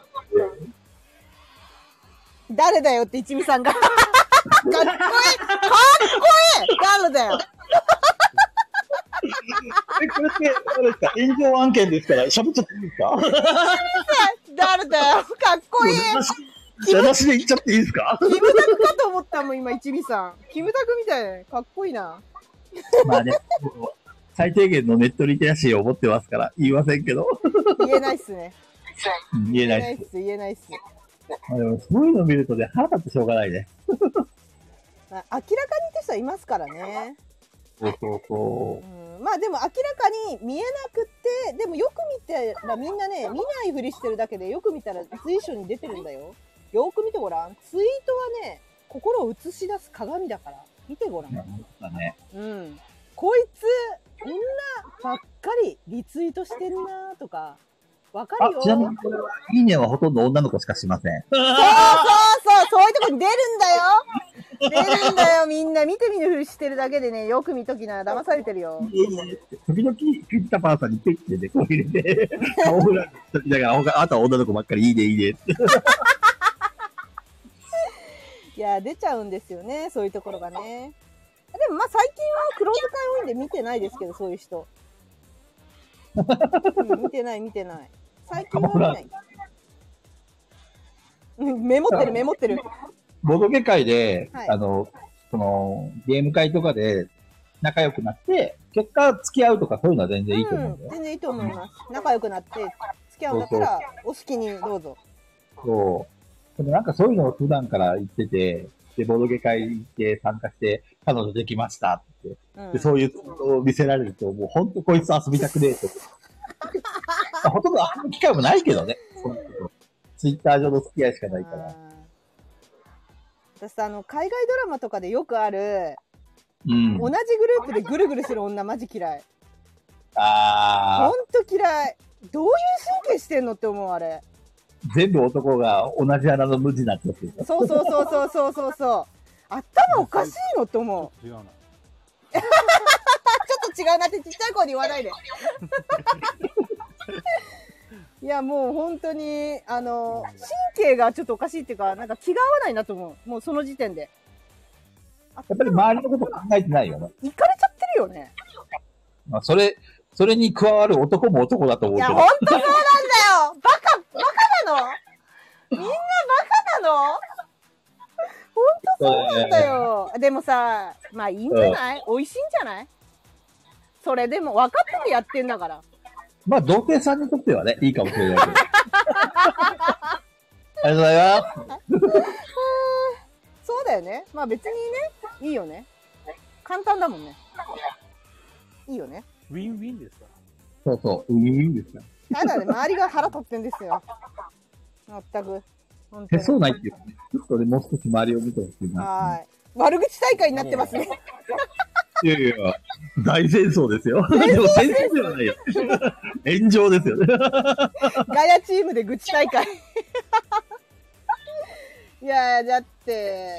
誰だよって一味さんが。かっこいい誰だよこれって、ですか炎上案件ですから、喋っちゃっていいですか誰だよかっこいい邪魔しで言っちゃっていいですかキムタクかと思ったもん、今、一味さん。キムタクみたいな。かっこいいな。 まあね、最低限のネットリテラシーを持ってますから、言いませんけど。 言えないっすね。 言えないっす。 言えないっす。 まあでもそういうの見るとね、腹立ってしょうがないね。 まあ、明らかにって人はいますからね。 そう。 まあでも明らかに見えなくって、でもよく見たらみんなね、見ないふりしてるだけでよく見たら随所に出てるんだよ。よく見てごらん。ツイートはね、心を映し出す鏡だから。見てごらん。こいつ、みんなばっかりリツイートしてんなとか、わかるよ。 ちなみにこれは、いいねはほとんど女の子しかしません。 そういうとこに出るんだよ出るんだよ、みんな。見て見ぬふりしてるだけでね、よく見ときな、騙されてるよ。 時々、ピッタパーさんにペッてね、こう入れて、顔フラにしときながら、あとは女の子ばっかりいいね、いいねって。 いや、出ちゃうんですよね、そういうところがね。でもまあ最近は黒使い多いんで見てないですけど、そういう人。見てない。最近は見ない。メモってる。 ボドゲ界で、 はい、 その、ゲーム会とかで仲良くなって、結果付き合うとかそういうのは全然いいと思うんだよ。 全然いいと思います。仲良くなって、付き合うんだったら、お好きにどうぞ。 そう。でもなんかそういうのを普段から言ってて、で、ボドゲ会で参加して、彼女できましたって。で、そういうことを見せられると、もうほんとこいつ遊びたくねえと。ほとんど遊ぶ機会もないけどね。ツイッター上の付き合いしかないから。 私さ、海外ドラマとかでよくある、 うん。 同じグループでぐるぐるする女マジ嫌い。ほあんと嫌い。どういう神経してんのって思う、あれ。 ー、全部男が同じ穴の無地になっちゃってる。 そうそうそうそうそうそうそう。頭おかしいのって思う。 違うな。 ちょっと違うなってちっちゃい声で言わないで。いや、もう本当に、神経がちょっとおかしいっていうか、なんか気が合わないなと思う。もうその時点で。 やっぱり周りのこと考えてないよね。 いかれちゃってるよね。 まあ、それに加わる男も男だと思ういや、 けど。 ほんとそうなんだよ。バカなのみんなバカなのほんとそうなんだよ。でもさ、まあいいんじゃない、美味しいんじゃない、それでも分かっててやってんだから。 まあ、童貞さんにとってはね、いいかもしれないけど。ありがとうございます。 そうだよね。まあ別にね、いいよね。簡単だもんね。いいよね。 ウィンウィンですかそうそう、いいんですか。 ただね、周りが腹立ってんですよ。まったく。 へそうないっていうかね。ちょっとね、もう少し周りを見てほしいな。 はい。悪口大会になってますね。 いやいや、大戦争ですよ。でも戦争ではないよ。炎上ですよね。 ガヤチームで愚痴大会。いやだって、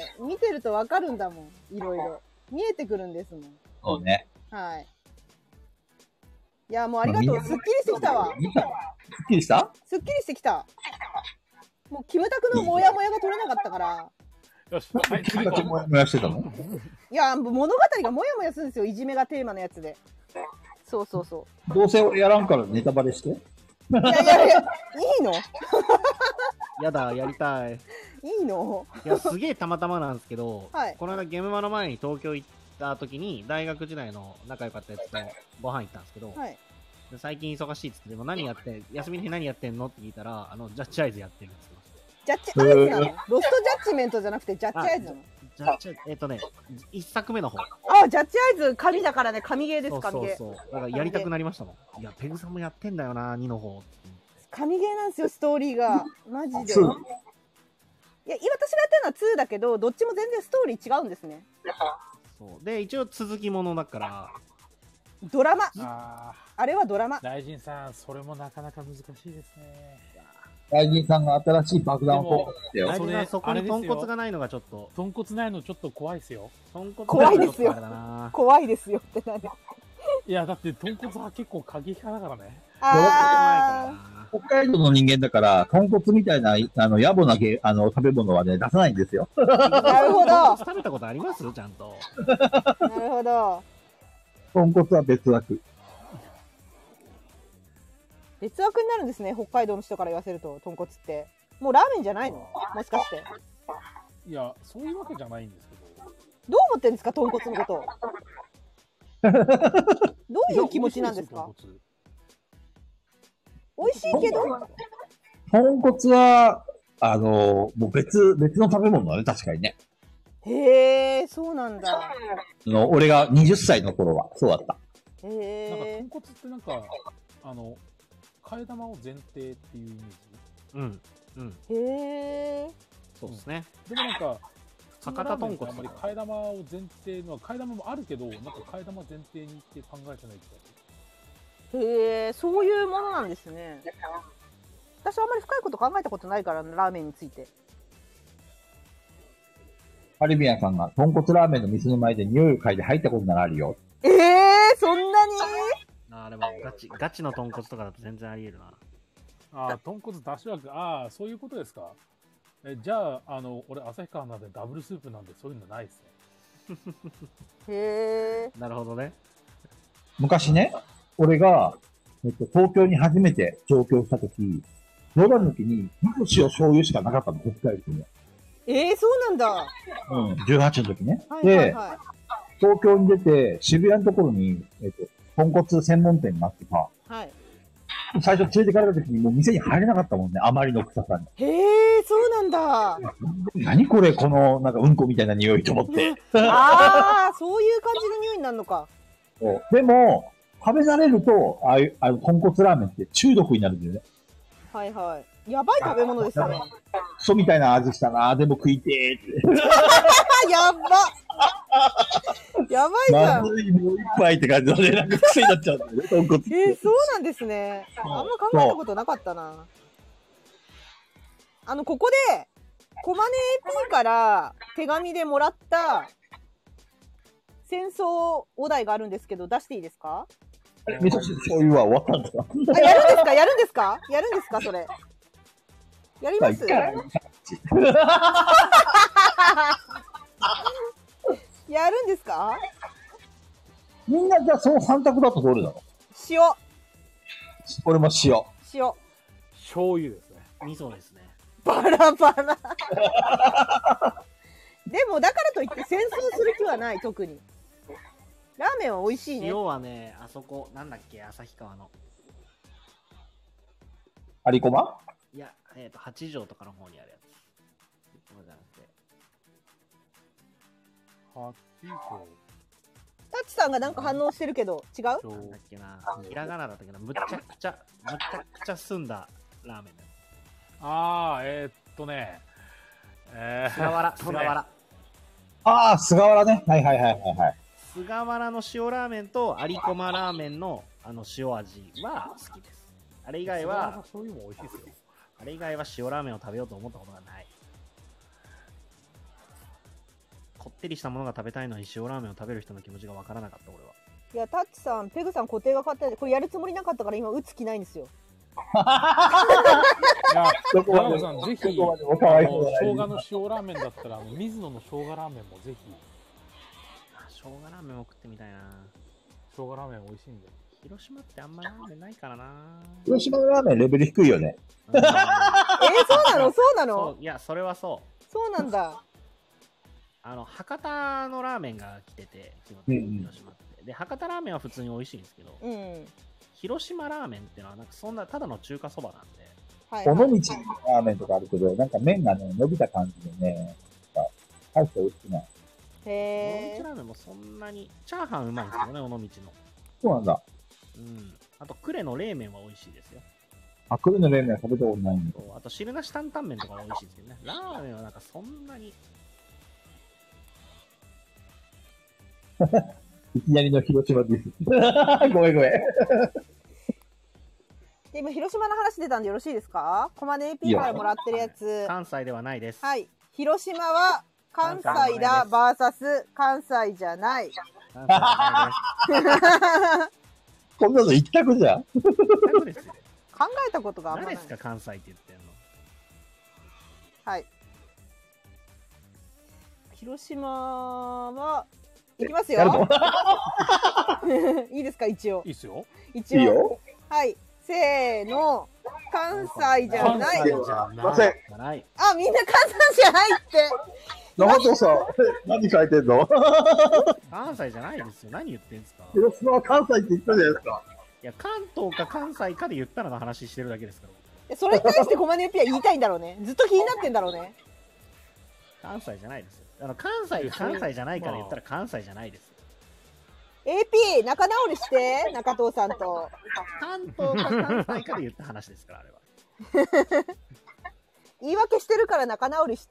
見てるとわかるんだもん。いろいろ。見えてくるんですもん。 そうね。 はい。いや、もうありがとう。すっきりしてきたわ。 すっきりした？ すっきりしてきた。もう、キムタクのモヤモヤが取れなかったから。 よし、はい、 君たちもやもやしてたの？ いや、物語がモヤモヤするんですよ。いじめがテーマのやつで。そうそうそう。 どうせ俺やらんからネタバレして。 いや、いいの？ やだ、やりたい。 いいの？ いや、すげえたまたまなんですけど、 はい、 この間ゲームマの前に東京行った時に、大学時代の仲良かったやつとご飯行ったんですけど、 はい、 で最近忙しいっつって、でも何やって、休みの日何やってんのって聞いたら、ジャッジアイズやってるんですよ。 ジャッジアイズなの？ロストジャッジメントじゃなくてジャッジアイズなの？ ジャッジ一作目の方。 あ、ジャッジアイズ神だからね、神ゲーです、神ゲー。 そう。だからやりたくなりましたもん。いや、ペグさんもやってんだよな、2の方。 神ゲーなんですよ、ストーリーが。マジで。いや、私がやってるのは2だけど、どっちも全然ストーリー違うんですね。 そう。で、一応続きものだから。 ドラマ。 あれはドラマ。 大臣さん、それもなかなか難しいですね。 大臣さんが新しい爆弾を放ってよ。 大臣さん、そこに豚骨がないのがちょっと。 豚骨ないのちょっっと怖いですよ。 怖いですよ。怖いですよって何？ いや、だって豚骨は結構過激派だからね。 北海道の人間だから、豚骨みたいな、野暮な食べ物はね、出さないんですよ。 なるほど。 食べたことありますちゃんと。 なるほど。 豚骨は別枠。 別枠になるんですね、北海道の人から言わせると、豚骨って。もうラーメンじゃないの？もしかして。 いや、そういうわけじゃないんですけど。 どう思ってるんですか、豚骨のことを。どういう気持ちなんですか？美味しいけど豚骨は、もう別の食べ物だね、確かにね。 へえ、そうなんだ。 俺が20歳の頃は、そうだった。 へえ。 なんか豚骨ってなんか、替え玉を前提っていうイメージ。 うん。うん。 へえ。 そうですね。 でもなんか、 博多豚骨あんまり替え玉を前提の、替え玉もあるけど、なんか替え玉前提にって考えてない気がする。へえ、そういうものなんですね。私あんまり深いこと考えたことないから、ラーメンについて。 カリビアンさんが豚骨ラーメンの店の前で匂いを嗅いで入ったことならあるよ。 そんなに？ でもガチの豚骨とかだと全然あり得るな。 豚骨出し枠、そういうことですか。じゃあ、俺、旭川なんでダブルスープなんでそういうのないですね。 へなるほどね。 昔ね、俺が、東京に初めて上京したとき、冗談抜きに、味噌塩醤油しかなかったの、北海道に。 そうなんだ。 うん、18の時ね。 はいはいはい、 で、東京に出て、渋谷のところに、豚骨専門店があってさ、 はい。 最初連れてかれた時にもう店に入れなかったもんね、あまりの臭さに。 そうなんだ。 何これ、この、なんかうんこみたいな匂いと思って。 そういう感じの匂いになるのか。 でも、食べ慣れると、豚骨ラーメンって中毒になるんだよね。 はいはい。やばい食べ物ですね。 クソみたいな味したな。でも食いてーって。 やばやばいじゃん。 まずい、もう一杯って感じのね、なんか癖になっちゃうんだよね、豚骨って。 そうなんですね。あんま考えたことなかったな。ここで、コマネ AP から手紙でもらった戦争お題があるんですけど、出していいですか？ 味噌汁醤油は終わったんですか？ あ、やるんですか？やるんですか？やるんですか？それ。やります？やるんですか？ みんなじゃあその3択だとどれだろう？ 塩。 俺も塩。 塩。 醤油ですね。 味噌ですね。 バラバラ。でもだからといって戦争する気はない、特に。ラーメンは美味しいね。 塩はね、あそこ、なんだっけ、旭川の。 有駒？ いや、八条とかの方にあるやつ。そうじゃなくて。 八条。 タッチさんがなんか反応してるけど、違う？ なんだっけな。ひらがなだったっけな。むちゃくちゃ澄んだラーメンだよ。 菅原。菅原。 ああ、菅原ね。はいはいはいはいはい。 菅原の塩ラーメンと有駒ラーメンの塩味は好きです。あれ以外は、 醤油も美味しいですよ。 あれ以外は塩ラーメンを食べようと思ったことがない。こってりしたものが食べたいのに塩ラーメンを食べる人の気持ちがわからなかった、俺は。 いや、タッチさん、ペグさん固定が買ったんで、これやるつもりなかったから今打つ気ないんですよ。 いや、長野さん、ぜひ、生姜の塩ラーメンだったら、水野の生姜ラーメンもぜひ。 生姜ラーメンも食ってみたいな。 生姜ラーメン美味しいんで。 広島ってあんまラーメンないからな。 広島のラーメンレベル低いよね。 そうなの？そうなの？ いや、それはそう。 そうなんだ。 博多のラーメンが来てて、広島って。で、博多ラーメンは普通に美味しいんですけど、広島ラーメンってのは、なんかそんな、ただの中華そばなんで。 尾道のラーメンとかあるけど、なんか麺がね、伸びた感じでね、大して美味しくない。 尾道ラーメンもそんなに、チャーハンうまいんですけどね、尾道の。 そうなんだ。 うん。あと、呉の冷麺は美味しいですよ。 あ、呉の冷麺は食べたことないんだ。 あと、汁なし担々麺とかは美味しいですけどね。ラーメンはなんかそんなに。 いきなりの広島です。ごめんごめん。 今、広島の話出たんでよろしいですか？コマネ AP からもらってるやつ。 関西ではないです。 はい。広島は関西だ VS 関西じゃない。 関西じゃないです。 こんなの一択じゃん。 一択ですよ。 考えたことがあんまない。 何ですか、関西って言ってんの。 はい。広島は、いきますよ。いいですか、一応。 いいっすよ。 一応。いいよ。はい。せーの。関西じゃない。 すいません。 あ、みんな関西じゃないって。 生藤さん、何書いてんの？ 関西じゃないですよ。何言ってんすか？ 広島は関西って言ったじゃないですか。 いや、関東か関西かで言ったらの話してるだけですから。 それに対してコマネ AP は言いたいんだろうね。ずっと気になってんだろうね。 関西じゃないですよ。関西じゃないから言ったら関西じゃないです。 AP、仲直りして、中藤さんと。 関東か関西かで言った話ですから、あれは。 言い訳してるから仲直りして。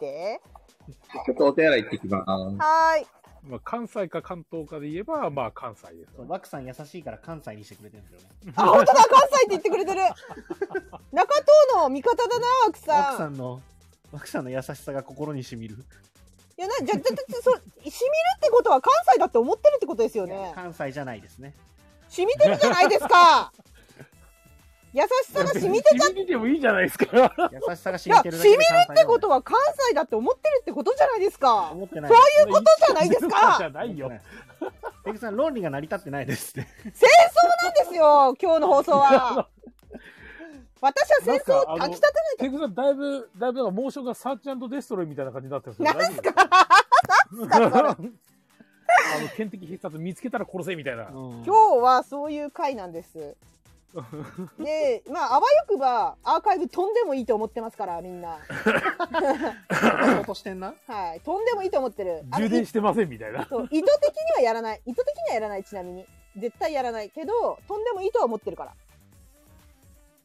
ちょっとお手洗い行ってきます。 はーい。 まあ、関西か関東かで言えば、まあ関西です、ね。 ワクさん優しいから関西にしてくれてるんですよね。 あ、本当だ、関西って言ってくれてる。中藤の味方だな、ワクさん。 ワクさんの優しさが心に染みる。 いや、染みるってことは関西だって思ってるってことですよね。 関西じゃないですね。 染みてるじゃないですか。優しさが染みてた。 染みてもいいじゃないですか。 優しさが染みてるだけで。 染みるってことは関西だって思ってるってことじゃないですか。 思ってない。 そういうことじゃないですか。 じゃないよ。 ペグさん、論理が成り立ってないですって。 戦争なんですよ、今日の放送は。私は戦争を炊き立てないと。 ペグさん、だいぶ、モーションがサーチ&デストロイみたいな感じになってるんですよ。 何すか何すかそれ。 天敵必殺見つけたら殺せみたいな。 今日はそういう回なんです。で、まあ、あわよくばアーカイブ飛んでもいいと思ってますから、みんな。 落としてんな。 はい、飛んでもいいと思ってる。 充電してませんみたいな。 意図的にはやらない。意図的にはやらない、ちなみに。絶対やらないけど、飛んでもいいとは思ってるから。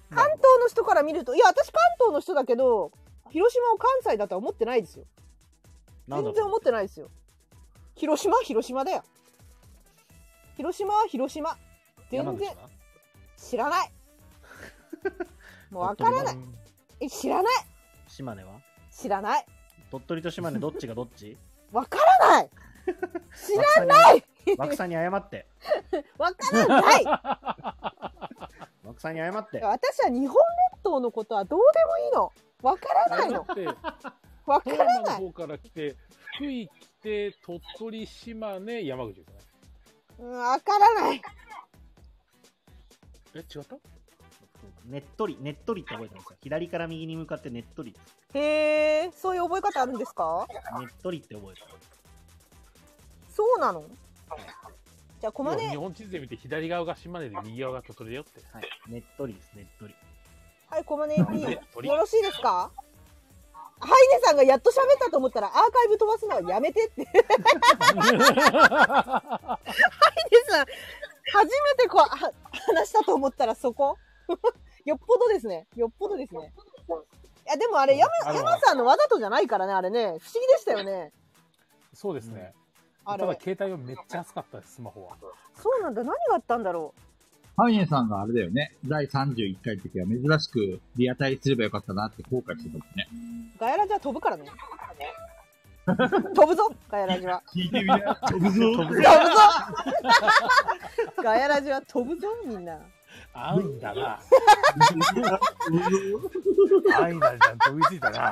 関東の人から見ると、いや、私関東の人だけど、広島を関西だとは思ってないですよ。全然思ってないですよ。広島だよ。広島は広島。全然知らない。もうわからない。知らない。 島根は知らない。 鳥取と島根どっちがどっち？ わからない。知らない。 枠さんに謝って。 わからない。 枠さんに謝って。 私は日本列島のことはどうでもいいの。わからないの。わからない。 の方から来て、福井来て、鳥取、島根、山口ですね。 わからない。 違った？ ねっとりって覚えてますよ。左から右に向かってねっとり。 へえ、そういう覚え方あるんですか？ ねっとりって覚えてる。 そうなの？じゃあコマネ。 日本地図で見て左側が島根で右側が鳥取だよって。 はい。ねっとりです、ねっとり。 はい、コマネ AP よろしいですか？ハイネさんがやっと喋ったと思ったらアーカイブ飛ばすのはやめてって。ハイネさん初めて話したと思ったらそこよっぽどですね。よっぽどですね。いやでもあれ山さんのわざとじゃないからね、あれね。不思議でしたよね。 そうですね。 ただ携帯はめっちゃ熱かったです、スマホは。 そうなんだ。何があったんだろう。 ハイネさんがあれだよね。第31回の時は珍しくリアタイすればよかったなって後悔してたもんね。 ガヤラジは飛ぶからね。飛ぶぞ、ガヤラジは。聞いてみな。飛ぶぞ。飛ぶぞ。ガヤラジは飛ぶぞ、みんな。 合うんだな。アイナちゃん飛びついたな。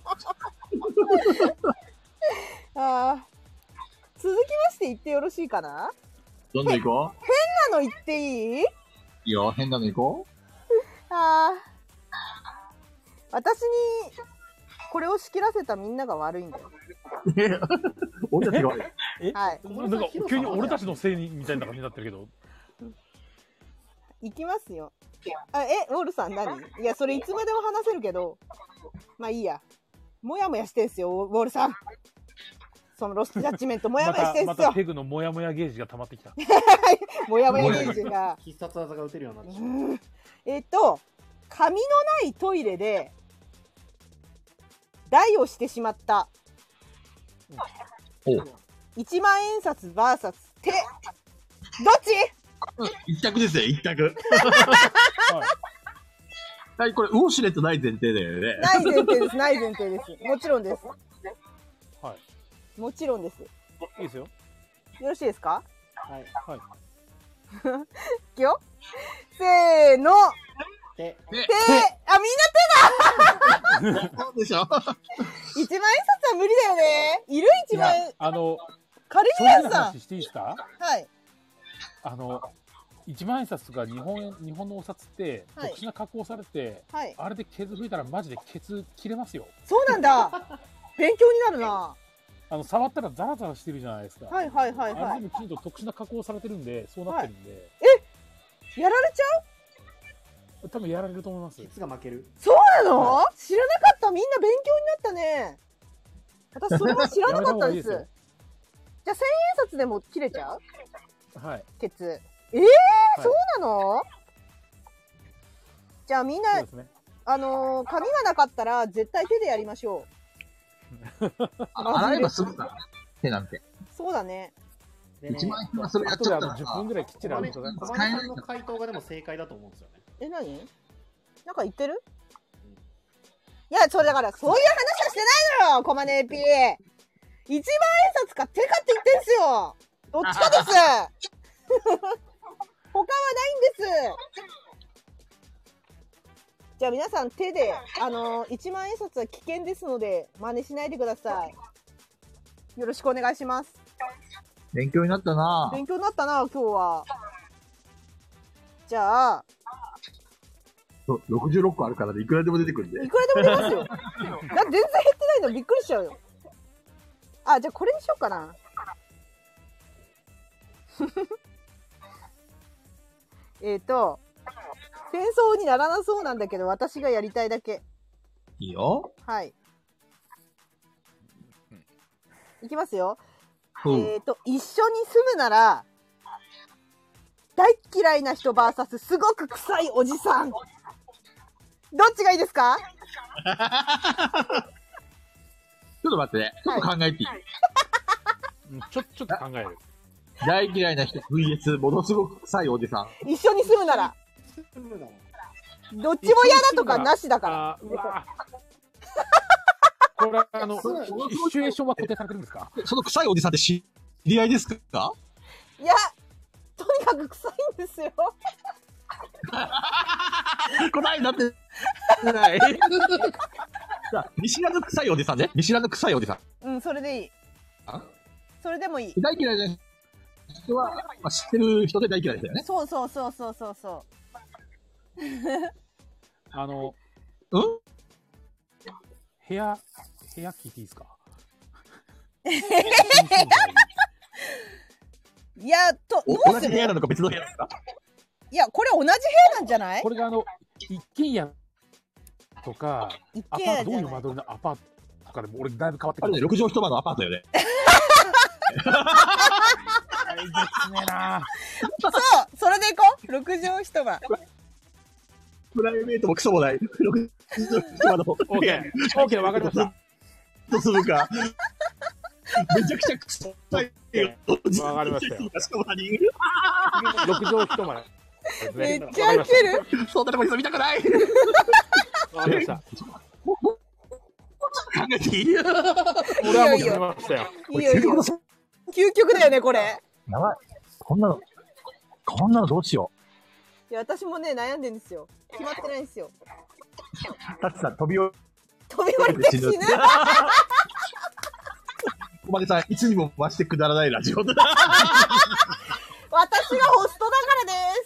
ああ。続きまして言ってよろしいかな？ どんどん行こう。 変なの言っていい？いいよ、変なの行こう。ああ。私にこれを仕切らせたみんなが悪いんだよ。 俺たちが悪い。はい。なんか急に俺たちのせいにみたいな感じになってるけど。 いきますよ。ウォルさん何？いや、それいつまでも話せるけど、まあいいや。もやもやしてんすよ、ウォルさん。そのロストジャッジメントもやもやしてんすよ。 またペグのもやもやゲージが溜まってきた。 もやもやゲージが。 必殺技が打てるようになってしまう。紙のないトイレで、台をしてしまった。1万円札 VS 手。どっち？ 一択ですよ、一択。はい、これ、ウォシュレットない前提だよね。 ない前提です、ない前提です。もちろんです。 はい。 もちろんです。 いいですよ。 よろしいですか？ はい。はい。 いくよ。せーの。手。あ、みんな手だそうでしょ。1万円札は無理だよね。いる1万円。カリビアンさん。 話していいですか？ はい。 1万円札とか日本のお札って、特殊な加工されて、はい、あれでケツ吹いたらマジでケツ切れますよ。 そうなんだ。勉強になるな。 触ったらザラザラしてるじゃないですか。 はいはいはいはい。 あれでもきちんと特殊な加工されてるんで、そうなってるんで。はい、 やられちゃう？多分やられると思います。 ケツが負ける。 そうなの？はい、知らなかった。みんな勉強になったね。私それは知らなかったです。じゃあ1000円札でも切れちゃう？ はい。 ケツ。 はい、 そうなの？じゃあみんな、ね、紙がなかったら絶対手でやりましょう。 洗えば済むから手なんて。 そうだね。 1万円はそれやっちゃったら 10分ぐらいきっちり洗うとね。 小金さんの回答がでも正解だと思うんですよね。 何？なんか言ってる？いや、それだからそういう話はしてないのよ、コマネ AP。1万円札か手かって言ってんすよ。どっちかです。他はないんです。じゃあ皆さん手で、1万円札は危険ですので真似しないでください。よろしくお願いします。 勉強になったな。 勉強になったな、今日は。じゃあ。 66個あるからいくらでも出てくるんで。 いくらでも出ますよ。だって全然減ってないのびっくりしちゃうよ。あ、じゃあこれにしようかな。戦争にならなそうなんだけど、私がやりたいだけ。 いいよ。 はい。いきますよ。一緒に住むなら、大嫌いな人 VS すごく臭いおじさん。 どっちがいいですか？ ちょっと待ってね。ちょっと考えていい、 ちょっと考える。 大嫌いな人 VS ものすごく臭いおじさん。 一緒に住むなら。どっちも嫌だとかなしだから。 うわこれシチュエーションは固定されてるんですか？ その臭いおじさんって知り合いですか？ いや、とにかく臭いんですよ。 答えになってない。じゃあ、見知らぬ臭いおじさんね。見知らぬ臭いおじさん。 うん、それでいい。それでもいい。 大嫌いな人は、まあ、知ってる人で大嫌いだよね。 そうそうそうそうそうそう。 部屋聞いていいですか？ いや、ど同うする？ じ部屋なのか別の部屋ですか？ いや、これ同じ部屋なんじゃない？ これが一軒家とか、 一アパート、どういう間取りのアパートとかでも俺だいぶ変わってくる。 あれね、6畳一間のアパートよね。 ですねな。 そう、それでいこう。6畳一間。 プライベートもクソもない。6畳一間の。 オーケー、わかりました。 どうするか。めちゃくちゃクソ。 わかりましたよ。 しかも何 6畳一間。 めっちゃウケる。 そんなとこに住みたくない。 わかりました。 考えていい？ 俺はもう決めましたよ。 いいよいいよ。究極だよね、これ。 やばい。こんなのどうしよいや、私もね、悩んでんですよ。決まってないんですよ。 う。タッチさん、飛び降飛び降りて死ぬ。 小金さん、いつにも増してくだらないラジオ。 私がホストだからです。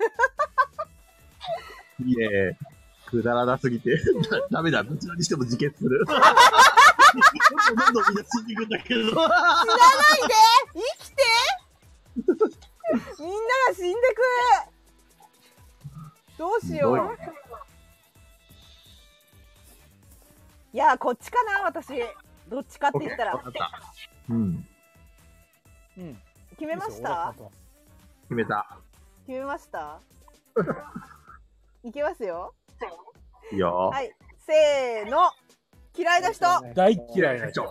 いいね。くだらなすぎて。ダメだ。どちらにしても自決する。どんどんみんな死んでいくんだけど。 死なないで生きてみんなが死んでく。どうしよう。いや、こっちかな、私。どっちかって言ったら。 うん。 決めました？ 決めた。 決めましたいきますよ。 いいよ。 はい。せーの。嫌いな人。 大嫌いな人。 みんな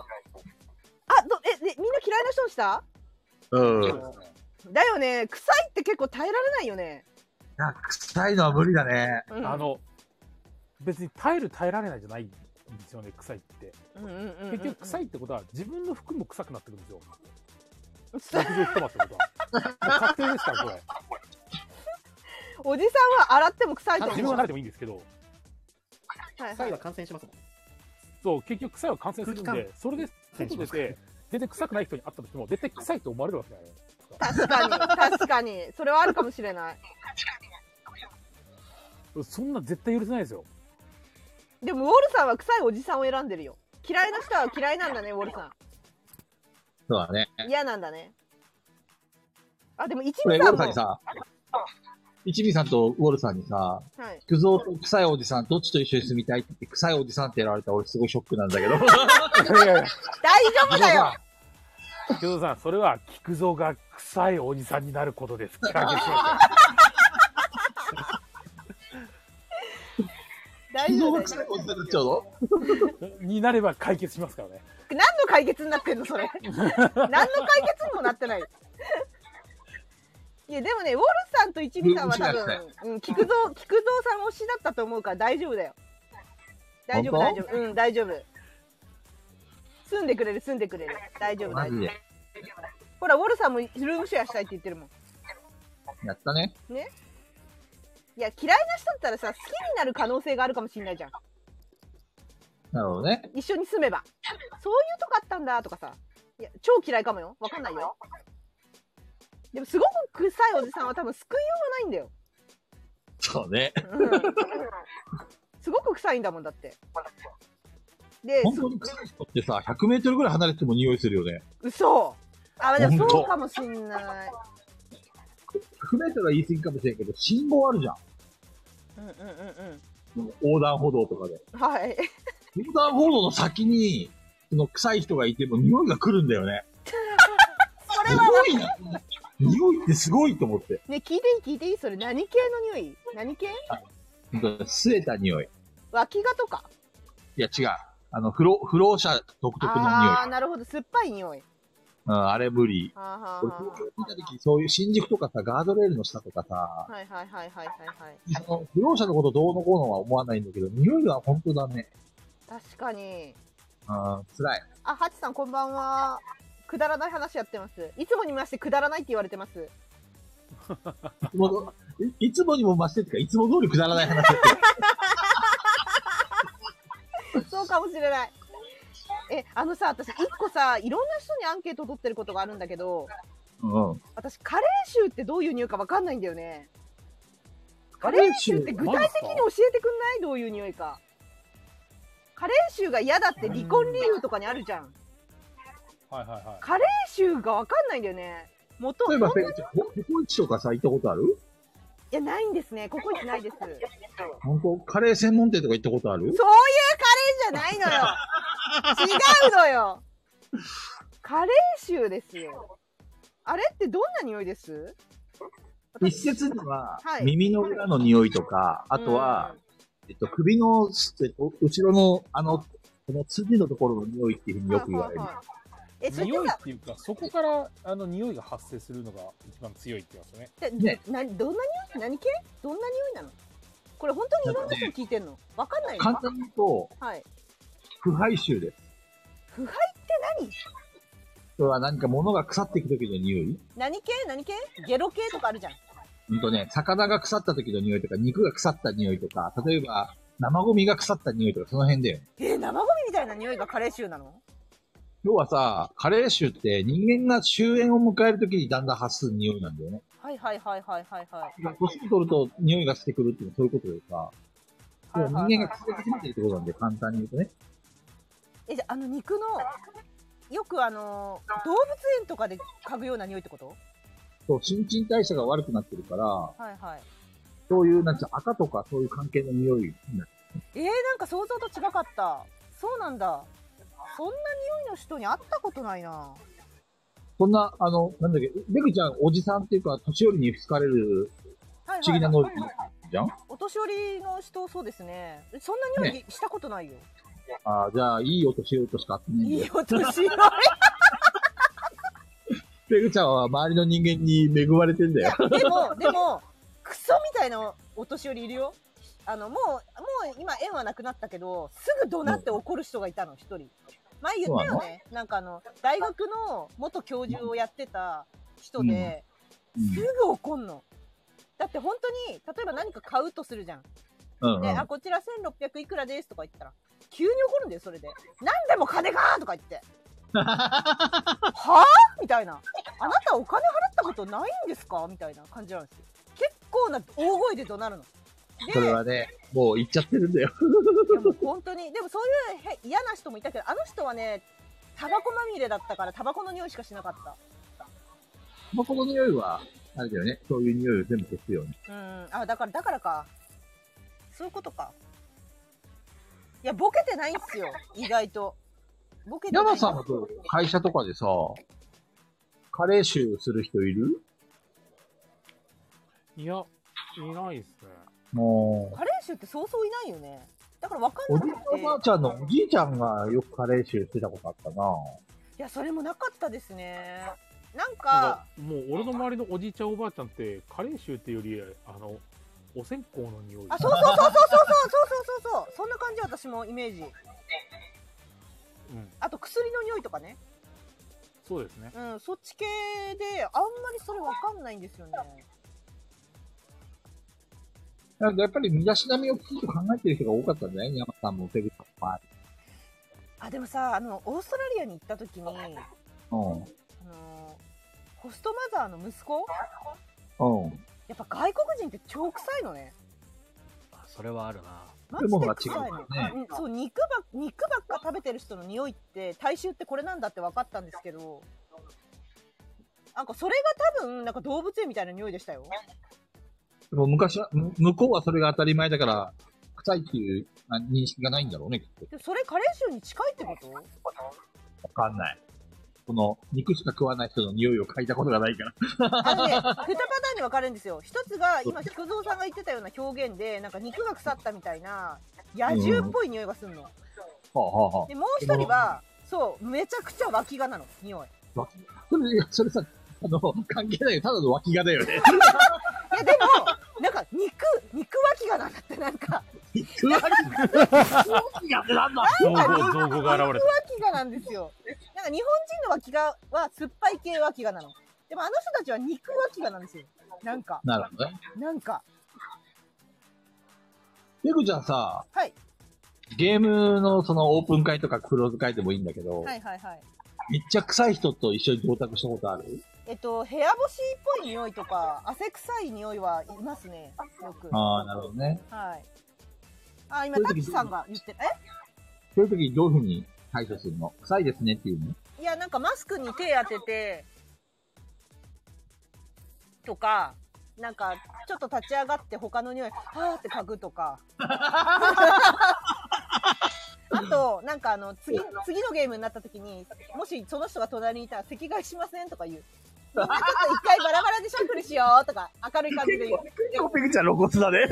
嫌いな人にした？ うん。 だよね。臭いって結構耐えられないよね。 いや、臭いのは無理だね。 うん、 別に耐えられないじゃないんですよね、臭いって。結局臭いってことは自分の服も臭くなってくるんですよ。6畳一間ってことは。もう確定ですから、これ。 おじさんは洗っても臭いと思う。 自分は慣れてもいいんですけど、 臭いは感染しますもん。 そう、結局臭いは感染するんで、それで外出て、全然臭くない人に会ったとしても、絶対臭いと思われるわけだよね。 確かに。それはあるかもしれない。 そんな絶対許せないですよ。 でも、ウォルさんは臭いおじさんを選んでるよ。嫌いな人は嫌いなんだね、ウォルさん。 そうだね。 嫌なんだね。あ、でも、一これ、 味さんも。 ウォルさんにさ、一味さんとウォルさんにさ、 はい、 菊蔵と臭いおじさん、どっちと一緒に住みたいって言って、臭いおじさんって選ばれたら俺すごいショックなんだけど。 大丈夫だよ。 菊蔵さん、それは菊蔵が臭いおじさんになることです。解決しま大丈夫だよ。 臭いおじさんになっちゃうのになれば解決しますからね。 何の解決になってんのそれ。何の解決にもなってない。いやでもね、ウォルさんと一味さんは多分、菊蔵さん推しだったと思うから大丈夫だよ。大丈夫。大丈夫。住んでくれる。大丈夫。ほら、ウォルさんもルームシェアしたいって言ってるもん。 やったね。 ね。いや、嫌いな人だったらさ、好きになる可能性があるかもしれないじゃん。 なるほどね。 一緒に住めば。そういうとこあったんだとかさ。いや、超嫌いかもよ。わかんないよ。でも、すごく臭いおじさんは多分救いようがないんだよ。 そうね。 すごく臭いんだもんだって。で、 本当に臭い人ってさ、100メートルぐらい離れても匂いするよね。 嘘。あ、でもそうかもしんない。 100メートルは言い過ぎかもしれんけど、信号あるじゃん。横断歩道とかで。 はい。 横断歩道の先に、その臭い人がいても匂いが来るんだよね。 それはすごいな。匂いってすごいと思って。 ね、聞いていいそれ何系の匂い？何系？ 据えた匂い。 脇がとか。 いや、違う。不老者独特の匂い。 ああ、なるほど。酸っぱい匂い。 うん、あれ無理。 はあ、はあ、 俺、東京にいた時、そういう新宿とかさ、ガードレールの下とかさ、 はいはいはいはいはいはい。 不老者のことどうのこうのは思わないんだけど、匂いは本当だね。 確かに。 辛い。 あ、ハチさんこんばんは。くだらない話やってます。いつもにましてくだらないって言われてます。 いつもにも増してってか、いつも通りくだらない話やってる。 そうかもしれない。さ、私一個さ、いろんな人にアンケート取ってることがあるんだけど、私、カレー臭ってどういう匂いかわかんないんだよね。カレー臭って具体的に教えてくんない？どういう匂いか。カレー臭が嫌だって離婚理由とかにあるじゃん。 はいはいはい。 カレー臭がわかんないんだよね。 例えば、ココイチとかさ、行ったことある？ いや、ないんですね。ココイチないです。 本当？カレー専門店とか行ったことある？ そういうカレーじゃないのよ。違うのよ。カレー臭ですよ。あれってどんな匂いです？ 一説には、耳の裏の匂いとか、あとは、首の、後ろの、この筋のところの匂いっていうふうによく言われる。 匂いっていうか、そこから、匂いが発生するのが一番強いって言いますよね。 どんな匂い？何系？どんな匂いなの？これ本当にいろんな人聞いてんの？わかんないの？ 簡単に言うと、 はい。 腐敗臭です。 腐敗って何？ それは何か物が腐っていく時の匂い？ 何系？ゲロ系とかあるじゃん。 魚が腐った時の匂いとか、肉が腐った匂いとか、例えば、生ゴミが腐った匂いとか、その辺だよ。 生ゴミみたいな匂いがカレー臭なの？ 要はさ、カレー臭って人間が終焉を迎える時にだんだん発する匂いなんだよね。 はい。年を取ると匂いがしてくるっていうのはそういうことでさ、人間が腐り始めてるってことなんで、簡単に言うとね。 じゃあ、肉の、よく動物園とかで嗅ぐような匂いってこと？ そう、新陳代謝が悪くなってるから、そういう、赤とかそういう関係の匂いになる。 なんか想像と違かった。そうなんだ。そんな匂いの人に会ったことないな。 そんな、ベグちゃん、おじさんっていうか、年寄りに好かれる、不思議な能力じゃん？ お年寄りの人、そうですね。そんな匂いしたことないよ。 じゃあ、いいお年寄りとしか会ってないんだよ。 いいお年寄りペグちゃんは周りの人間に恵まれてんだよ。 でも、クソみたいなお年寄りいるよ。もう今縁はなくなったけど、すぐ怒鳴って怒る人がいたの、一人。前言ったよね。大学の元教授をやってた人で、すぐ怒んの。だって本当に、例えば何か買うとするじゃん。で、こちら1600いくらですとか言ったら、急に怒るんだよ、それで。何でも金かとか言って。はぁみたいな。あなたお金払ったことないんですかみたいな感じなんですよ。結構な大声で怒鳴るの。 それはね、もう言っちゃってるんだよ。 でも本当に、でもそういう嫌な人もいたけど、あの人はね、タバコまみれだったから、タバコの匂いしかしなかった。 タバコの匂いは、あれだよね、そういう匂いを全部消すよね。 だからか。そういうことか。いや、ボケてないんすよ、意外と。ボケてない。 山さんはどう？会社とかでさ、カレー臭する人いる？ いや、いないっすね。 もう。 カレー臭ってそうそういないよね。だからわかんなくて。 おばあちゃんのおじいちゃんがよくカレー臭してたことあったな。 いや、それもなかったですね。なんかもう俺の周りのおじいちゃんおばあちゃんってカレー臭っていうよりお線香の匂い。 そうそんな感じ、私もイメージ。あと薬の匂いとかね。 そうですね。 そっち系であんまりそれわかんないんですよね。 やっぱり身だしなみをきちんと考えてる人が多かったんじゃない？山さんもペグさんも。 でもさ、オーストラリアに行った時に、ホストマザーの息子、やっぱ外国人って超臭いのね。 それはあるな。 マジで臭いの。そう、肉ばっか食べてる人の匂いって、体臭ってこれなんだって分かったんですけど、なんかそれが多分、なんか動物園みたいな匂いでしたよ。 でも昔は、向こうはそれが当たり前だから、臭いっていう認識がないんだろうね、きっと。 それカレー臭に近いってこと？ わかんない。 この肉しか食わない人の匂いを嗅いだことがないから。 2パターンに分かれるんですよ。一つが、今、菊蔵さんが言ってたような表現で、なんか肉が腐ったみたいな、野獣っぽい匂いがするの。で、もう一人は、そう、めちゃくちゃ脇がなの、匂い。 それさ、関係ないよ。ただの脇がだよね。 いや、でも、なんか、肉脇がなんだって、なんか。 肉脇がってなんだ造語が現れた。 肉脇がなんですよ。なんか、日本人の脇がは酸っぱい系脇がなの。でも、あの人たちは肉脇がなんですよ。なんか。 なるほどね。 なんか。 ペグちゃんさ、 はい。 ゲームのそのオープン会とかクローズ会でもいいんだけど、 はいはいはい。 めっちゃ臭い人と一緒に同卓したことある？ 部屋干しっぽい匂いとか、汗臭い匂いはいますね。よく。 ああ、なるほどね。 はい。あ、今、タッチさんが言ってる。 そういう時にどういうふうに対処するの？臭いですねっていうの？ いや、なんかマスクに手当てて、とか、なんか、ちょっと立ち上がって他の匂い、はーって嗅ぐとか。あと、なんか次のゲームになった時に、もしその人が隣にいたら、席替えしませんとか言う。みんなちょっと一回バラバラでシャッフルしようとか、明るい感じで言う。 結構ペグちゃん露骨だね。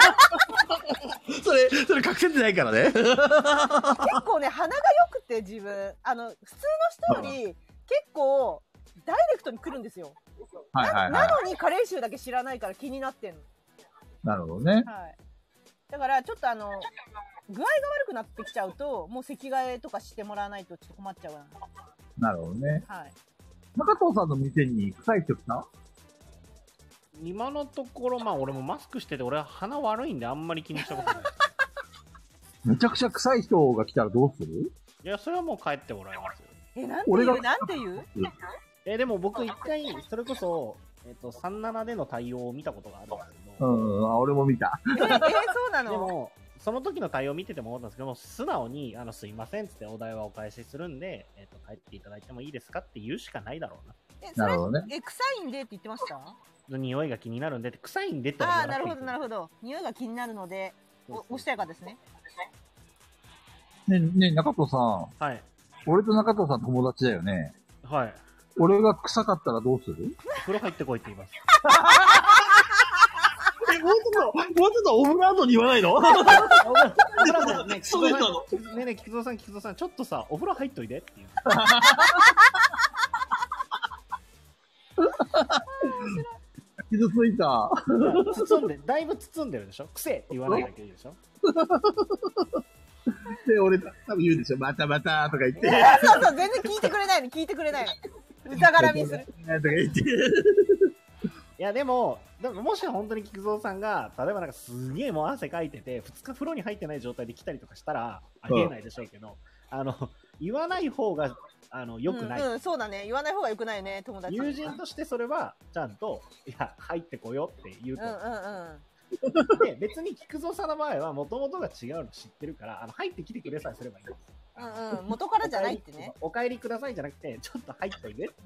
それ隠せてないからね。 結構ね、鼻が良くて自分、普通の人より、結構、ダイレクトに来るんですよ。 はいはいはい。 なのに加齢臭だけ知らないから気になってんの。 なるほどね。 はい。だからちょっと具合が悪くなってきちゃうと、もう席替えとかしてもらわないとちょっと困っちゃうな。 なるほどね。 はい。 中藤さんの店に臭い人来た？ 今のところ、まあ俺もマスクしてて、俺は鼻悪いんであんまり気にしたことない。 めちゃくちゃ臭い人が来たらどうする？ いや、それはもう帰ってもらいますよ。 なんて言うなんて言う？ でも僕一回、それこそ、37での対応を見たことがあるんですけど。 俺も見た。 そうなの？ でも、その時の対応を見てても思ったんですけども、素直に、すいませんっつってお題はお返しするんで、帰っていただいてもいいですかって言うしかないだろうな。 なるほどね。 臭いんでって言ってました？ 匂いが気になるんでって、臭いんでってああ、なるほどなるほど。匂いが気になるので、おしとやかですね。 ねえ、中藤さん。 はい。 俺と中藤さん友達だよね。 はい。 俺が臭かったらどうする？ 風呂入ってこいって言います。 もうちょっとオブラートに言わないの？ オブラートね、 そうなの？ ねえねえ、菊蔵さん、ちょっとさ、お風呂入っといでって言う。 傷ついた。 だいぶ包んでるでしょ？くせえって言わないだけいいでしょ？ で、俺多分言うでしょ？またまたとか言って。 そうそう、全然聞いてくれないの。歌絡みする。 とか言って。 いや、でももし本当に菊蔵さんが、例えばなんかすげえもう汗かいてて、2日風呂に入ってない状態で来たりとかしたら、ありえないでしょうけど、言わない方が、良くない。 そうだね。言わない方が良くないね、友達。 友人としてそれは、ちゃんと、いや、入ってこよって言うと。で、別に菊蔵さんの場合は、元々が違うの知ってるから、入ってきてくれさえすればいいんです。 元からじゃないってね。 お帰りくださいじゃなくて、ちょっと入っといてって。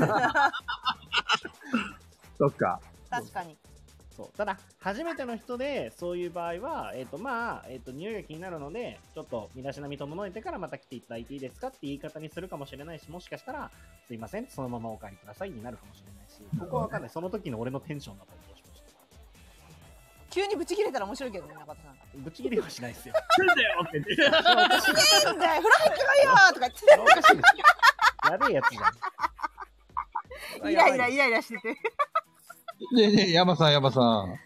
そっか。 確かに。 そう。ただ、初めての人で、そういう場合は、匂いが気になるので、ちょっと身だしなみ整えてからまた来ていただいていいですかって言い方にするかもしれないし、もしかしたら、すいません、そのままお帰りくださいになるかもしれないし、ここはわかんない。その時の俺のテンションだと思うしました。 急にブチ切れたら面白いけどね、中田さん。 ブチ切れはしないですよ。 なんだよって言って。 なんだよ、風呂入ってこいよとか言って。 おかしいですよ。やべえやつじゃん。 イライラしてて。 ねえ、山さん。 はい。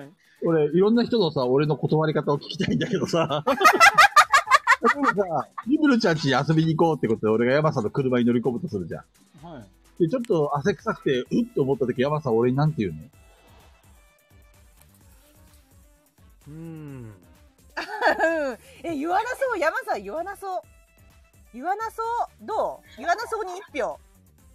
俺、いろんな人のさ、俺の断り方を聞きたいんだけどさ。例えばさ、リブルちゃん家に遊びに行こうってことで、俺が山さんの車に乗り込むとするじゃん。 はい。 で、ちょっと汗臭くて、うって思った時、山さん俺になんて言うの？ 言わなそう、山さん言わなそう。どう？言わなそうに1票。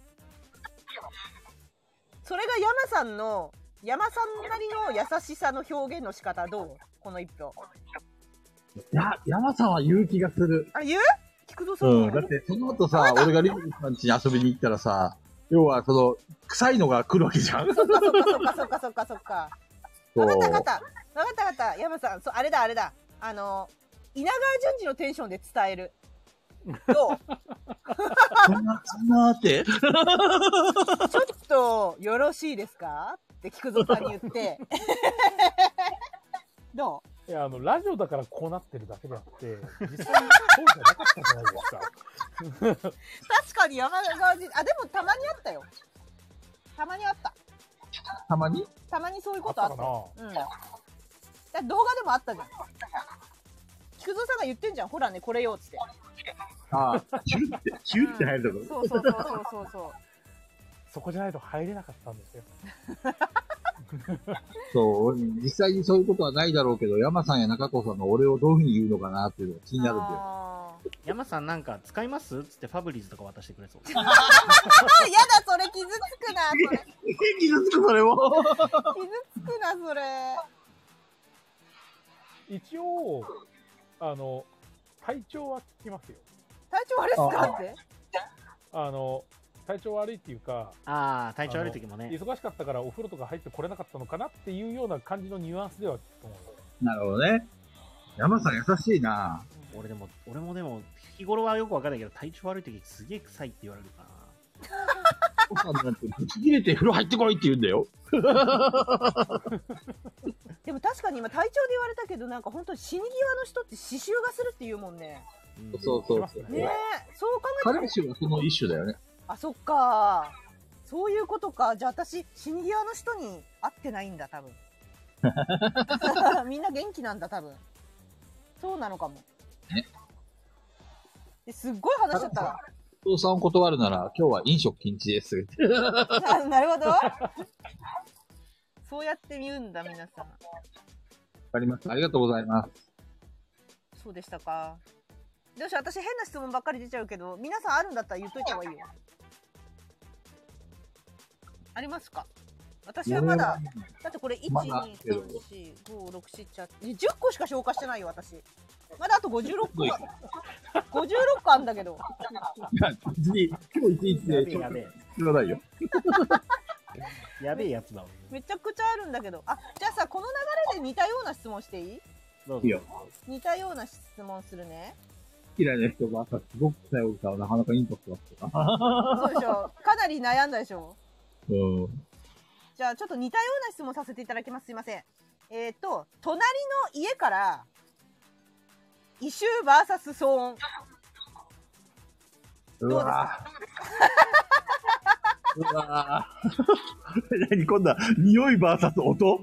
それが山さんなりの優しさの表現の仕方どう？この1票。 いや、山さんは言う気がする。 あ、言う？菊蔵さん。 だってその後さ、俺がリブルさん家に遊びに行ったらさ、要は臭いのが来るわけじゃん。 そっか。わかった。山さん、あれだ。稲川淳二のテンションで伝える。 どうそんなって。 ちょっとよろしいですかって菊蔵さんに言って。どういや、ラジオだからこうなってるだけであって、実際にそうじゃなかったじゃないですか。 確かに山田川あ、でもたまにあったよ。たまにあった。 たまにそういうことあった。うん。だ動画でもあったじゃん。菊蔵さんが言ってんじゃん。ほらね、これよっつって。 ああ、キュッて入るとこ。 そう。 そこじゃないと入れなかったんですよ。 そう、実際にそういうことはないだろうけど、山さんや中藤さんが俺をどういうふうに言うのかなっていうのが気になるんだよ。 山さんなんか使いますっつってファブリーズとか渡してくれそう。 やだ、それ傷つくな、それ。 傷つく、それも。 傷つくな、それ。 一応、体調は聞きますよ。 体調悪いっすかって。 体調悪いっていうか、 体調悪い時もね。 忙しかったからお風呂とか入ってこれなかったのかなっていうような感じのニュアンスでは聞くと思う。 なるほどね。山さん優しいな。 俺もでも、日頃はよくわかんないけど、体調悪い時すげえ臭いって言われるかな。 おさんなんて、ぶち切れて風呂入ってこいって言うんだよ。 でも確かに今体調で言われたけど、なんか本当に死に際の人って刺繍がするって言うもんね。 そう。 ねえ、そう考えたら。 彼氏はその一種だよね。 あ、そっか。そういうことか。じゃあ私、死に際の人に会ってないんだ、多分。みんな元気なんだ、多分。そうなのかも。すっごい話しちゃったら。 お父さんを断るなら、今日は飲食禁止です。 なるほど。そうやって言うんだ、皆さん。わかりました。ありがとうございます。 そうでしたか。よし、私変な質問ばっかり出ちゃうけど、皆さんあるんだったら言っといた方がいいよ。ありますか？私はまだ、だってこれ1、2、3、4、5、6、7、10個しか消化してないよ、私。まだあと56個。56個あんだけど。 いや、別に、今日1日で、 やべえ。 必要ないよ。 やべえやつだもん。 めちゃくちゃあるんだけど。あ、じゃあさ、この流れで似たような質問していい？ どうぞ。 いいよ。 似たような質問するね。 嫌いな人がさ、すごく頼るからなかなかインパクトだったな。 そうでしょ。かなり悩んだでしょ。 うん。 じゃあちょっと似たような質問させていただきます。すいません。隣の家から異臭 VS 騒音。 うわぁ。うわぁ。何今度は匂い VS 音？そう。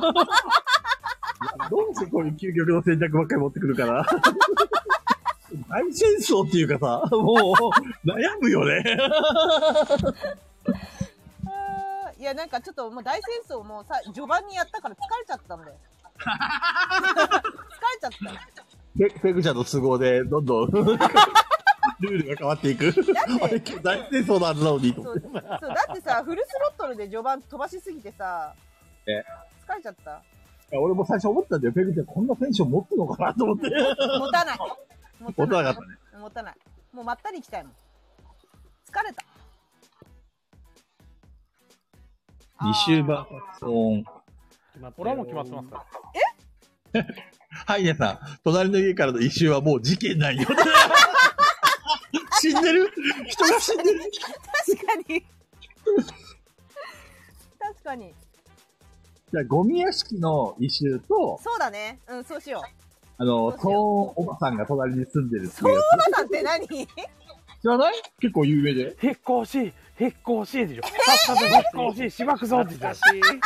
どうしてこういう究極の選択ばっかり持ってくるから。大戦争っていうかさ、もう悩むよね。 いや、なんかちょっともう大戦争もさ、序盤にやったから疲れちゃったんだよ。疲れちゃった。 ペグちゃんの都合で、どんどん、ルールが変わっていく。だって、大戦争のはずなのに。 そう、だってさ、フルスロットルで序盤飛ばしすぎてさ、疲れちゃった。 俺も最初思ったんだよ。ペグちゃんこんなテンション持つのかなと思って。 持たない。 持たなかったね。 持たない。もうまったり行きたいもん。疲れた。 2週バーソン。 俺はもう決まってますから。 はいねさん、隣の家からの一周はもう事件ないよ。死んでる？人が死んでる？ 確かに。確かに。 じゃあ、ゴミ屋敷の一周と、 そうだね。うん、そうしよう。 騒音おばさんが隣に住んでるっていう。 騒音おばさんって何？ 知らない？結構有名で。 引っ越しでしょ。さっさと引っ越ししばくぞって言ったし。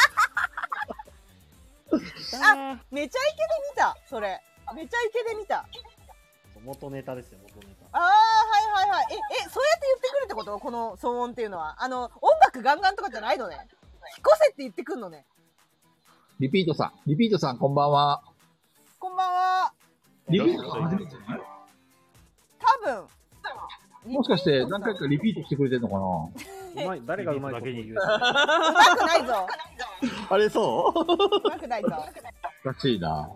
あ、めちゃイケで見た、それ。めちゃイケで見た。 元ネタですよ、元ネタ。 ああ、はいはいはい。そうやって言ってくるってこと？この騒音っていうのは。音楽ガンガンとかじゃないのね。引っ越せって言ってくんのね。 リピートさん、こんばんは。 こんばんは。 リピートさん初めてじゃない？ 多分。 もしかして何回かリピートしてくれてんのかな？ 誰がうまいこと言う？ うまくないぞ。 あれそう？ うまくないぞ。 おかしいな。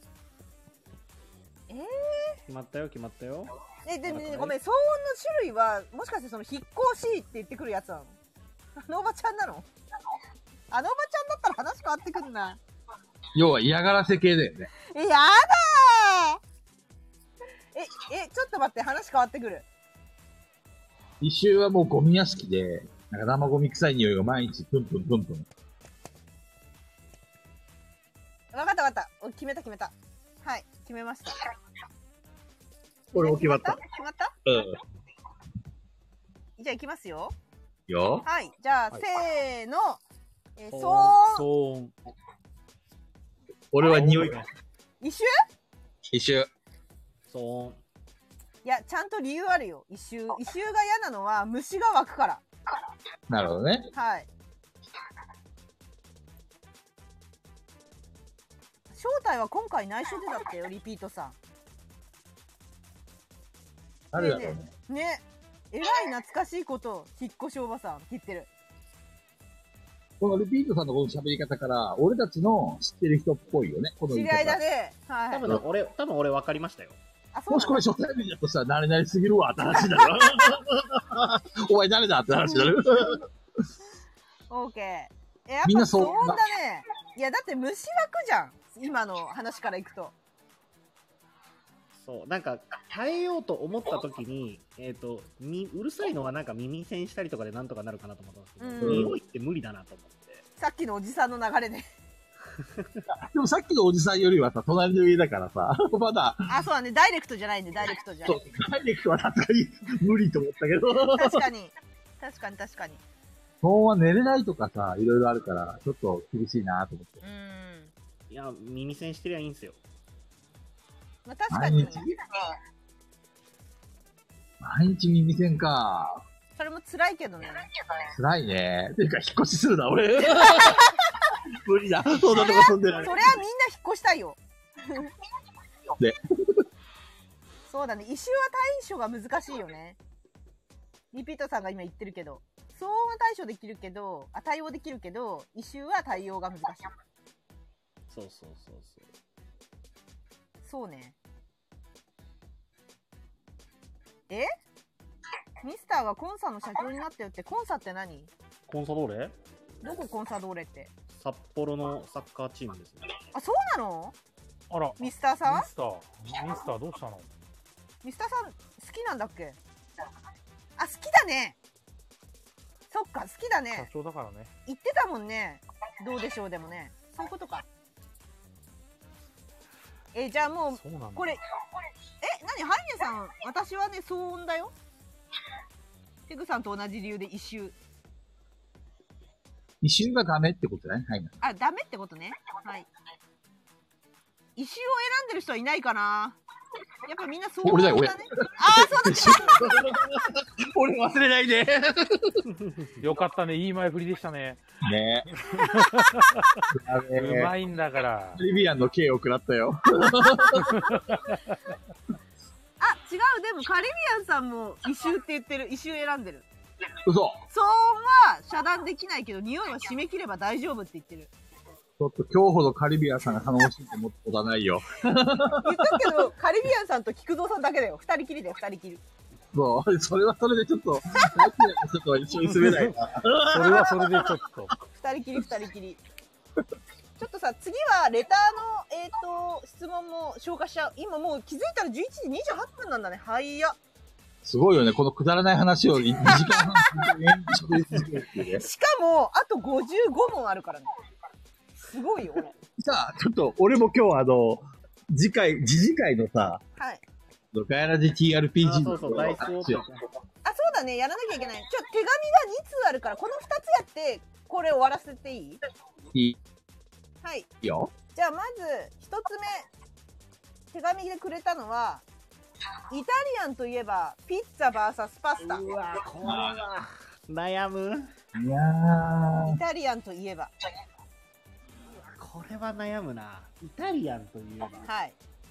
決まったよ。 でもごめん、騒音の種類は、もしかしてその引っ越しって言ってくるやつなの？あのおばちゃんなの？あのおばちゃんだったら話変わってくんな。 要は嫌がらせ系だよね。 やだー。 ちょっと待って、話変わってくる。 一周はもうゴミ屋敷で、なんか生ゴミ臭い匂いが毎日プンプンプンプン。 わかったわかった。決めた。はい、決めました。 俺も決まった。 決まった？ うん。 じゃあ行きますよ。 よ。 はい、じゃあ、 はい、 せーの。騒音。 俺は匂いが。 一周？ 騒音。 いや、ちゃんと理由あるよ。異臭が嫌なのは虫が湧くから。 なるほどね。 はい。正体は今回内緒でだったよ、リピートさん。 誰だろうね。 ね。えらい懐かしいことを引っ越しおばさん言ってる。 このリピートさんのこの喋り方から、俺たちの知ってる人っぽいよね。この知り合いだね。はい。 多分俺分かりましたよ。 もしこれ初対面だとしたら、誰々すぎるわって話になる。お前誰だって話になる。 オーケー。やっぱ騒音だね。いや、だって虫湧くじゃん。今の話からいくと。 そう、なんか、耐えようと思った時に、うるさいのはなんか耳栓したりとかでなんとかなるかなと思ったんですけど、匂いって無理だなと思って。 さっきのおじさんの流れで。 でもさっきのおじさんよりはさ、隣の家だからさ、まだ。 あ、そうだね。ダイレクトじゃないんで、ダイレクトじゃない。 そう、ダイレクトはさすがに無理と思ったけど。 確かに。 騒音は寝れないとかさ、いろいろあるから、ちょっと厳しいなと思って。 いや、耳栓してりゃいいんすよ。 まあ確かに。 毎日耳栓か。 それも辛いけどね。 辛いね。ていうか、引っ越しするな、俺。無理だ。そんなとこ住んでない。 そりゃみんな引っ越したいよ。 で。 そうだね。異臭は対処が難しいよね。リピートさんが今言ってるけど。騒音は対応できるけど、異臭は対応が難しい。 そう。 そうね。ミスターがコンサの社長になったよって、コンサって何？ コンサドーレ？ どこコンサドーレって？ 札幌のサッカーチームですね。 あ、そうなの？ あら。 ミスターさん？ ミスターどうしたの？ ミスターさん好きなんだっけ？あ、好きだね。そっか、好きだね。 社長だからね。 言ってたもんね。どうでしょうでもね。そういうことか。じゃあもう、これ、何ハイネさん、私はね、騒音だよ。テグさんと同じ理由で異臭。 異臭がダメってことね。はい。 あ、ダメってことね。はい。異臭を選んでる人はいないかな。やっぱみんなそうだね。 俺。 ああ、そうだ。 俺忘れないで。 よかったね。いい前振りでしたね。 ねうまいんだから。 カリビアンの刑を食らったよ。 あ、違う。でもカリビアンさんも異臭って言ってる。異臭選んでる。 嘘。 騒音は遮断できないけど、匂いは締め切れば大丈夫って言ってる。 ちょっと今日ほどカリビアンさんが頼もしいと思ったことはないよ。 言ったけど、カリビアンさんと菊蔵さんだけだよ。二人きりだよ、二人きり。 そう、それはそれでちょっと、カリビアンの人とは一緒に住めないな。 それはそれでちょっと。 二人きり。ちょっとさ、次はレターの、質問も消化しちゃう。今もう気づいたら11時28分なんだね。はいや。 すごいよね。このくだらない話を2時間半喋り続けるっていうね。 しかも、あと55問あるからね。すごいよ、俺。 さあ、ちょっと、俺も今日次次回のさ、 はい。 ガヤラジ TRPG の。 そう、ダイスを。 そうだね、やらなきゃいけない。手紙が2通あるから、この2つやって、これ終わらせていい？ いい。 はい。 いいよ。 じゃあ、まず、1つ目、手紙でくれたのは、イタリアンといえば、ピッツァ VS パスタ。 うわ、これは、悩む。 いやイタリアンといえば。 これは悩むな。イタリアンといえば。 はい。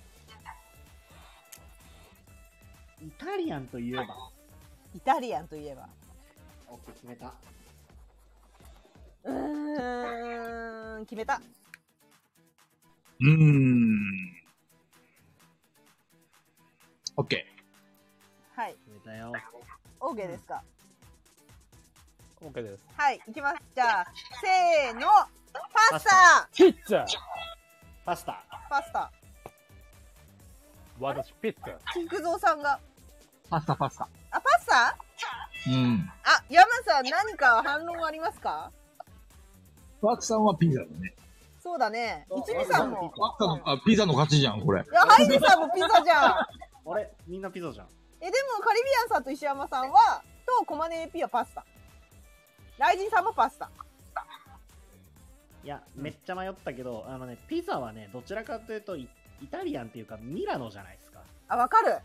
イタリアンといえば。 イタリアンといえば。 オッケー、決めた。 決めた。 オッケー。はい。 決めたよ。 オーケーですか？ オッケーです。 はい、いきます。じゃあ、せーの、パスタ！ ピッツァ！ パスタ。 パスタ。 私、ピッツァ。 菊蔵さんが。 パスタ。 あ、パスタ？ うん。 あ、山さん何か反論ありますか？ ワークさんはピザだね。 そうだね。一味さんも。 ピザの勝ちじゃん、これ。いや、ハイネさんもピザじゃん。 あれみんなピザじゃん。 でもカリビアンさんと石山さんは、とコマネ AP はパスタ。ライジンさんもパスタ。 いや、めっちゃ迷ったけど、ピザはね、どちらかというとイタリアンっていうかミラノじゃないですか。 あ、わかる。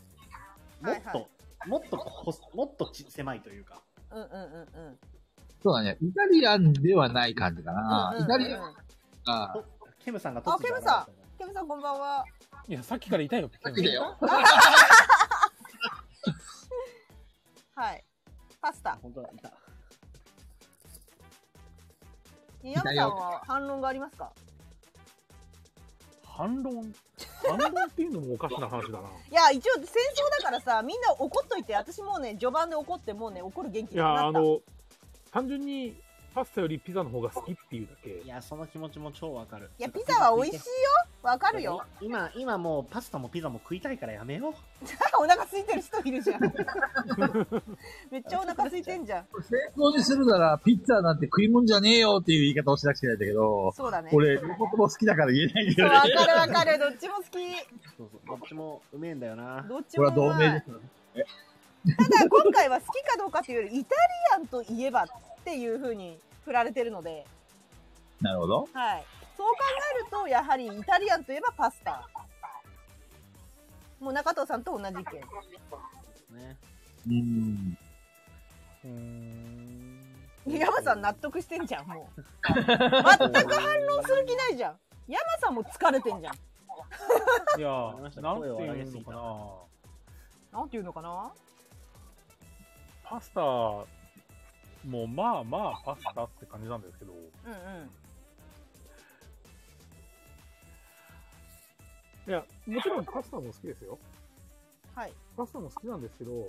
もっと狭いというか。 そうだね。イタリアンではない感じかな。イタリアン。 ケムさんがケムさんこんばんは。 いや、さっきからいたよ。 さっきだよ。 はい。パスタ。 本当だ、いた。 山さんは反論がありますか？ 反論っていうのもおかしな話だな。 いや、一応戦争だからさ、みんな怒っといて、私もうね、序盤で怒ってもうね、怒る元気になった。 いや、単純にパスタよりピザの方が好きっていうだけ。 いや、その気持ちも超わかる。 いや、ピザは美味しいよ。わかるよ。 今もうパスタもピザも食いたいからやめよう。 お腹空いてる人いるじゃん。めっちゃお腹空いてんじゃん。 成功にするなら、ピッツァなんて食い物じゃねえよっていう言い方をしなくちゃいけないんだけど、 そうだね。 俺、両方とも好きだから言えないんだよね。 わかる。どっちも好き。 そうどっちもうめえんだよな。 どっちもうまい。 これは同盟ですよね。 ただ今回は好きかどうかっていうより、イタリアンといえばっていう風に振られてるので。 なるほど。 はい。そう考えると、やはりイタリアンといえばパスタ。もう中藤さんと同じ意見。 ね。 山さん納得してんじゃん、もう。全く反論する気ないじゃん。山さんも疲れてんじゃん。 いや、なんていうのかな。 なんていうのかな。 パスタもまあパスタって感じなんですけど。いや、もちろんパスタも好きですよ。 はい。 パスタも好きなんですけど、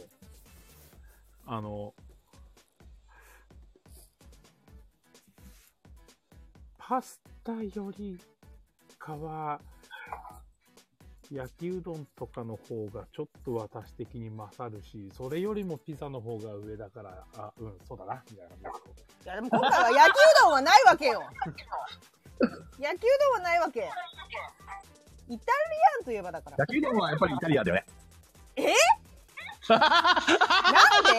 パスタよりかは、焼きうどんとかの方がちょっと私的に勝るし、それよりもピザの方が上だから、そうだな、みたいな。 いや、でも今回は焼きうどんはないわけよ。焼きうどんはないわけ。イタリアンといえばだから。 焼きうどんはやっぱりイタリアンだよね。 なんで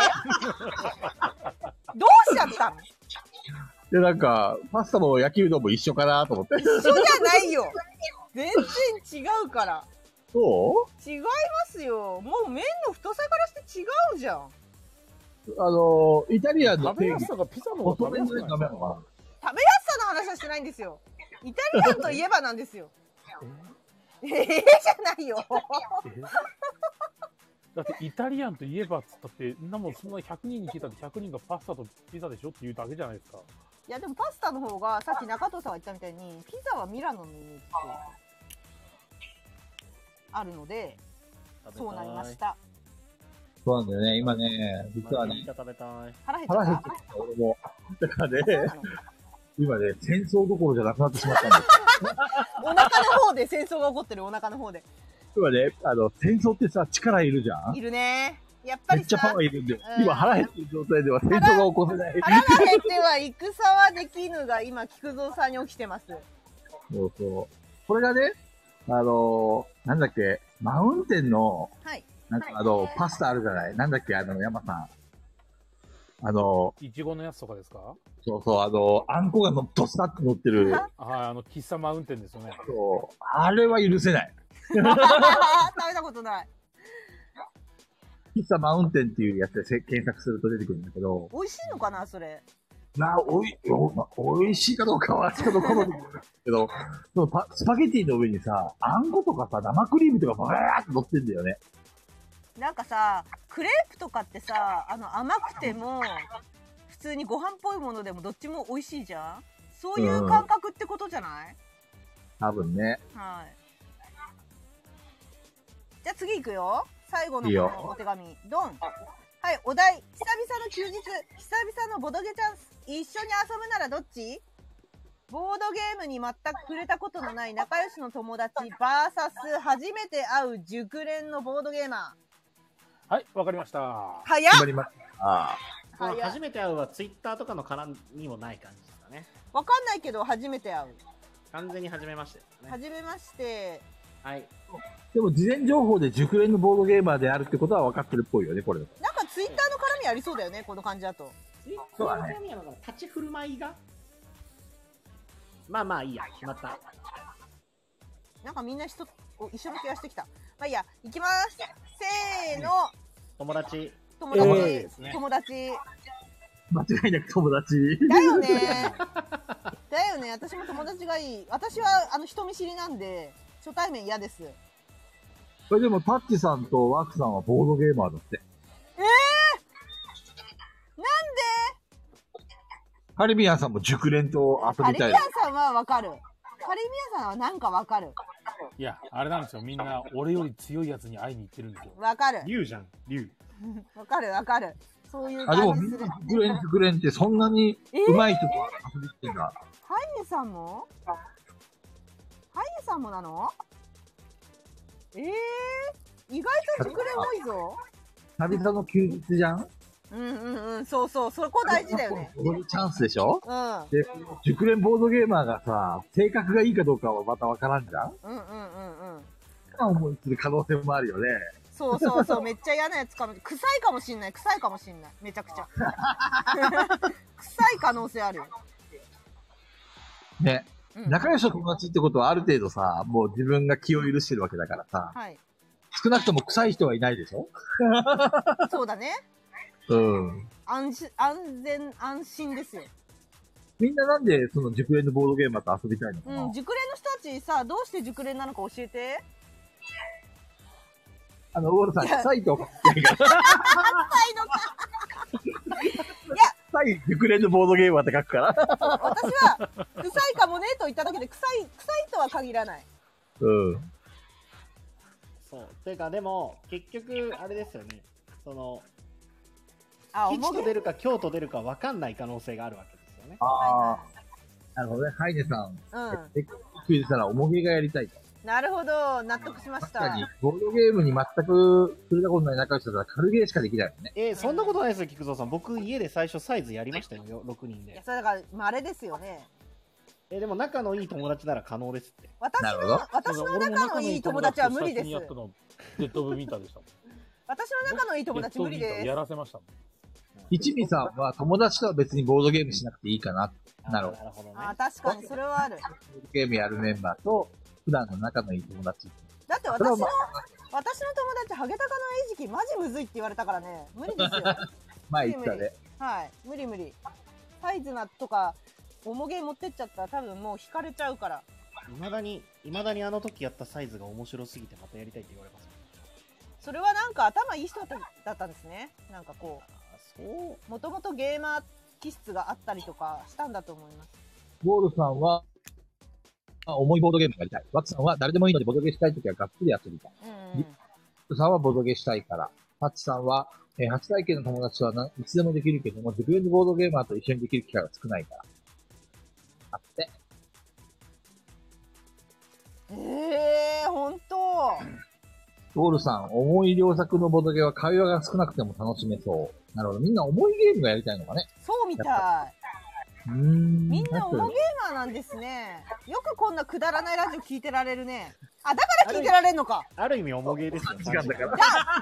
どうしちゃったの？ で、なんか、パスタも焼きうどんも一緒かなと思って。 一緒じゃないよ。全然違うから。 そう違いますよ。もう麺の太さからして違うじゃん。 イタリアンの食べやすさがピザの方が食べやすくない？ 食べやすさの話はしてないんですよ。イタリアンといえばなんですよ。じゃないよ。 だってイタリアンといえばっつったって、そんな100人に聞いたって100人がパスタとピザでしょって言うだけじゃないですか。 いやでもパスタの方が、さっき中藤さんが言ったみたいに、ピザはミラノのイメージってあるので、そうなりました。 そうなんだよね。今ね、実はね、 食べたい。 腹減っちゃった。 俺も。だからね、今ね、戦争どころじゃなくなってしまったんです。 お腹の方で戦争が起こってる、お腹の方で。 今ね、戦争ってさ、力いるじゃん？ いるね。やっぱりさ。 めっちゃパワーいるんだよ。今腹減ってる状態では戦争が起こせない。 腹が減っては戦はできぬが今、菊蔵さんに起きてます。 そうそう。これがね、なんだっけ、マウンテンの、 はい。 なんかパスタあるじゃない？なんだっけ、山さん。 いちごのやつとかですか？ そうそう、あんこがどさっと乗ってる。 はい、喫茶マウンテンですよね。 そう。あれは許せない。 食べたことない。 喫茶マウンテンっていうやつで検索すると出てくるんだけど。 美味しいのかな、それ。 美味しいかどうかは人の好みなんだけど、スパゲティの上にさ、あんことかさ、生クリームとかバーって乗ってんだよね。 なんかさ、クレープとかってさ、甘くても、普通にご飯っぽいものでもどっちも美味しいじゃん？そういう感覚ってことじゃない？ 多分ね。 はい。じゃあ次行くよ。最後のお手紙。ドン。はい、お題。久々の休日。久々のボドゲチャンス。一緒に遊ぶならどっち？ ボードゲームに全く触れたことのない仲良しの友達 VS 初めて会う熟練のボードゲーマはい、わかりました。 早っ。 決まりました。 初めて会うはツイッターとかの絡みもない感じですかね。 わかんないけど初めて会う。 完全に初めましてですね。 初めまして。 はい。 でも事前情報で熟練のボードゲーマーであるってことは分かってるっぽいよね、これ。 なんかツイッターの絡みありそうだよね、この感じだと。 ツイッターの絡みなのかな、立ち振る舞いが。まあまあいいや、決まった。 なんかみんな一緒の気がしてきた。まあいいや、行きます。せーの。 友達。 友達。 間違いなく友達。 だよね。だよね。私も友達がいい。私は人見知りなんで初対面嫌です。 これでもタッチさんとワークさんはボードゲーマーだって。 なんで？ カリビアンさんも熟練と遊びたい。 カリビアンさんはわかる。カリビアンさんはなんかわかる。 いや、あれなんですよ。みんな俺より強いやつに会いに行ってるんですよ。 わかる。 竜じゃん、竜。 わかるわかる。そういう感じする。あ、でもみんな熟練ってそんなに上手い人と遊びってんだ。 ハイネさんも？ハイネさんもなの？意外と熟練多いぞ。 久々の休日じゃん？ そうそう、そこ大事だよね。 踊るチャンスでしょ？ うん。 で、熟練ボードゲーマーがさ、性格がいいかどうかはまたわからんじゃん？思いつく可能性もあるよね。 そう、めっちゃ嫌なやつかも。臭いかもしんない。めちゃくちゃ。臭い可能性あるよ。 ね。仲良しの友達ってことはある程度さ、もう自分が気を許してるわけだからさ。 はい。 少なくとも臭い人はいないでしょ？ そうだね。安全安心ですよ。 みんななんでその熟練のボードゲーマーと遊びたいのかな？ 熟練の人たちさ、どうして熟練なのか教えて。 ウォールさん、臭いと思ってないから。臭いのか。臭い熟練のボードゲーマーって書くから。 私は、臭いかもねと言っただけで、臭いとは限らない。 そう。てか、でも、結局、あれですよね。吉と出るか京と出るか分かんない可能性があるわけですよね。 なるほどね。ハイネさん。クイズしたら、おもげがやりたいと。 なるほど、納得しました。 確かに、ボードゲームに全く触れたことない仲良しだったら、軽ゲーしかできないよね。 そんなことないですよ、菊蔵さん。僕、家で最初サイズやりましたよ、6人で。 いや、それだから、稀ですよね。 でも仲のいい友達なら可能ですって。 私の仲のいい友達は無理です。 デッドオブミーターでしたもん。 私の仲のいい友達無理です。 やらせましたもん。 一味さんは友達とは別にボードゲームしなくていいかな。なるほど。 確かにそれはある。 ボードゲームやるメンバーと、普段の仲のいい友達。 だって私の友達、ハゲタカの餌食マジむずいって言われたからね。無理ですよ。 前言ったね。 はい。無理。サイズなとか、おもげ持ってっちゃったら多分もう引かれちゃうから。 未だにあの時やったサイズが面白すぎてまたやりたいって言われます。 それはなんか頭いい人だったんですね。なんかこう。もともとゲーマー気質があったりとかしたんだと思います。 ボールさんは、重いボードゲームがやりたい。ワッツさんは誰でもいいのでボードゲーしたいときはがっつり遊びたい。リップさんはボードゲーしたいから。パッチさんは、初体験の友達はいつでもできるけども、熟練のボードゲーマーと一緒にできる機会が少ないから。あって。 ほんと。 ボールさん、重い良作のボードゲーは会話が少なくても楽しめそう。なるほど。みんな重いゲームがやりたいのかね。 そうみたい。みんな重ゲーマーなんですね。よくこんなくだらないラジオ聞いてられるね。だから聞いてられんのか。 ある意味重ゲーですよ。 時間だから。 なるほ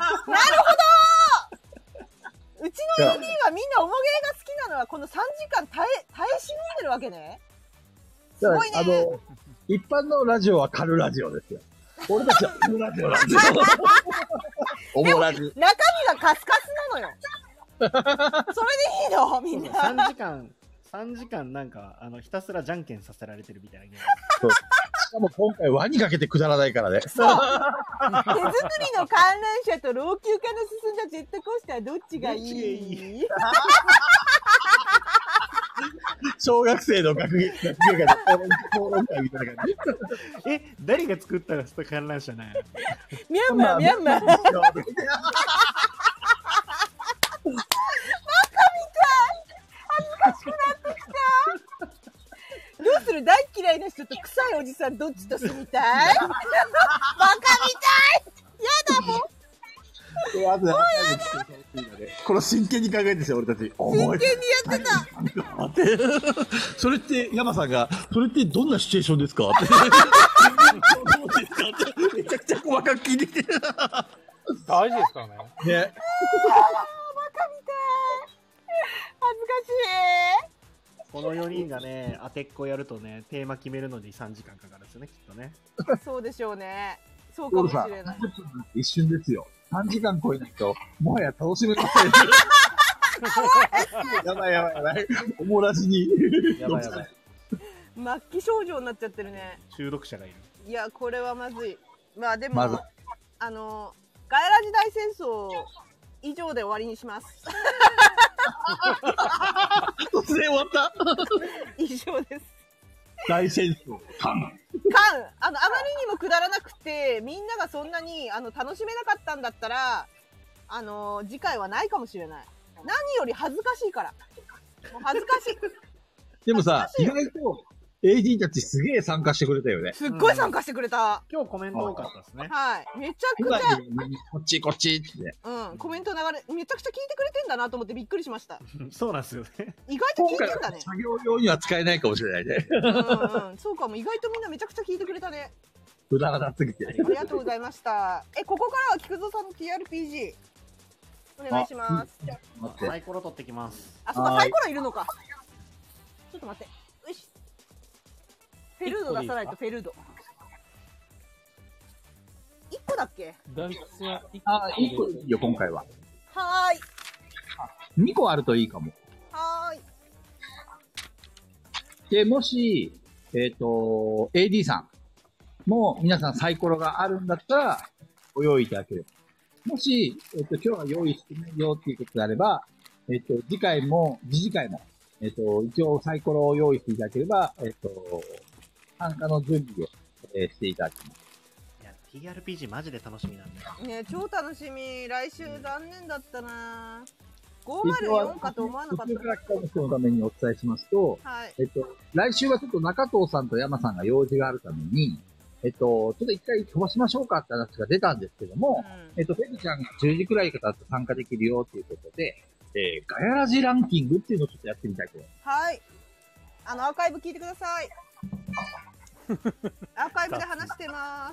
ど。うちの AD はみんな重ゲーが好きなのはこの3時間耐え忍んでるわけね。すごいね。 一般のラジオは軽ラジオですよ。俺たちは重ラジオなんですよ。重ラジ。 中身がカスカスなのよ。それでいいのみんな。 3時間なんか、ひたすらじゃんけんさせられてるみたいなゲーム。 そう。しかも今回輪にかけてくだらないからね。 そう。手作りの観覧車と老朽化の進んだジェットコースターどっちがいい？ 小学生の学芸会の討論会みたいな感じ。 誰が作ったらスタ観覧車なんや。 ミャンマー。バカみたい。恥ずかしくなってきた。どうする？ いおじさんどっちと住みたいバカみたいやだもん。 あとでこれ真剣に考えてるんですよ、俺たち。 真剣にやってた。 待って。それって、山さんが、それってどんなシチュエーションですかって。どうですかって。めちゃくちゃ細かく聞いてきてる。 大事ですからね。 ね。 バカみたい。恥ずかしい。 この4人がね、当てっこやるとね、テーマ決めるのに3時間かかるんですよね、きっとね。 そうでしょうね。そうかもしれない。 一瞬ですよ。3時間超えないと、もはや楽しめません。やばいやばいやばい。おもらしに。 やばいやばい。 末期症状になっちゃってるね。 収録者がいる。 いや、これはまずい。まあでも、 まずガヤラジ大戦争以上で終わりにします。 突然終わった。 以上です。 大戦争。 あまりにもくだらなくて、みんながそんなに楽しめなかったんだったら、次回はないかもしれない。何より恥ずかしいから。もう恥ずかしい。 でもさ、意外と AD たちすげえ参加してくれたよね。 すっごい参加してくれた。 今日コメント多かったですね。 はい。めちゃくちゃ、 こっちこっちって。 うん、コメント流れ、めちゃくちゃ聞いてくれてんだなと思ってびっくりしました。 そうなんですよね。 意外と聞い今回てんだね。 は作業用には使えないかもしれないね。 うん、そうかも。意外とみんなめちゃくちゃ聞いてくれたね。 無駄がなすぎて。 ありがとうございました。ここからは菊蔵さんの TRPG。お願いします。 待って。 サイコロ取ってきます。 あ、そうか、サイコロいるのか。ちょっと待って。よし。フェルード出さないと、フェルード。1個だっけ？ 大地は1 1個いいよ、今回は。 はーい。 2個あるといいかも。 はーい。 で、もし、AD さんも皆さんサイコロがあるんだったら、ご用意いただければ。もし、今日は用意してないよっていうことであれば、次回も、次回も、一応サイコロを用意していただければ、参加の準備を、していただきます。 いや、TRPG マジで楽しみなんだよ。 ね、超楽しみ。来週残念だったな。504かと思わなかった。 途中から来た人のためにお伝えしますと、 はい。 来週はちょっと中藤さんと山さんが用事があるために、ちょっと一回飛ばしましょうかって話が出たんですけども、フェルちゃんが10時くらいから参加できるよっていうことで、ガヤラジランキングっていうのをちょっとやってみたいと思います。 はい。アーカイブ聞いてください。アーカイブで話してます。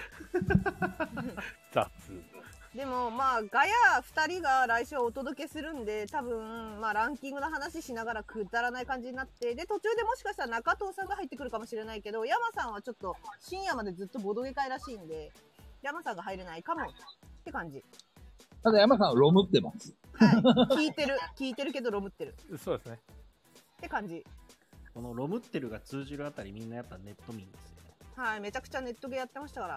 雑。 でもまあガヤ2人が来週お届けするんで、多分まあランキングの話しながらくだらない感じになって、で途中でもしかしたら中藤さんが入ってくるかもしれないけど、山さんはちょっと深夜までずっとボドゲ会らしいんで、山さんが入れないかもって感じ。 ただ山さんはロムってます。 はい。聞いてるけどロムってる。 そうですね。 って感じ。 このロムってるが通じるあたりみんなやっぱネット民ですよね。 はい。めちゃくちゃネットゲーやってましたから。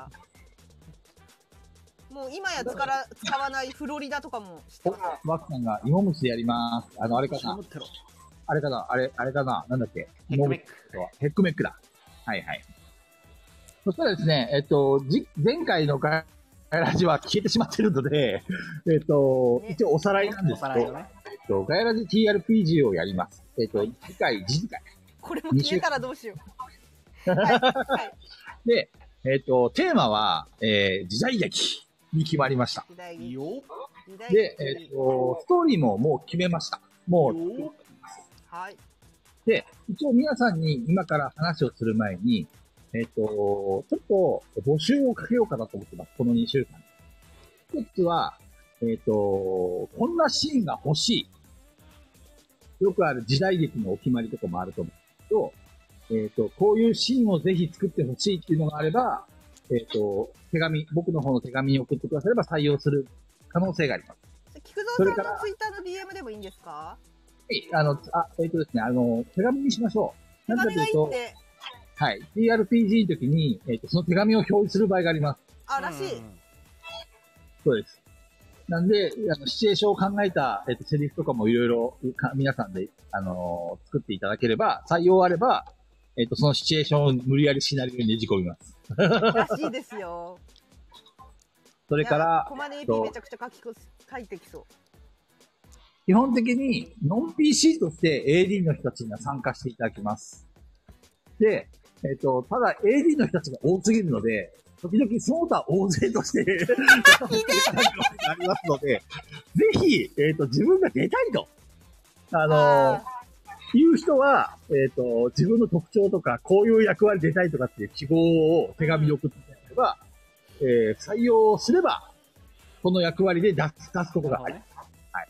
もう今や使わないフロリダとかも知ってます。 ワクさんが芋虫やります。あれかな。あれかな。あれかな。なんだっけ。 ヘックメック。 ヘックメックだ。はいはい。そしたらですね、前回のガヤラジは消えてしまってるので、一応おさらいなんですけど、ガヤラジ TRPG をやります。次回。 これも消えたらどうしよう。はい。はい。 で、テーマは、時代劇に決まりました。 時代劇。 で、ストーリーももう決めました。もう、 はい。 で、一応皆さんに今から話をする前に、ちょっと募集をかけようかなと思ってます。この2週間。一つは、こんなシーンが欲しい。よくある時代劇のお決まりとかもあると思うんですけど、こういうシーンをぜひ作ってほしいっていうのがあれば、僕の方の手紙に送ってくだされば採用する可能性があります。 菊蔵さんのツイッターの DM でもいいんですか？ はい、ですね、手紙にしましょう。 手紙がいいって。 はい。TRPG の時に、その手紙を表示する場合があります。 あ、らしい。 そうです。なんで、シチュエーションを考えた、セリフとかもいろいろ、皆さんで、作っていただければ、採用あれば、そのシチュエーションを無理やりシナリオにねじ込みます。 らしいですよ。 それから、 コマネ AP めちゃくちゃ書いてきそう。 基本的に、ノン PC として AD の人たちには参加していただきます。で、 ただ AD の人たちが多すぎるので、時々その他大勢として、ありますので、ぜひ、自分が出たいと、いう人は、自分の特徴とか、こういう役割出たいとかっていう希望を手紙に送っていただければ、採用すれば、この役割で出すことがあります。はい。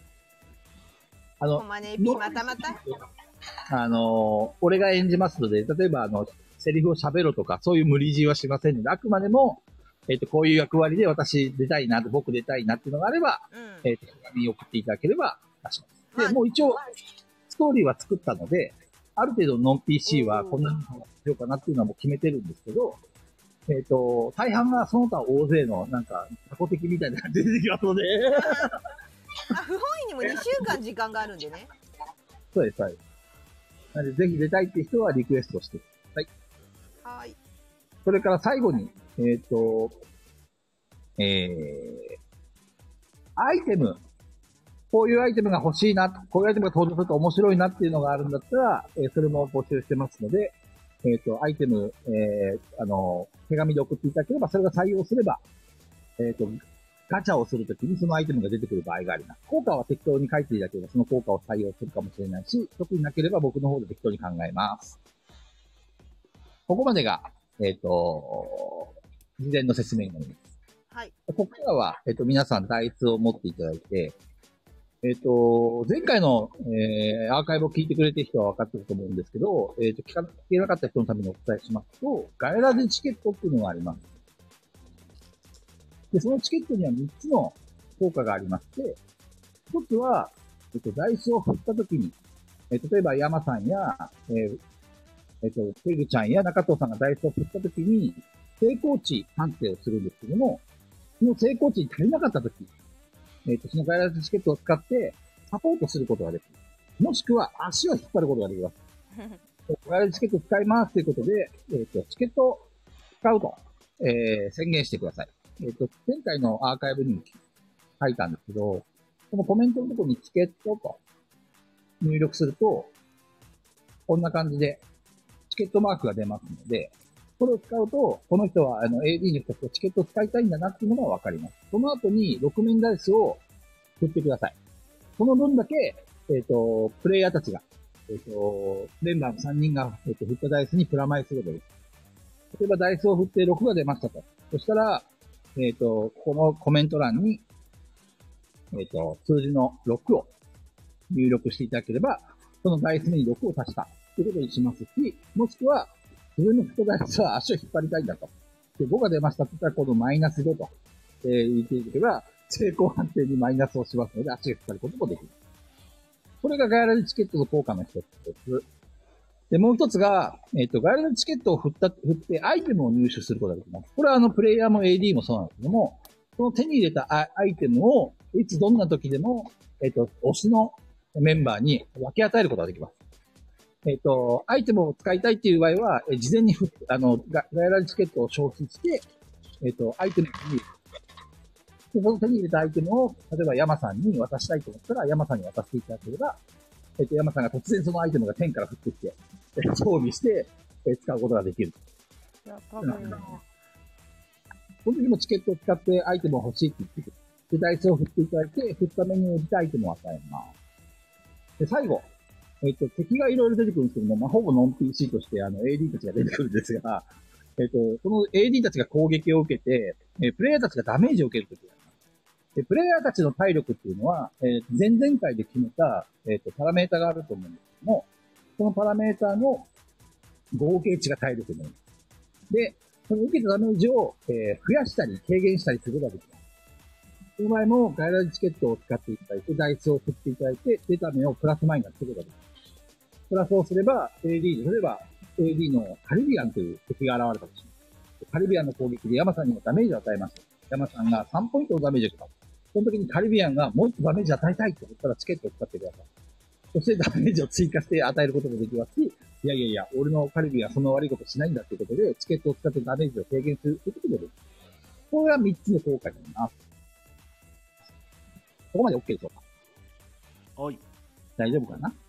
コマネピまたまた。 俺が演じますので、例えばセリフを喋ろとか、そういう無理強いはしませんので、あくまでも、こういう役割で私出たいな、僕出たいなっていうのがあれば、手紙を送っていただければ出します。で、もう一応、ストーリーは作ったので、ある程度ノン PC はこんなにしようかなっていうのはもう決めてるんですけど、大半がその他大勢の、なんか、タコ的みたいな感じで出てきますので。 不本意にも2週間時間があるんでね。 そうです、はい。なので、ぜひ出たいっていう人はリクエストしてください。 はい。 それから最後に、アイテム。こういうアイテムが欲しいな、こういうアイテムが登場すると面白いなっていうのがあるんだったら、それも募集してますので、アイテム、手紙で送っていただければ、それが採用すれば、ガチャをするときにそのアイテムが出てくる場合があります。効果は適当に書いていただければ、その効果を採用するかもしれないし、特になければ僕の方で適当に考えます。ここまでが、事前の説明になります。 はい。 ここからは、皆さん台数を持っていただいて、前回の、アーカイブを聞いてくれてる人は分かってると思うんですけど、聞けなかった人のためにお伝えしますと、ガヤラジチケットっていうのがあります。で、そのチケットには3つの効果がありまして、1つは、ダイスを振ったときに、例えば山さんや、ペグちゃんや中藤さんがダイスを振ったときに、成功値判定をするんですけども、その成功値に足りなかったとき、そのガイラジチケットを使ってサポートすることができる。もしくは足を引っ張ることができます。ガイラジチケット使いますということで、チケットを使うと、宣言してください。前回のアーカイブにも書いたんですけど、このコメントのところにチケットと入力すると、こんな感じでチケットマークが出ますので、これを使うと、この人はAD の人とチケットを使いたいんだなっていうのがわかります。その後に6面ダイスを振ってください。その分だけ、プレイヤーたちが、メンバーの3人が、振ったダイスにプラマイすることです。例えばダイスを振って6が出ましたと。そしたら、このコメント欄に、数字の6を入力していただければ、そのダイスに6を足したということにしますし、もしくは、自分のフットダイスは足を引っ張りたいんだと。で、5が出ましたって言ったら、このマイナス5と、言っていけば、成功判定にマイナスをしますので、足を引っ張ることもできる。これがガイラジチケットの効果の一つです。で、もう一つが、ガイラジチケットを振ってアイテムを入手することができます。これはプレイヤーも AD もそうなんですけども、その手に入れたアイテムを、いつどんな時でも、推しのメンバーに分け与えることができます。アイテムを使いたいっていう場合は、事前にガイラジチケットを消費して、アイテムに、その手に入れたアイテムを、例えば山さんに渡したいと思ったら、山さんに渡していただければ、山さんが突然そのアイテムが天から降ってきて、装備して、使うことができる。 いや、多分な。 この時もチケットを使ってアイテムを欲しいって言ってくる。で、ダイスを振っていただいて、振った目に応じたアイテムを与えます。で、最後。敵がいろいろ出てくるんですけども、ほぼノン PC として、AD たちが出てくるんですが、この AD たちが攻撃を受けて、プレイヤーたちがダメージを受けるときがあります。で、プレイヤーたちの体力っていうのは、前々回で決めた、パラメータがあると思うんですけども、そのパラメータの合計値が体力になります。で、その受けたダメージを、増やしたり軽減したりすることができます。その場合も、ガイラジチケットを使っていただいて、ダイスを振っていただいて、出た目をプラスマイナスすることができます。プラスをすれば、AD で、例えば、AD のカリビアンという敵が現れたとします。カリビアンの攻撃で山さんにもダメージを与えました。山さんが3ポイントのダメージを受けた。その時にカリビアンがもう一つダメージを与えたいと思ったらチケットを使ってください。そしてダメージを追加して与えることもできますし、いやいやいや、俺のカリビアンはその悪いことしないんだということで、チケットを使ってダメージを軽減するということでできる。これが3つの効果になります。ここまで OK でしょうか？ はい。 大丈夫かな？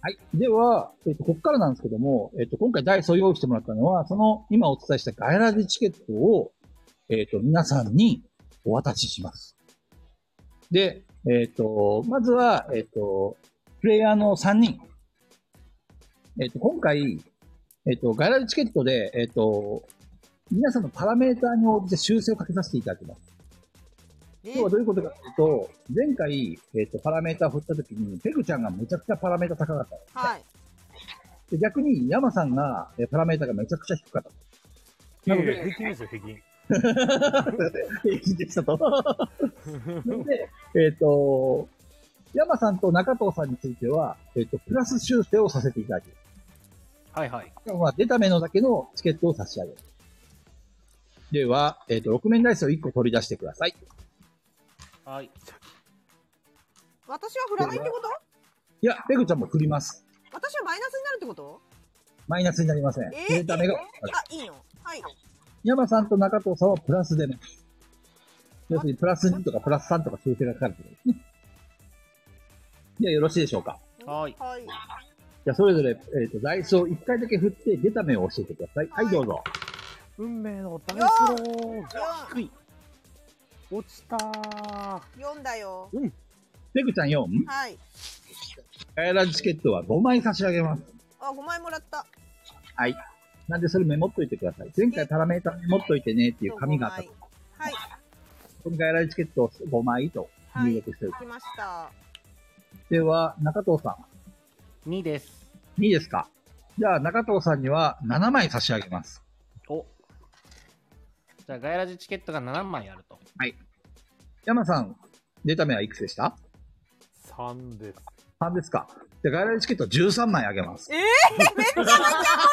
はい。では、ここからなんですけども、今回ダイソー用意してもらったのは、その、今お伝えしたガヤラジチケットを、皆さんにお渡しします。で、まずは、プレイヤーの3人。今回、ガヤラジチケットで、皆さんのパラメーターに応じて修正をかけさせていただきます。今日はどういうことかというと、前回、パラメーターを振ったときに、ペグちゃんがめちゃくちゃパラメーター高かった。 はい。 で逆に、ヤマさんが、パラメーターがめちゃくちゃ低かった。 なので、平均ですよ、平均。 平均でしたと。なので、ヤマさんと中藤さんについては、プラス修正をさせていただきます。 はいはい。 まあ、出た目のだけのチケットを差し上げる。では、6面ダイスを1個取り出してください。 はい。 私は振らないってこと？ いや、ペグちゃんも振ります。 私はマイナスになるってこと？ マイナスになりません。出た目が。 あ、いいの？はい。 山さんと中藤さんはプラスでね。要するにプラス2とかプラス3とか修正がかかるってことですね。ではよろしいでしょうか？ はい。 はい。 じゃあそれぞれ、ダイスを1回だけ振って出た目を教えてください。はい、どうぞ。 運命のダイスロー。 低い。 落ちたー。 4だよ。 ペグちゃん 4？ はい。 ガヤラジチケットは5枚差し上げます。 あ、5枚もらった。 はい。なんでそれメモっといてください。前回パラメータメモっといてねっていう紙があったと。 はい。 このガヤラジチケットを5枚と入力しておいて。 はい、来ました。 では、中藤さん。2です。 2ですか。じゃあ、中藤さんには7枚差し上げます。 お。じゃあ、ガヤラジチケットが7枚あると。 はい。山さん、出た目はいくつでした？ 3 です。 3ですか。じゃあ、ガヤラジチケット13枚あげます。 めっちゃめちゃもらうじゃん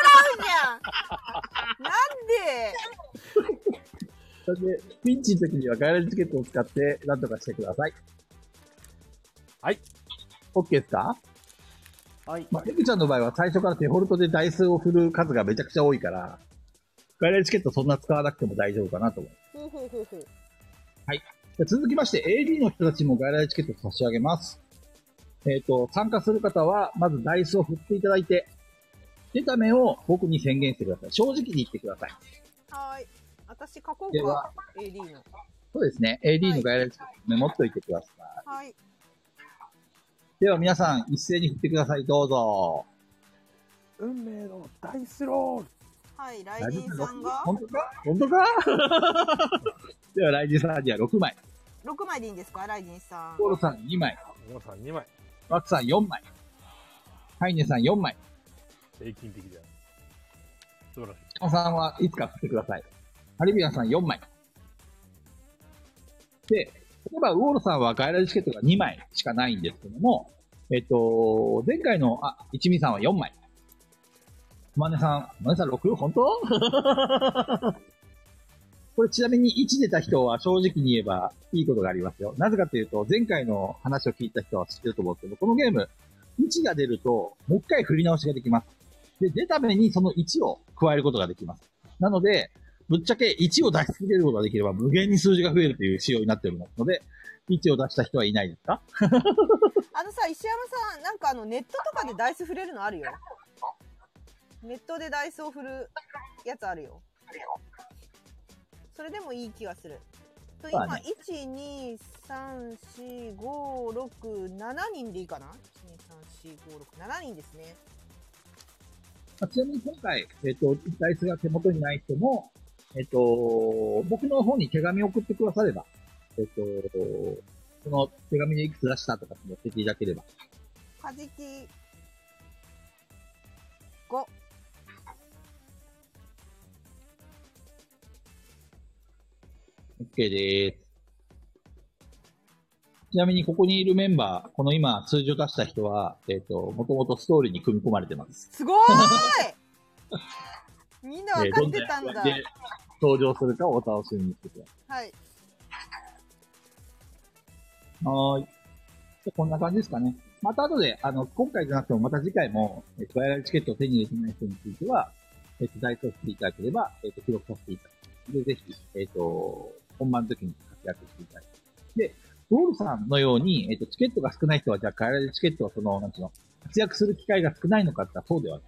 なんでそれで、ピンチの時にはガヤラジチケットを使って何とかしてください。 はい。 OK ですか？ はい。 まあ、ペグちゃんの場合は最初からデフォルトでダイスを振る数がめちゃくちゃ多いから、ガヤラジチケットそんな使わなくても大丈夫かなと思います。 ほうほうほうほう。 はい。じゃあ続きまして、AD の人たちもガヤラジチケット差し上げます。参加する方は、まずダイスを振っていただいて、出た目を僕に宣言してください。正直に言ってください。 はい。私書こではうか。AD の。 そうですね。AD のガヤラジチケットメモっといてください。 はい。 では皆さん、一斉に振ってください。どうぞ。 運命のダイスロはい、ライジンさんが本当か本当かでは、ライジンさんには6枚。 6枚でいいんですか？ライジンさん。 コールさん2枚。 ー。皆さん2枚。 ワクさん4枚。ハイネさん4枚。 平均的だよ。素晴らしい。 チカさんはいつか振ってください。ハリビアンさん4枚。で、例えばウォールさんはガイラジチケットが2枚しかないんですけども、前回の、一味さんは4枚。マネさん 6？ 本当これちなみに1出た人は正直に言えばいいことがありますよ。なぜかというと、前回の話を聞いた人は知ってると思うんですけど、このゲーム、1が出ると、もう一回振り直しができます。で、出た目にその1を加えることができます。なので、ぶっちゃけ1を出し続けることができれば無限に数字が増えるという仕様になっておりますので、1を出した人はいないですか？ 石山さん、なんかネットとかでダイス振れるのあるよ。ネットでダイスを振るやつあるよ。それでもいい気がする。と今、1、2、3、4、5、6、7人でいいかな？ 1、2、3、4、5、6、7人ですね。 ちなみに今回、ダイスが手元にない人も、僕の方に手紙を送ってくだされば、その手紙でいくつ出したとかって教えていただければ。 カジキ5。 OK でーす。ちなみにここにいるメンバー、この今数字を出した人は、もともとストーリーに組み込まれてます。 すごーいみんな分かってたんだ。 で、登場するかをお楽しみにしてください。はい。 はーい。こんな感じですかね。また後で、今回じゃなくてもまた次回も、ガヤラチケットを手に入れてない人については、ダイソーしていただければ、記録させていただきます。で、ぜひ、本番の時に活躍していただきます。で、ウォールさんのように、チケットが少ない人は、じゃあ、ガヤラチケットはなんていうの、 活躍する機会が少ないのかって言ったらそうではない。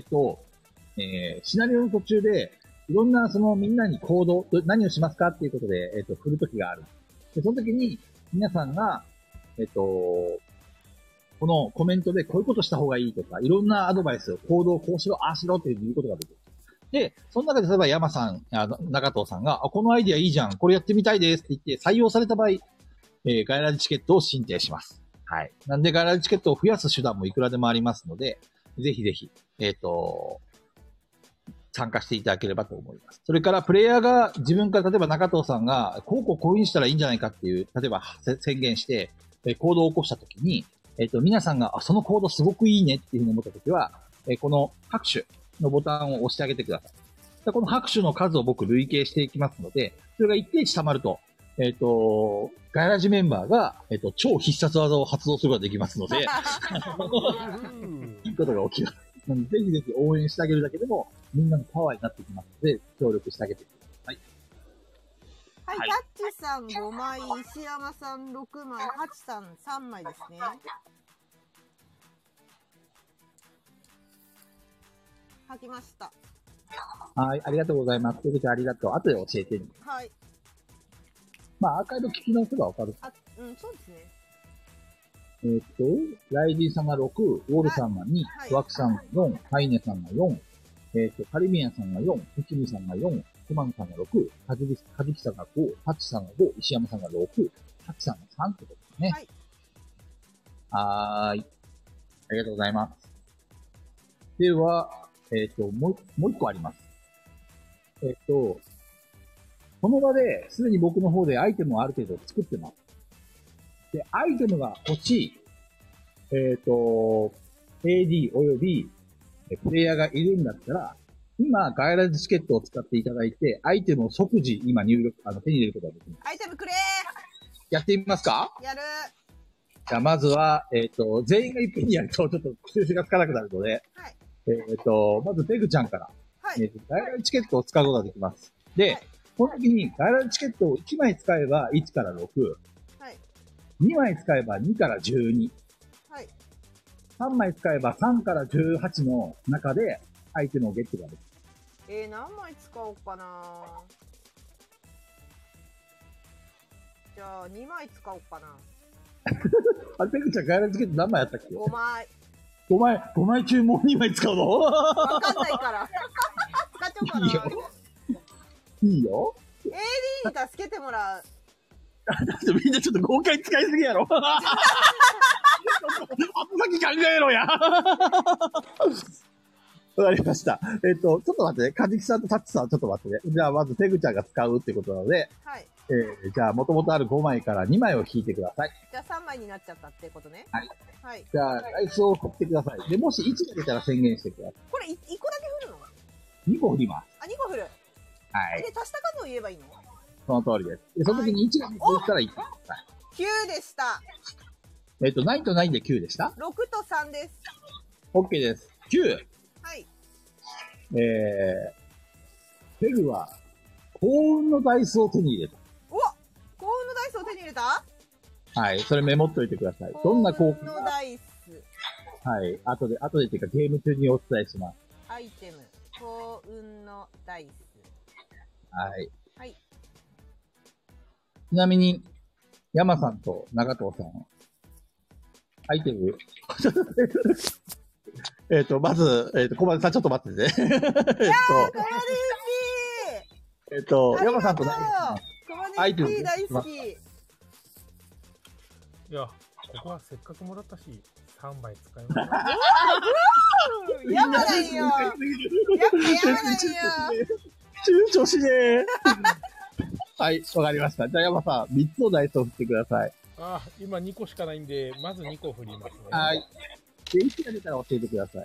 シナリオの途中で、いろんなみんなに行動、何をしますかっていうことで、振るときがある。で、その時に、皆さんが、このコメントでこういうことした方がいいとか、いろんなアドバイスを、行動、こうしろ、ああしろっていうことができる。で、その中で例えば山さん、中藤さんが、このアイディアいいじゃん、これやってみたいですって言って採用された場合、ガイラジチケットを申請します。はい。なんでガイラジチケットを増やす手段もいくらでもありますので、ぜひぜひ、参加していただければと思います。それからプレイヤーが自分から例えば中藤さんがこういう風にしたらいいんじゃないかっていう、例えば宣言して、行動を起こしたときに、皆さんがその行動すごくいいねっていうふうに思ったときは、この拍手のボタンを押してあげてください。でこの拍手の数を僕累計していきますので、それが一定値溜まると、ガイラジメンバーが、超必殺技を発動することができますので、いいことが起きます。ぜひぜひ応援してあげるだけでも、みんなのパワーになってきますので、協力してあげてください。 はい、タッチさん5枚、石山さん6枚、ハチさん3枚ですね。書きました。 はい、ありがとうございます。ということでありがとう。後で教えてね。 はい。 まあ、アーカイブ聞き直せばわかる。 そうですね。 ライジーさんが6、ウォルさんが2、ワクさんが4、ハイネさんが4、カリミアンさんが4、フキミさんが4、コマンさんが6、カジキさんが5、ハチさんが5、石山さんが6、ハチさんが3ってことですね。はい。ありがとうございます。では、もう一個あります。この場ですでに僕の方でアイテムをある程度作ってます。で、アイテムが欲しい、AD および、プレイヤーがいるんだったら、今、ガイラジチケットを使っていただいて、アイテムを即時、今入力、手に入れることができます。 アイテムくれーやってみますか？ やる。 じゃあ、まずは、全員がいっぺんにやると、ちょっと収集がつかなくなるので、 はい。 まずペグちゃんから、 はい。 ガイラジチケットを使うことができます。で、はい、この時にガイラジチケットを1枚使えば1から6、 はい。 2枚使えば2から12、 はい。 3枚使えば3から18の中でアイテムをゲットができる。 何枚使おうかな。じゃあ2枚使おうかな。 あれ、ペグちゃんガイラジチケット何枚あったっけ？ 5枚。 5枚中もう2枚使うの？ わかんないから。使っちゃおうかな。 いいよ。 AD に助けてもらう。 だってみんなちょっと豪快使いすぎやろ。後先考えろや。わかりました。ちょっと待ってね。カジキさんとタッチさんちょっと待ってね。じゃあまずペグちゃんが使うってことなので、 はい。 じゃあ元々ある5枚から2枚を引いてください。 じゃあ3枚になっちゃったってことね。 はい。 はい。 じゃあ、ダイスを振ってください。で、もし1が出たら宣言してください。 これ1個だけ振るの？ 2個振ります。 あ、2個振る。 はい。 で、足した数を言えばいいの？ その通りです。で、その時に1が出たら1個。 9でした。 9と9で9でした？ 6と3です。 OK です。9。 はい。 ペグは、幸運のダイスを手に入れた。 お！幸運のダイスを手に入れた？ はい。それメモっといてください。どんな幸運のダイス。 はい。後でっていうかゲーム中にお伝えします。 アイテム。幸運のダイス。 はい。 はい。 ちなみに、山さんと長藤さん、アイテム、まず、小松さんちょっと待っててね。山さんとアイテム大好き。 いや、ここはせっかくもらったし、3枚使います。 やばないよ。やっぱやばないよ。 躊躇しねえ。はい、わかりました。じゃあ山さん、3つのダイスを振ってください。 あ、今2個しかないんで、まず2個振りますね。 はい。で、1が出たら教えてくださ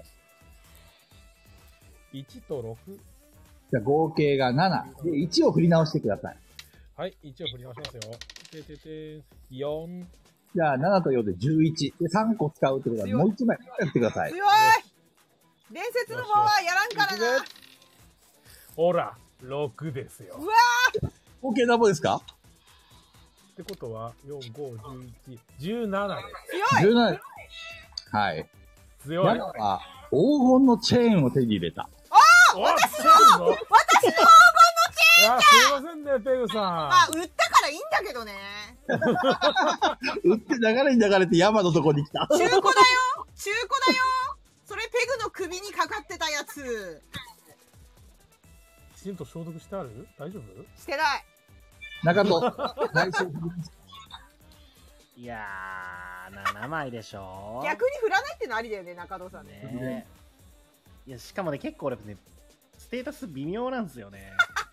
い。 1と6。 じゃあ合計が7。で、1を振り直してください。 はい、1を振り直しますよ。4。 じゃあ7と4で11。で、3個使うってことはもう1枚やってください。 強い！伝説の棒はやらんからな。 ほら、6ですよ。 うわー！ 合計何本ですか？ ってことは、4、5、11、17です。 強い！ 17。 はい。 強い。 ヤマは黄金のチェーンを手に入れた。 私の黄金のチェーンいや、すいませんね、ペグさん。 まあ、売ったからいいんだけどね。 売って流れに流れてヤマのとこに来た。 中古だよ中古だよそれペグの首にかかってたやつ。 きちんと消毒してある？大丈夫？ してない。 中と、来週いやー、7枚でしょ。 逆に振らないってのありだよね、中藤さんね。いや、しかもね、結構俺ね、ステータス微妙なんですよね。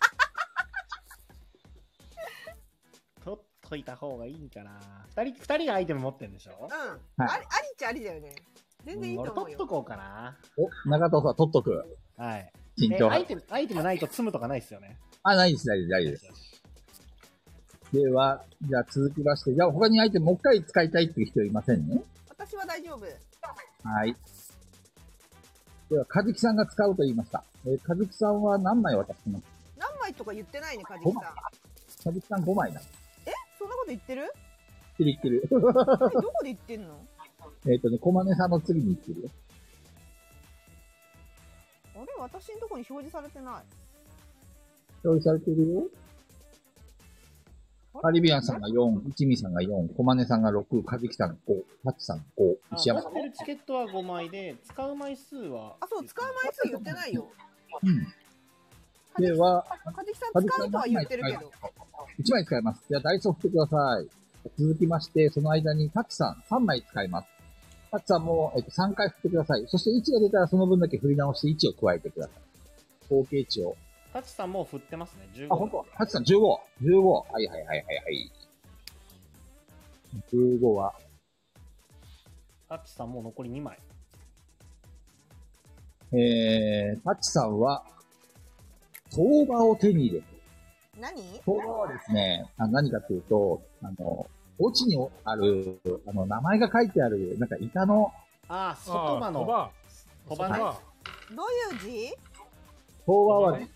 取っといた方がいいんかな。二人がアイテム持ってんでしょ。 うん。ありっちゃありだよね。全然いいと思うよ。 俺取っとこうかな。 お、中藤さん取っとく。 はい。 慎重。 アイテムないと積むとかないっすよね。 あ、ないです、ないです。では、じゃあ続きまして、じゃあ他にアイテムもう一回使いたいっていう人いませんね。 私は大丈夫。 はい。では、かじきさんが使うと言いました。かじきさんは何枚渡してます？ 何枚とか言ってないね、かじきさん。かじきさん5枚だ。 そんなこと言ってる？ 言ってる。 どこで言ってんの？ 小金さんの次に言ってるよ。 あれ私のとこに表示されてない。 表示されてるよ。カリビアンさんが4、一味さんが4、小金さんが6、かじきさんが5、タッチさん5、石山さん。 持ってるチケットは5枚で、使う枚数は。 あ、そう、使う枚数言ってないよ。 うん。では、 かじきさん使うとは言ってるけど。 1枚使います。じゃあ、ダイソー振ってください。続きまして、その間にタッチさん3枚使います。タッチさんも、3回振ってください。そして1が出たらその分だけ振り直して1を加えてください。合計値を。 タッチさんもう振ってますね。15。 あ、ほんと？タッチさん15。15。はいはいはいはいはい。15は。 タッチさんもう残り2枚。 タッチさんは、相場を手に入れる。 何？ 相場はですね、何かっていうと、墓地にある、名前が書いてある、なんか板の。 ああ、外場の。 鳥羽ね。 どういう字？ 相場はね、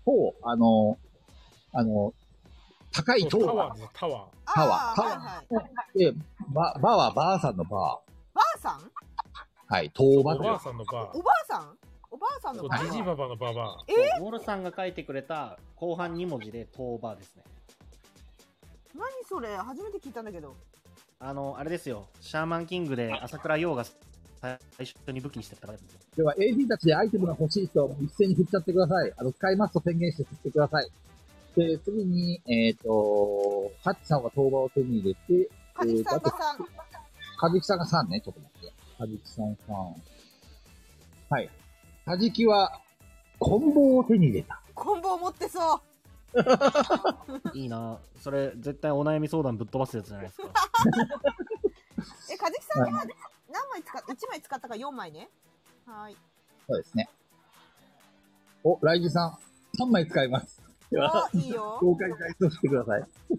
高い塔。 タワー。 タワー。で、バはばあさんのバー。 ばあさん？ はい、塔場。 おばあさんのバー。 おばあさん？おばあさんのバー。 ジジババのババウォルさんが書いてくれた後半2文字で塔場ですね。 何それ？初めて聞いたんだけど。 あれですよ。シャーマンキングで朝倉陽が最初に武器にしてたからですよ。 では、AD たちでアイテムが欲しい人、一斉に振っちゃってください。使いますと宣言して振ってください。で、次に、ハッチさんは塔場を手に入れて、 カジキさんが3。 カジキさんが3ね。ちょっと待って。カジキさん3。はい。カジキは、コンボを手に入れた。 コンボを持ってそう。 いいな。それ、絶対お悩み相談ぶっ飛ばすやつじゃないですか。 カジキさんは何枚使っ、1枚使ったか4枚ね。はい。 そうですね。お、ライジさん、3枚使います。では、 いいよ。 公開回答してください。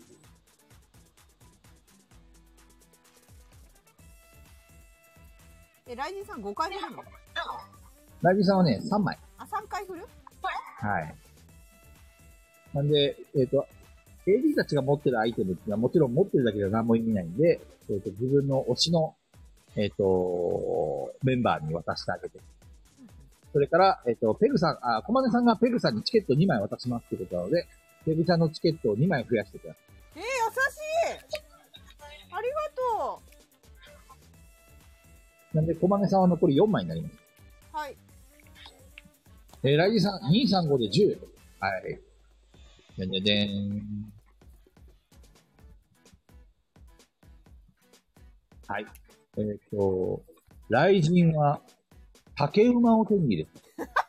ライジンさん5回振るの？ ライジさんはね、3枚。 あ、3回振る？ はい。なんで、AD たちが持ってるアイテムっていうのはもちろん持ってるだけでは何も意味ないんで、自分の推しの、メンバーに渡してあげて。それから、ペグさん、小金さんがペグさんにチケット2枚渡しますってことなので、ペグちゃんのチケットを2枚増やしてください。 優しい！ありがとう。なんで、小金さんは残り4枚になります。 はい。 ライジさん、235で10。はい。でんででん。はい。ライジンは、竹馬を手に入れた。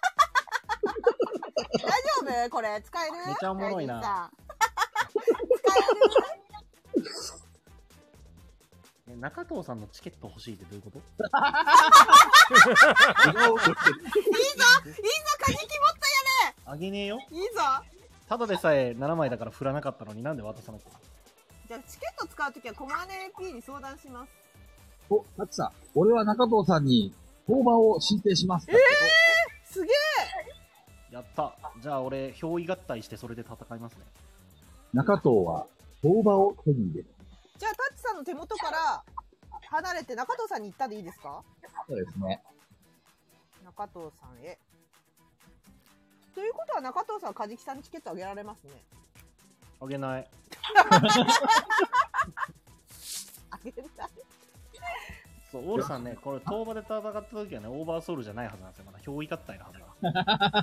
大丈夫？これ、使える？ めっちゃおもろいな。 使える？中藤さんのチケット欲しいってどういうこと？ いいぞ！カジキもっとやれ！ あげねえよ。 いいぞ！ ただでさえ7枚だから振らなかったのになんで渡さなきゃ。 じゃあ、チケット使うときはコマネ P に相談します。 お、タッチさん、俺は中藤さんに、相場を申請します。 すげえ！ やった。じゃあ俺、憑依合体してそれで戦いますね。 中藤は、相場を手に入れる。 じゃあ、タッチさんの手元から、 離れて中藤さんに行ったでいいですか？ そうですね。 中藤さんへ。ということは中藤さんはカジキさんにチケットあげられますね。 あげない。 あげない。 そう、オールさんね、これ、東馬で戦った時はね、オーバーソウルじゃないはずなんですよ。まだ憑依合体のはずなん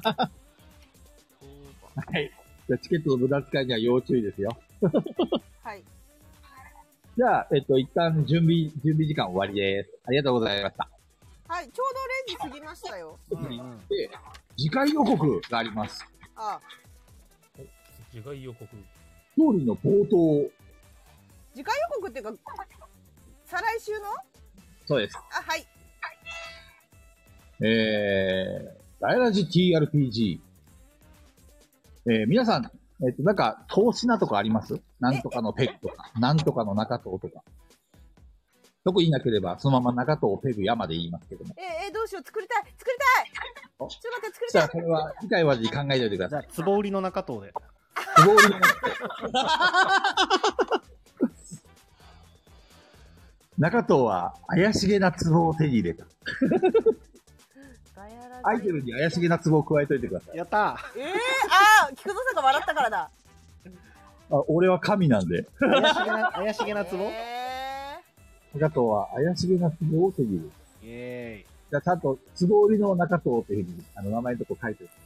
はい。じゃあチケットの無駄遣いには要注意ですよ。 はい。 じゃあ、一旦準備時間終わりです。ありがとうございました。 はい、ちょうど0時過ぎましたよ。 で、次回予告があります。 ああ。 次回予告。 ストーリーの冒頭。 次回予告っていうか、再来週の？ そうです。 あ、はい。 ガヤラジ TRPG。皆さん、なんか、投資なとかあります？なんとかのペグとか、なんとかの中藤とか。特になければ、そのまま中藤ペグ山で言いますけども。 どうしよう、作りたいちょっと待って、作りたい。 じゃあ、これは、次回までに考えておいてください。 じゃあ、壺売りの中藤で。 壺売りの中藤。中藤は、怪しげな壺を手に入れた。アイテムに怪しげな壺を加えといてください。 やったー。 菊蔵さんが笑ったからだ。 俺は神なんで。 怪しげな壺？ 中藤は怪しげな壺を手に入れる。 イェーイ。 じゃあ、ちゃんと、壺売りの中藤っていうふうに、名前のとこ書いてる。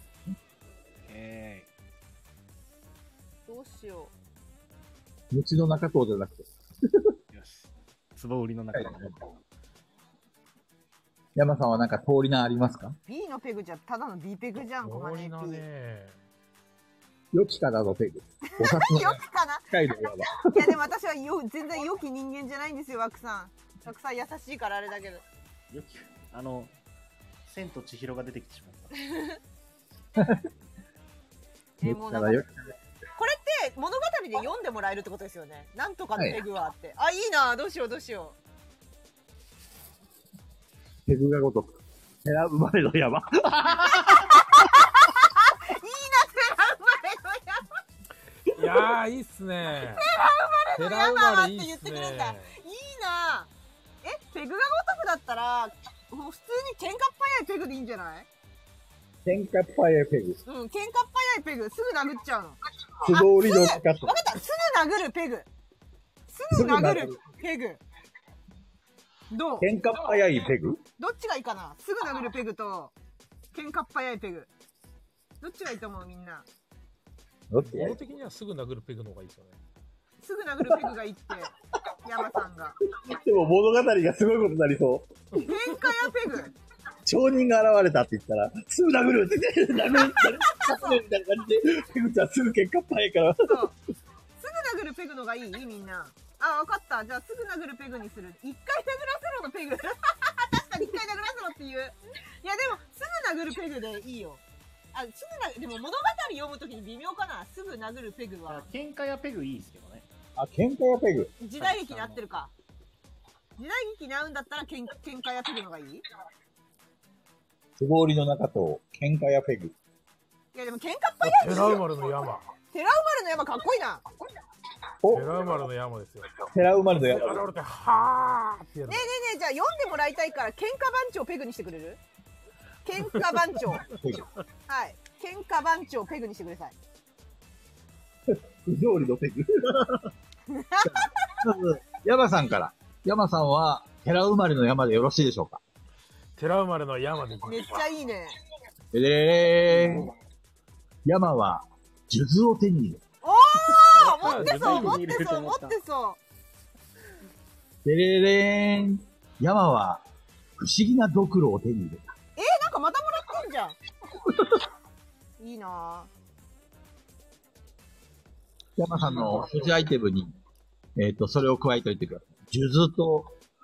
どうしよう。餅の中藤じゃなくて。 よし。壺売りの中藤。 山さんはなんか通り名ありますか？ B のペグじゃ、ただの B ペグじゃん、こまね。 良きかなのペグ。お札の良きかな？ 近いのやば。 いや、でも私は全然良き人間じゃないんですよ、ワクさん。ワクさん優しいからあれだけど。 良き、千と千尋が出てきてしまった。 もうなんかこれって物語で読んでもらえるってことですよね。なんとかのペグはあって。はい、いいな、どうしようどうしよう。 ペグがごとく。テラ生まれの山。いいな、テラ生まれの山。いやー、いいっすね。 テラ生まれの山って言ってくれた。いいな。ペグがごとくだったら、もう普通に喧嘩っ早いペグでいいんじゃない？ 喧嘩っ早いペグ。 喧嘩っ早いペグ。すぐ殴っちゃうの。 素通りの中と。 わかった。すぐ殴るペグ。すぐ殴るペグ。どう？ 喧嘩っ早いペグ？ どっちがいいかな？すぐ殴るペグと、喧嘩っ早いペグ。どっちがいいと思うみんな。 どっち？ 物的にはすぐ殴るペグの方がいいですよね。 すぐ殴るペグがいいって、山さんが。 でも物語がすごいことになりそう。 喧嘩やペグ。 町人が現れたって言ったら、すぐ殴るって言って、殴るみたいな感じで、ペグちゃんすぐ喧嘩っ早いから。そう。 すぐ殴るペグのがいいみんな。あ、わかった。じゃあすぐ殴るペグにする。一回殴らせろのペグ。確かに一回殴らせろっていう。いやでも、すぐ殴るペグでいいよ。でも物語読むときに微妙かな。すぐ殴るペグは。 喧嘩やペグいいですけどね。 喧嘩やペグ。 時代劇に合ってるか。時代劇に合うんだったら喧嘩やペグのがいい？ 壺売りの中と、喧嘩やペグ。 いやでも喧嘩っ早いですよ。 テラウマルの山。 テラウマルの山かっこいいな。 テラウマルの山ですよ。 テラウマルの山。 はーってやる。 ねえ、じゃあ読んでもらいたいから喧嘩番長ペグにしてくれる？喧嘩番長。はい。喧嘩番長ペグにしてください。 不条理のペグ。まず、山さんから。山さんは、テラ生まれの山でよろしいでしょうか？ テラ生まれの山でいきます。 めっちゃいいね。 でれれーん。山は、数珠を手に入れ。 おー持ってそう持ってそう。 でれれーん。山は、不思議なドクロを手に入れた。 なんかまたもらってんじゃん。いいなぁ。 山さんの所持アイテムに、それを加えておいてください。数珠と、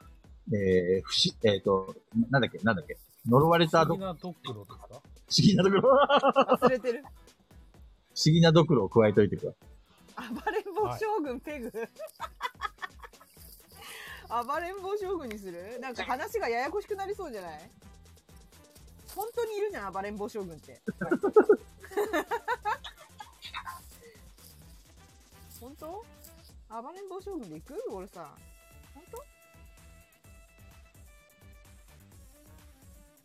なんだっけ、呪われた不思議なドクロですか？ 不思議なドクロ忘れてる。 不思議なドクロを加えておいてください。暴れん坊将軍ペグ。暴れん坊将軍にする？なんか話がややこしくなりそうじゃない？本当にいるじゃん、暴れん坊将軍って。本当？暴れん坊将軍で行く？俺さん。本当？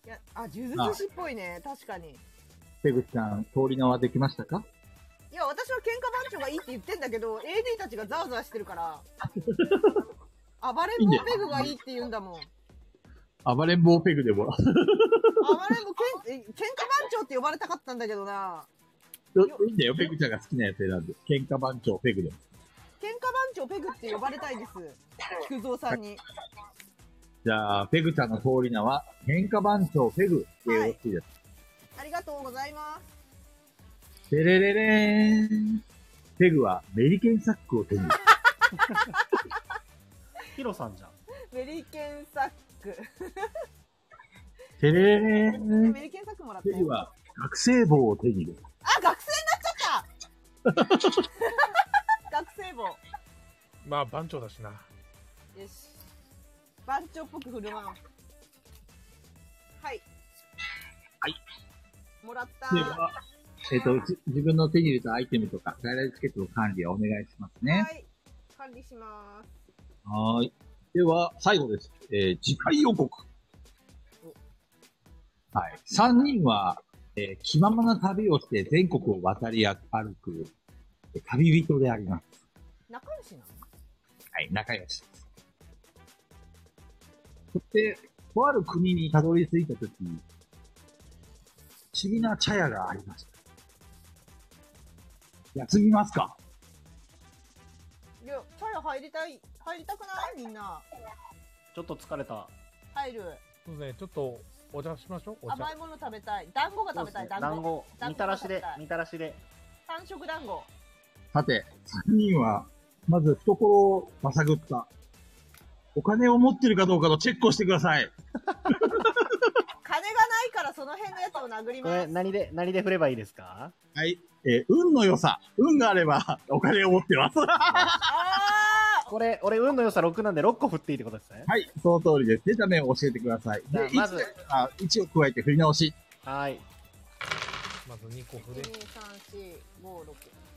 や、数珠寿司っぽいね。確かに。 ペグちゃん、通り縄できましたか？ いや、私は喧嘩番長がいいって言ってんだけど、AD たちがザワザワしてるから。暴れん坊ペグがいいって言うんだもん。 暴れん坊ペグでも。 暴れん坊喧嘩番長って呼ばれたかったんだけどな。 いいんだよ、ペグちゃんが好きなやつ選んで。喧嘩番長ペグでも。 喧嘩番長ペグって呼ばれたいです。菊蔵さんに。 じゃあ、ペグちゃんの通り名は、喧嘩番長ペグでよろしいです。 ありがとうございます。 てれれれーん。ペグはメリケンサックを手に。 ヒロさんじゃん。 メリケンサック。 てれれれーん。 メリケンサックもらって。 ペグは学生帽を手に入れる。 あ、学生になっちゃった学生帽。 まあ、番長だしな。 よし。番長っぽく振る舞う。はい。 はい。 もらった。 では、自分の手に入れたアイテムとか、外来チケットの管理をお願いしますね。 はい。管理します。 はーい。では、最後です。次回予告。はい。3人は、気ままな旅をして全国を渡り歩く、旅人であります。 仲良しなの？ はい、仲良しです。そして、とある国にたどり着いたとき、不思議な茶屋がありました。休みますか？ いや、茶屋入りたくないみんな。 ちょっと疲れた。 入る。 そうですね、ちょっとお茶しましょう。お茶。 甘いもの食べたい。団子が食べたい。 団子。みたらしで。 三色団子。 さて、3人は、まず懐をまさぐった。お金を持ってるかどうかのチェックをしてください。 金がないからその辺のやつを殴りこれ、 ます。 何で振ればいいですか？ はい。運の良さ。運があれば、お金を持ってます。 これ、俺、運の良さ6なんで6個振っていいってことですね。 はい、その通りです。出た面を教えてください。で、 まず 1を加えて振り直し。 はい。 まず2個振れ。 1、2、3、4、5、6。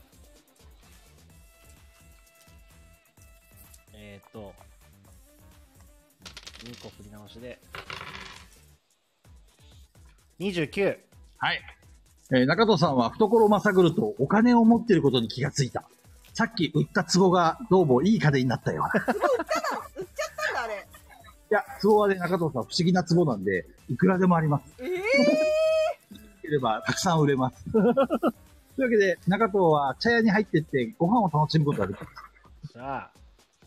2個振り直しで。29。 はい。中藤さんは懐をまさぐるとお金を持っていることに気がついた。さっき売った壺がどうもいい金になったような。 売っちゃったんだ、あれ。 いや、壺はね、中藤さん不思議な壺なんで、いくらでもあります。いければたくさん売れます。というわけで、中藤は茶屋に入ってってご飯を楽しむことができます。 さあ。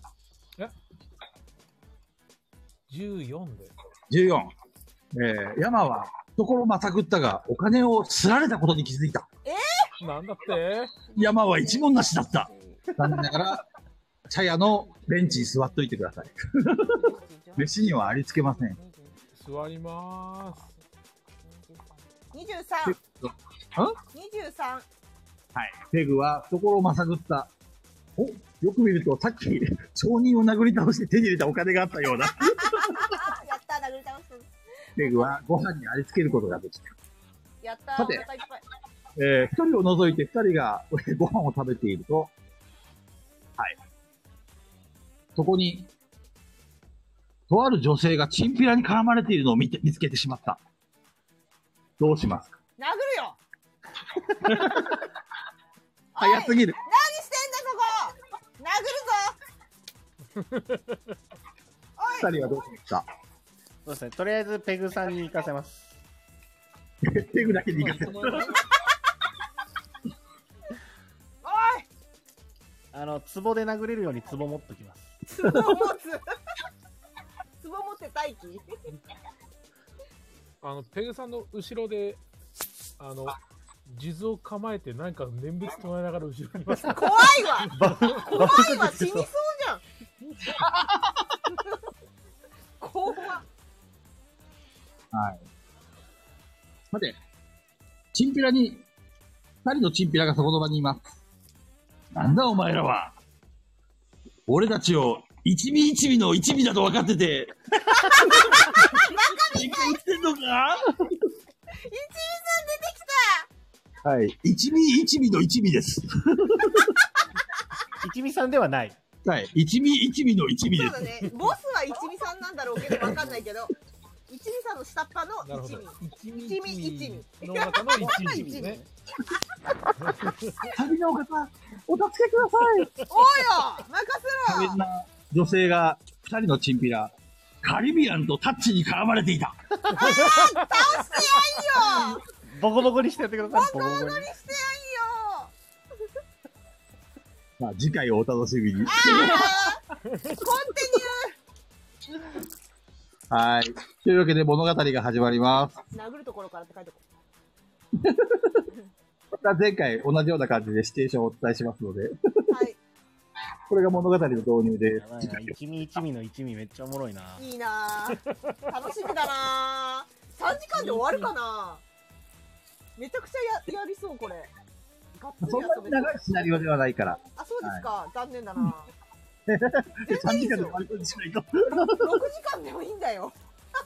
14で。 14。山は懐をまさぐったが、お金をすられたことに気づいた。 なんだって山は一文なしだった。残念ながら、茶屋のベンチに座っといてください。飯にはありつけません。 座りまーす。 23。23。 はい。ペグは懐をまさぐった。お、よく見るとさっき、町人を殴り倒して手に入れたお金があったようだ。 やった、殴り倒した。 ペグはご飯にありつけることができた。 やったー、 さてお腹いっぱい。 一人を除いて二人がご飯を食べていると、はい。そこに、とある女性がチンピラに絡まれているのを見つけてしまった。どうしますか？ 殴るよ早すぎる。 何してんだそこ殴るぞ二人はどうしますか？ そうですね。とりあえずペグさんに行かせます。 ペグだけに行かせる。 壺で殴れるように壺持っときます。 壺持って待機ペグさんの後ろで、地図を構えて何か念仏唱えながら後ろにいます。 怖いわ怖いわ死にそうじゃん怖っ。 はい。さて、チンピラに、二人のチンピラがそこの場にいます。なんだお前らは。俺たちを一味一味の一味だと分かってて。実験してんのか？ 一味さん出てきた。はい。一味一味の一味です。 一味さんではない。 はい。一味一味の一味です。 そうだね。ボスは一味さんなんだろうけど分かんないけど。 一味さんの下っ端の一味。一味一味。 の中の一味ですね。 旅のお方、お助けください。 おうよ任せろ。 みんな女性が二人のチンピラ、カリビアンとタッチに絡まれていた。 倒してやんよ。 ボコボコにしてやってください。 ボコボコにしてやんよ。 まあ次回をお楽しみに。 コンティニュー。 はい。というわけで物語が始まります。 殴るところからって書いておこまた前回同じような感じでシチュエーションをお伝えしますので。 う。はい。 これが物語の導入でやばいな。一味一味の一味めっちゃおもろいな。 いいなぁ。楽しみだなぁ。3時間で終わるかな。めちゃくちゃやりそう、これ。がっつりそんなに長いシナリオではないから。 あ、そうですか。残念だな 3時間で終わりそうにしないと。 6時間でもいいんだよ。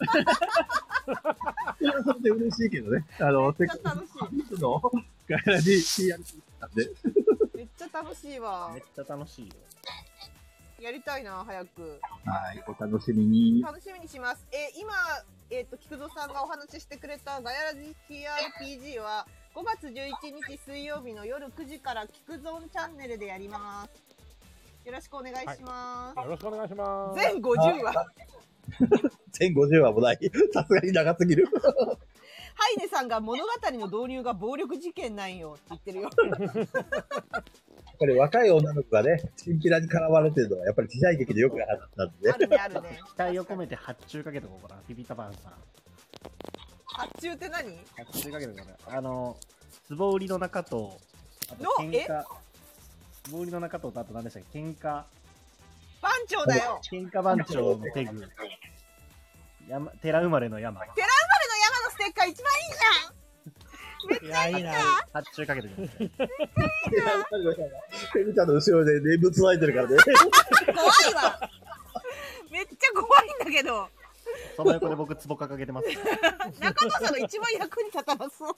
それはそれで嬉しいけどね。 めっちゃ楽しい。 のガヤラジ TRP なんで。 めっちゃ楽しいわめ。っちゃ楽しいよ。 やりたいな、早く。 はい、お楽しみに。 楽しみにします。今、菊蔵さんがお話ししてくれたガヤラジ TRPG は、5月11日水曜日の夜9時から菊蔵チャンネルでやります。よろしくお願いします。 よろしくお願いします。 全50話。 全50話もない。さすがに長すぎる。 ハイネさんが物語の導入が暴力事件なんよって言ってるよ。 これ若い女の子がね、チンピラに絡まれてるのはやっぱり時代劇でよくあったんで。 あるね、あるね。 期待を込めて発注かけとこうかな。ピピタパンさん。 発注って何？ 発注かけとこうかな。壺売りの中と、あと喧嘩。壺売りの中と、あと何でしたっけ？喧嘩。 番長だよ。 喧嘩番長のペグ。寺生まれの山。 寺生まれの山のステッカー一番いいじゃん。めっちゃいいな。 発注かけてください。 ペグちゃんの後ろで念仏泣いてるからね。 怖いわ。めっちゃ怖いんだけど。 その横で僕、壺掲げてます。 中藤さんが一番役に立たなそう。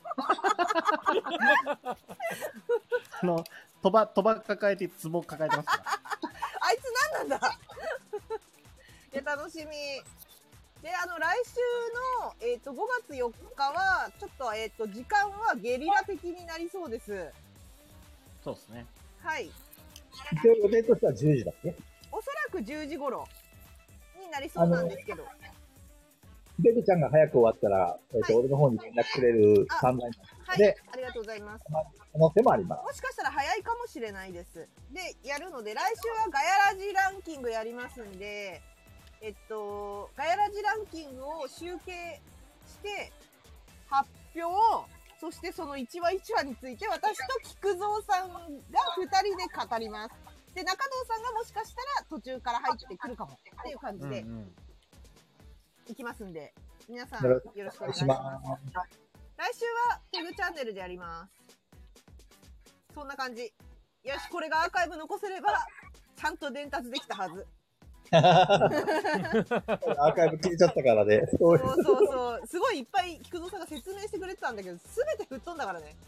鳥羽抱えて、壺抱えてますから。 あいつ何なんだ。いや、楽しみ。で、来週の、5月4日は、ちょっと、時間はゲリラ的になりそうです。 そうですね。 はい。 一応予定としては10時だっけ？ おそらく10時頃になりそうなんですけど。 ペグちゃんが早く終わったら、 はい、 俺の方に連絡くれる算段はい、 で、 ありがとうございます。 可能性もあります。 もしかしたら早いかもしれないです。で、やるので、来週はガヤラジランキングやりますんで、ガヤラジランキングを集計して、発表、そしてその1話1話について私と菊蔵さんが2人で語ります。で、中藤さんがもしかしたら途中から入ってくるかもっていう感じで、いきますんで、皆さんよろしくお願いします。来週はペグチャンネルでやります。そんな感じ。よし、これがアーカイブ残せれば、ちゃんと伝達できたはず。 アーカイブ消えちゃったからね。 そうそうそう。すごいいっぱい菊蔵さんが説明してくれてたんだけど、すべて吹っ飛んだからね。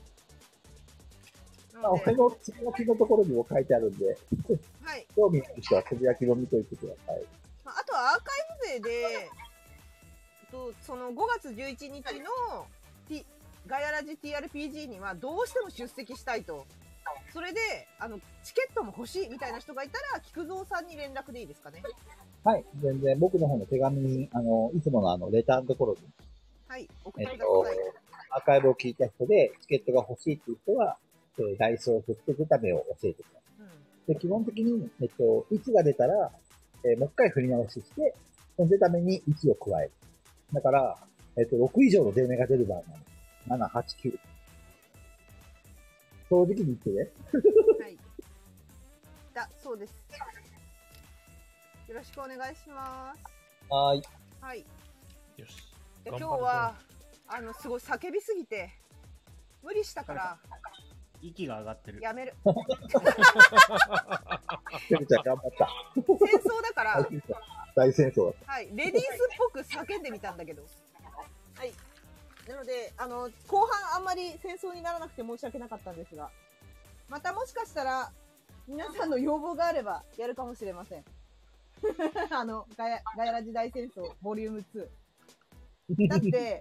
俺のつぶやきのところにも書いてあるんで、 はい。 興味ある人はつぶやきの見といてください。 あとはアーカイブ勢で、その5月11日の、ガヤラジ TRPG にはどうしても出席したいと。それで、チケットも欲しいみたいな人がいたら、菊蔵さんに連絡でいいですかね。 はい、全然僕の方の手紙に、いつものレターのところに、 はい、送ってください。 アーカイブを聞いた人で、チケットが欲しいっていう人は、ダイソーを振って出た目を教えてください。で、基本的に、1が出たら、もう一回振り直しして、その出た目に1を加える。だから、6以上の出目が出る場合なの。7、8、9。正直に言ってね。 はい。そうです。よろしくお願いします。 はい。 はい。 よし。 今日は、すごい叫びすぎて、無理したから、 息が上がってる。 やめる。 ペグちゃん頑張った。 戦争だから、 大戦争だった。 はい。レディースっぽく叫んでみたんだけど。はい。なので、後半あんまり戦争にならなくて申し訳なかったんですが、またもしかしたら、皆さんの要望があれば、やるかもしれません。ガヤラジ大戦争、ボリューム2。 だって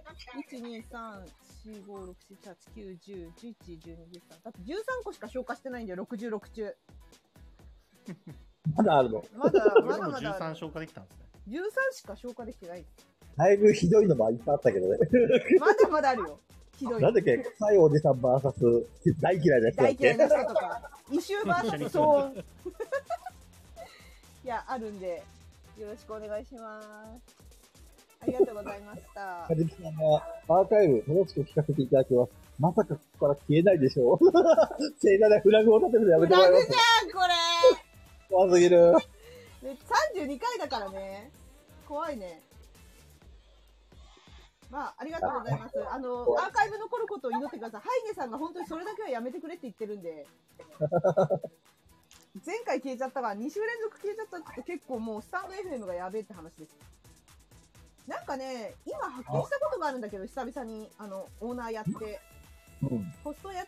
、1、2、3、4、5、6、7、8、9、10、11、12、13。だって13個しか消化してないんだよ、66中。 まだあるの。 まだ 13消化できたんですね。 13しか消化できてない。 だいぶひどいのもいっぱいあったけどね。 まだまだあるよ。ひどい。 なんだっけ、臭いおじさんバーサス大嫌いな人だっけ。 大嫌いな人とか、異臭バーサス騒音。いや、あるんで、よろしくお願いします。ありがとうございました。 かじきさんがアーカイブ楽しく聞かせていただきます。まさかここから消えないでしょう。盛大なフラグを立てるのやめてもらいます。 フラグじゃん、これ。 怖すぎる。 32回だからね。怖いね。まあ、ありがとうございます。アーカイブ残ることを祈ってください。ハイネさんが本当にそれだけはやめてくれって言ってるんで。前回消えちゃったから、2週連続消えちゃったって結構もうスタンド FM がやべえって話です。なんかね、今発見したことがあるんだけど、久々に、オーナーやって、ホストやって、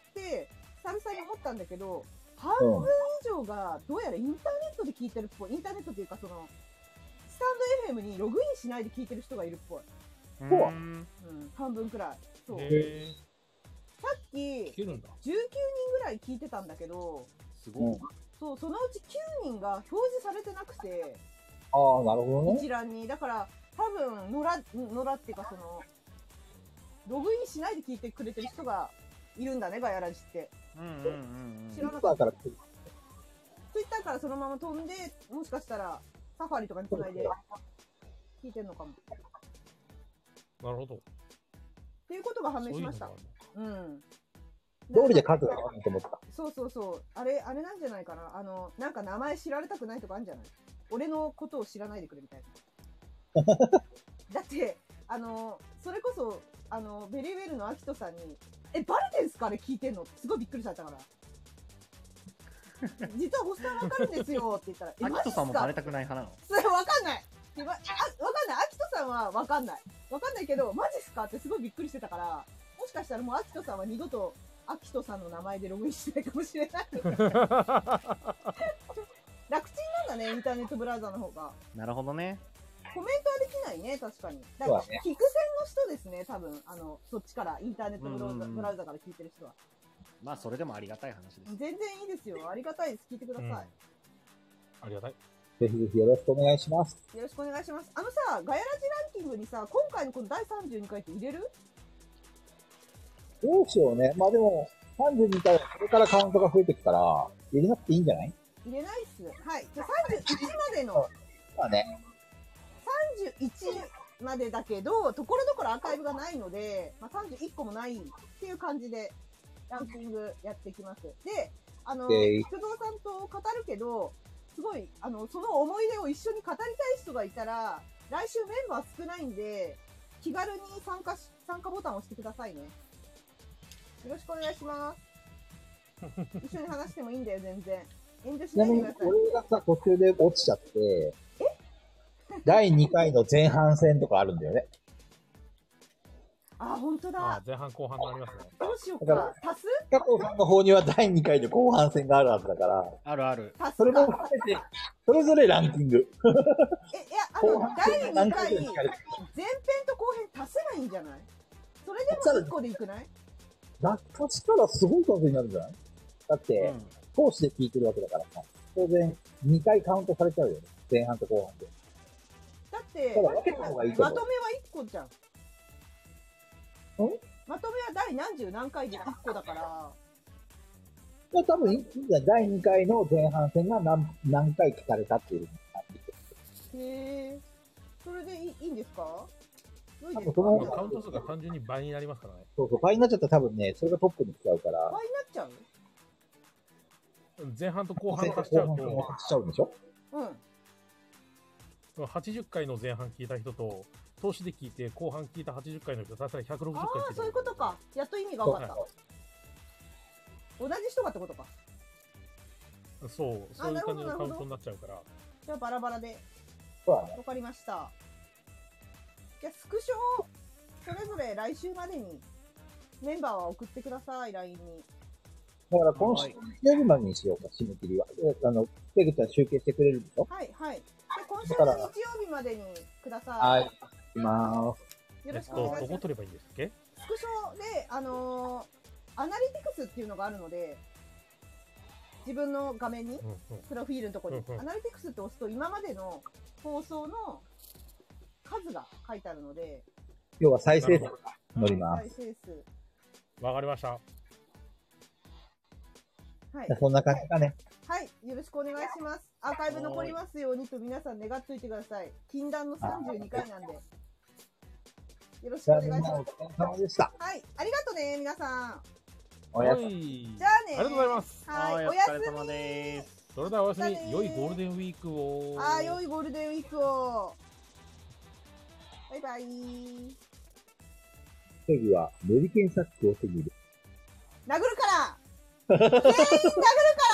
久々に思ったんだけど、半分以上が、どうやらインターネットで聞いてるっぽい。インターネットっていうか、スタンド FM にログインしないで聞いてる人がいるっぽい。半分くらい。そう。さっき、19人ぐらい聞いてたんだけど、 すごい。 そう、そのうち9人が表示されてなくて、 ああ、なるほどね。 一覧に。だから、多分、野良っていうかログインしないで聞いてくれてる人がいるんだね、ガヤラジって。知らなかった。ツイッターからそのまま飛んで、もしかしたら、サファリとかにつないで聞いてんのかも。 なるほど。 っていうことが判明しました。うん。 通りで数が合わないと思った。 そう。あれなんじゃないかな。なんか名前知られたくないとかあるんじゃない？俺のことを知らないでくれみたいな。だって、それこそ、ベリーウェルのアキトさんに、バレてんすかあれ聞いてんのってすごいびっくりされたから。実はホストはわかるんですよって言ったら、 アキトさんもバレたくない派なの？ それわかんない。わかんない。アキトさんはわかんない。わかんないけど、マジっすかってすごいびっくりしてたから、もしかしたらもうアキトさんは二度と、アキトさんの名前でログインしないかもしれない。楽ちんなんだね、インターネットブラウザの方が。 なるほどね。 コメントはできないね、確かに。だから、聞く線の人ですね、多分。そっちから、インターネットブラウザから聞いてる人は。 まあ、それでもありがたい話です。 全然いいですよ。ありがたいです。聞いてください。 ありがたい。 ぜひぜひよろしくお願いします。 よろしくお願いします。ガヤラジランキングにさ、今回のこの第32回って入れる？ どうしようね。まあでも、32回はこれからカウントが増えてくから、入れなくていいんじゃない？ 入れないっす。はい。じゃあ31までの。 まあね。 31までだけど、ところどころアーカイブがないので、まあ、31個もないっていう感じで、ランキングやっていきます。で、菊蔵さんと語るけど、すごい、その思い出を一緒に語りたい人がいたら、来週メンバー少ないんで、気軽に参加ボタンを押してくださいね。よろしくお願いします。一緒に話してもいいんだよ、全然。遠慮しないでください。 俺がさ、途中で落ちちゃって、第2回の前半戦とかあるんだよね。 あ、本当だ。 前半後半になりますね。 どうしようか。足す？ 加藤さんの方には第2回で後半戦があるはずだから。 あるある。 それも含めて、それぞれランキング。 いや、第2回、前編と後編足せばいいんじゃない？それでも1個でいくない？ だとしたらすごい数になるんじゃない？だって、通しで聞いてるわけだからさ。当然、2回カウントされちゃうよね。前半と後半で。 だって、 ただ分けた方がいいと思う。 まとめは1個じゃん。まとめは第何十何回で1個だから。 いや、多分、第2回の前半戦が何回聞かれたっていう感じ。 へー。それでいいんですか？ 多分そのカウント数が単純に倍になりますからね。 そうそう、倍になっちゃったら多分ね、それがトップに来ちゃうから。 倍になっちゃう？ 前半と後半足しちゃうと。 足しちゃうんでしょ？ うん。 80回の前半聞いた人と、投資で聞いて後半聞いた80回の人、だったら160回聞いた。 ああ、そういうことか。やっと意味が分かった。同じ人がってことか。 そう、そういう感じのカウントになっちゃうから。 じゃあバラバラで。 そうだね。 わかりました。じゃあスクショをそれぞれ来週までにメンバーは送ってください、LINE に。 だから今週日曜日までにしようか、締め切りは。ペグちゃん集計してくれるでしょ？ はい、はい。で、今週の日曜日までにください。 はい。いきまーす。 よろしくお願いします。 どこ取ればいいんですっけ？ スクショで、アナリティクスっていうのがあるので、自分の画面に、プロフィールのところに、アナリティクスって押すと、今までの放送の数が書いてあるので、 要は再生数が乗ります。 再生数。 わかりました。 はい。 そんな感じかね。 はい。よろしくお願いします。アーカイブ残りますようにと皆さん願っといてください。禁断の32回なんで。よろしくお願いします。 お疲れ様でした。 はい。ありがとうね、皆さん。 おやすみ。 じゃあね。 ありがとうございます。 はい。おやすみです。 それではおやすみ。良いゴールデンウィークを。 良いゴールデンウィークを。バイバイ。 次は、メリケンサックを手に入れ。 殴るから全員殴るから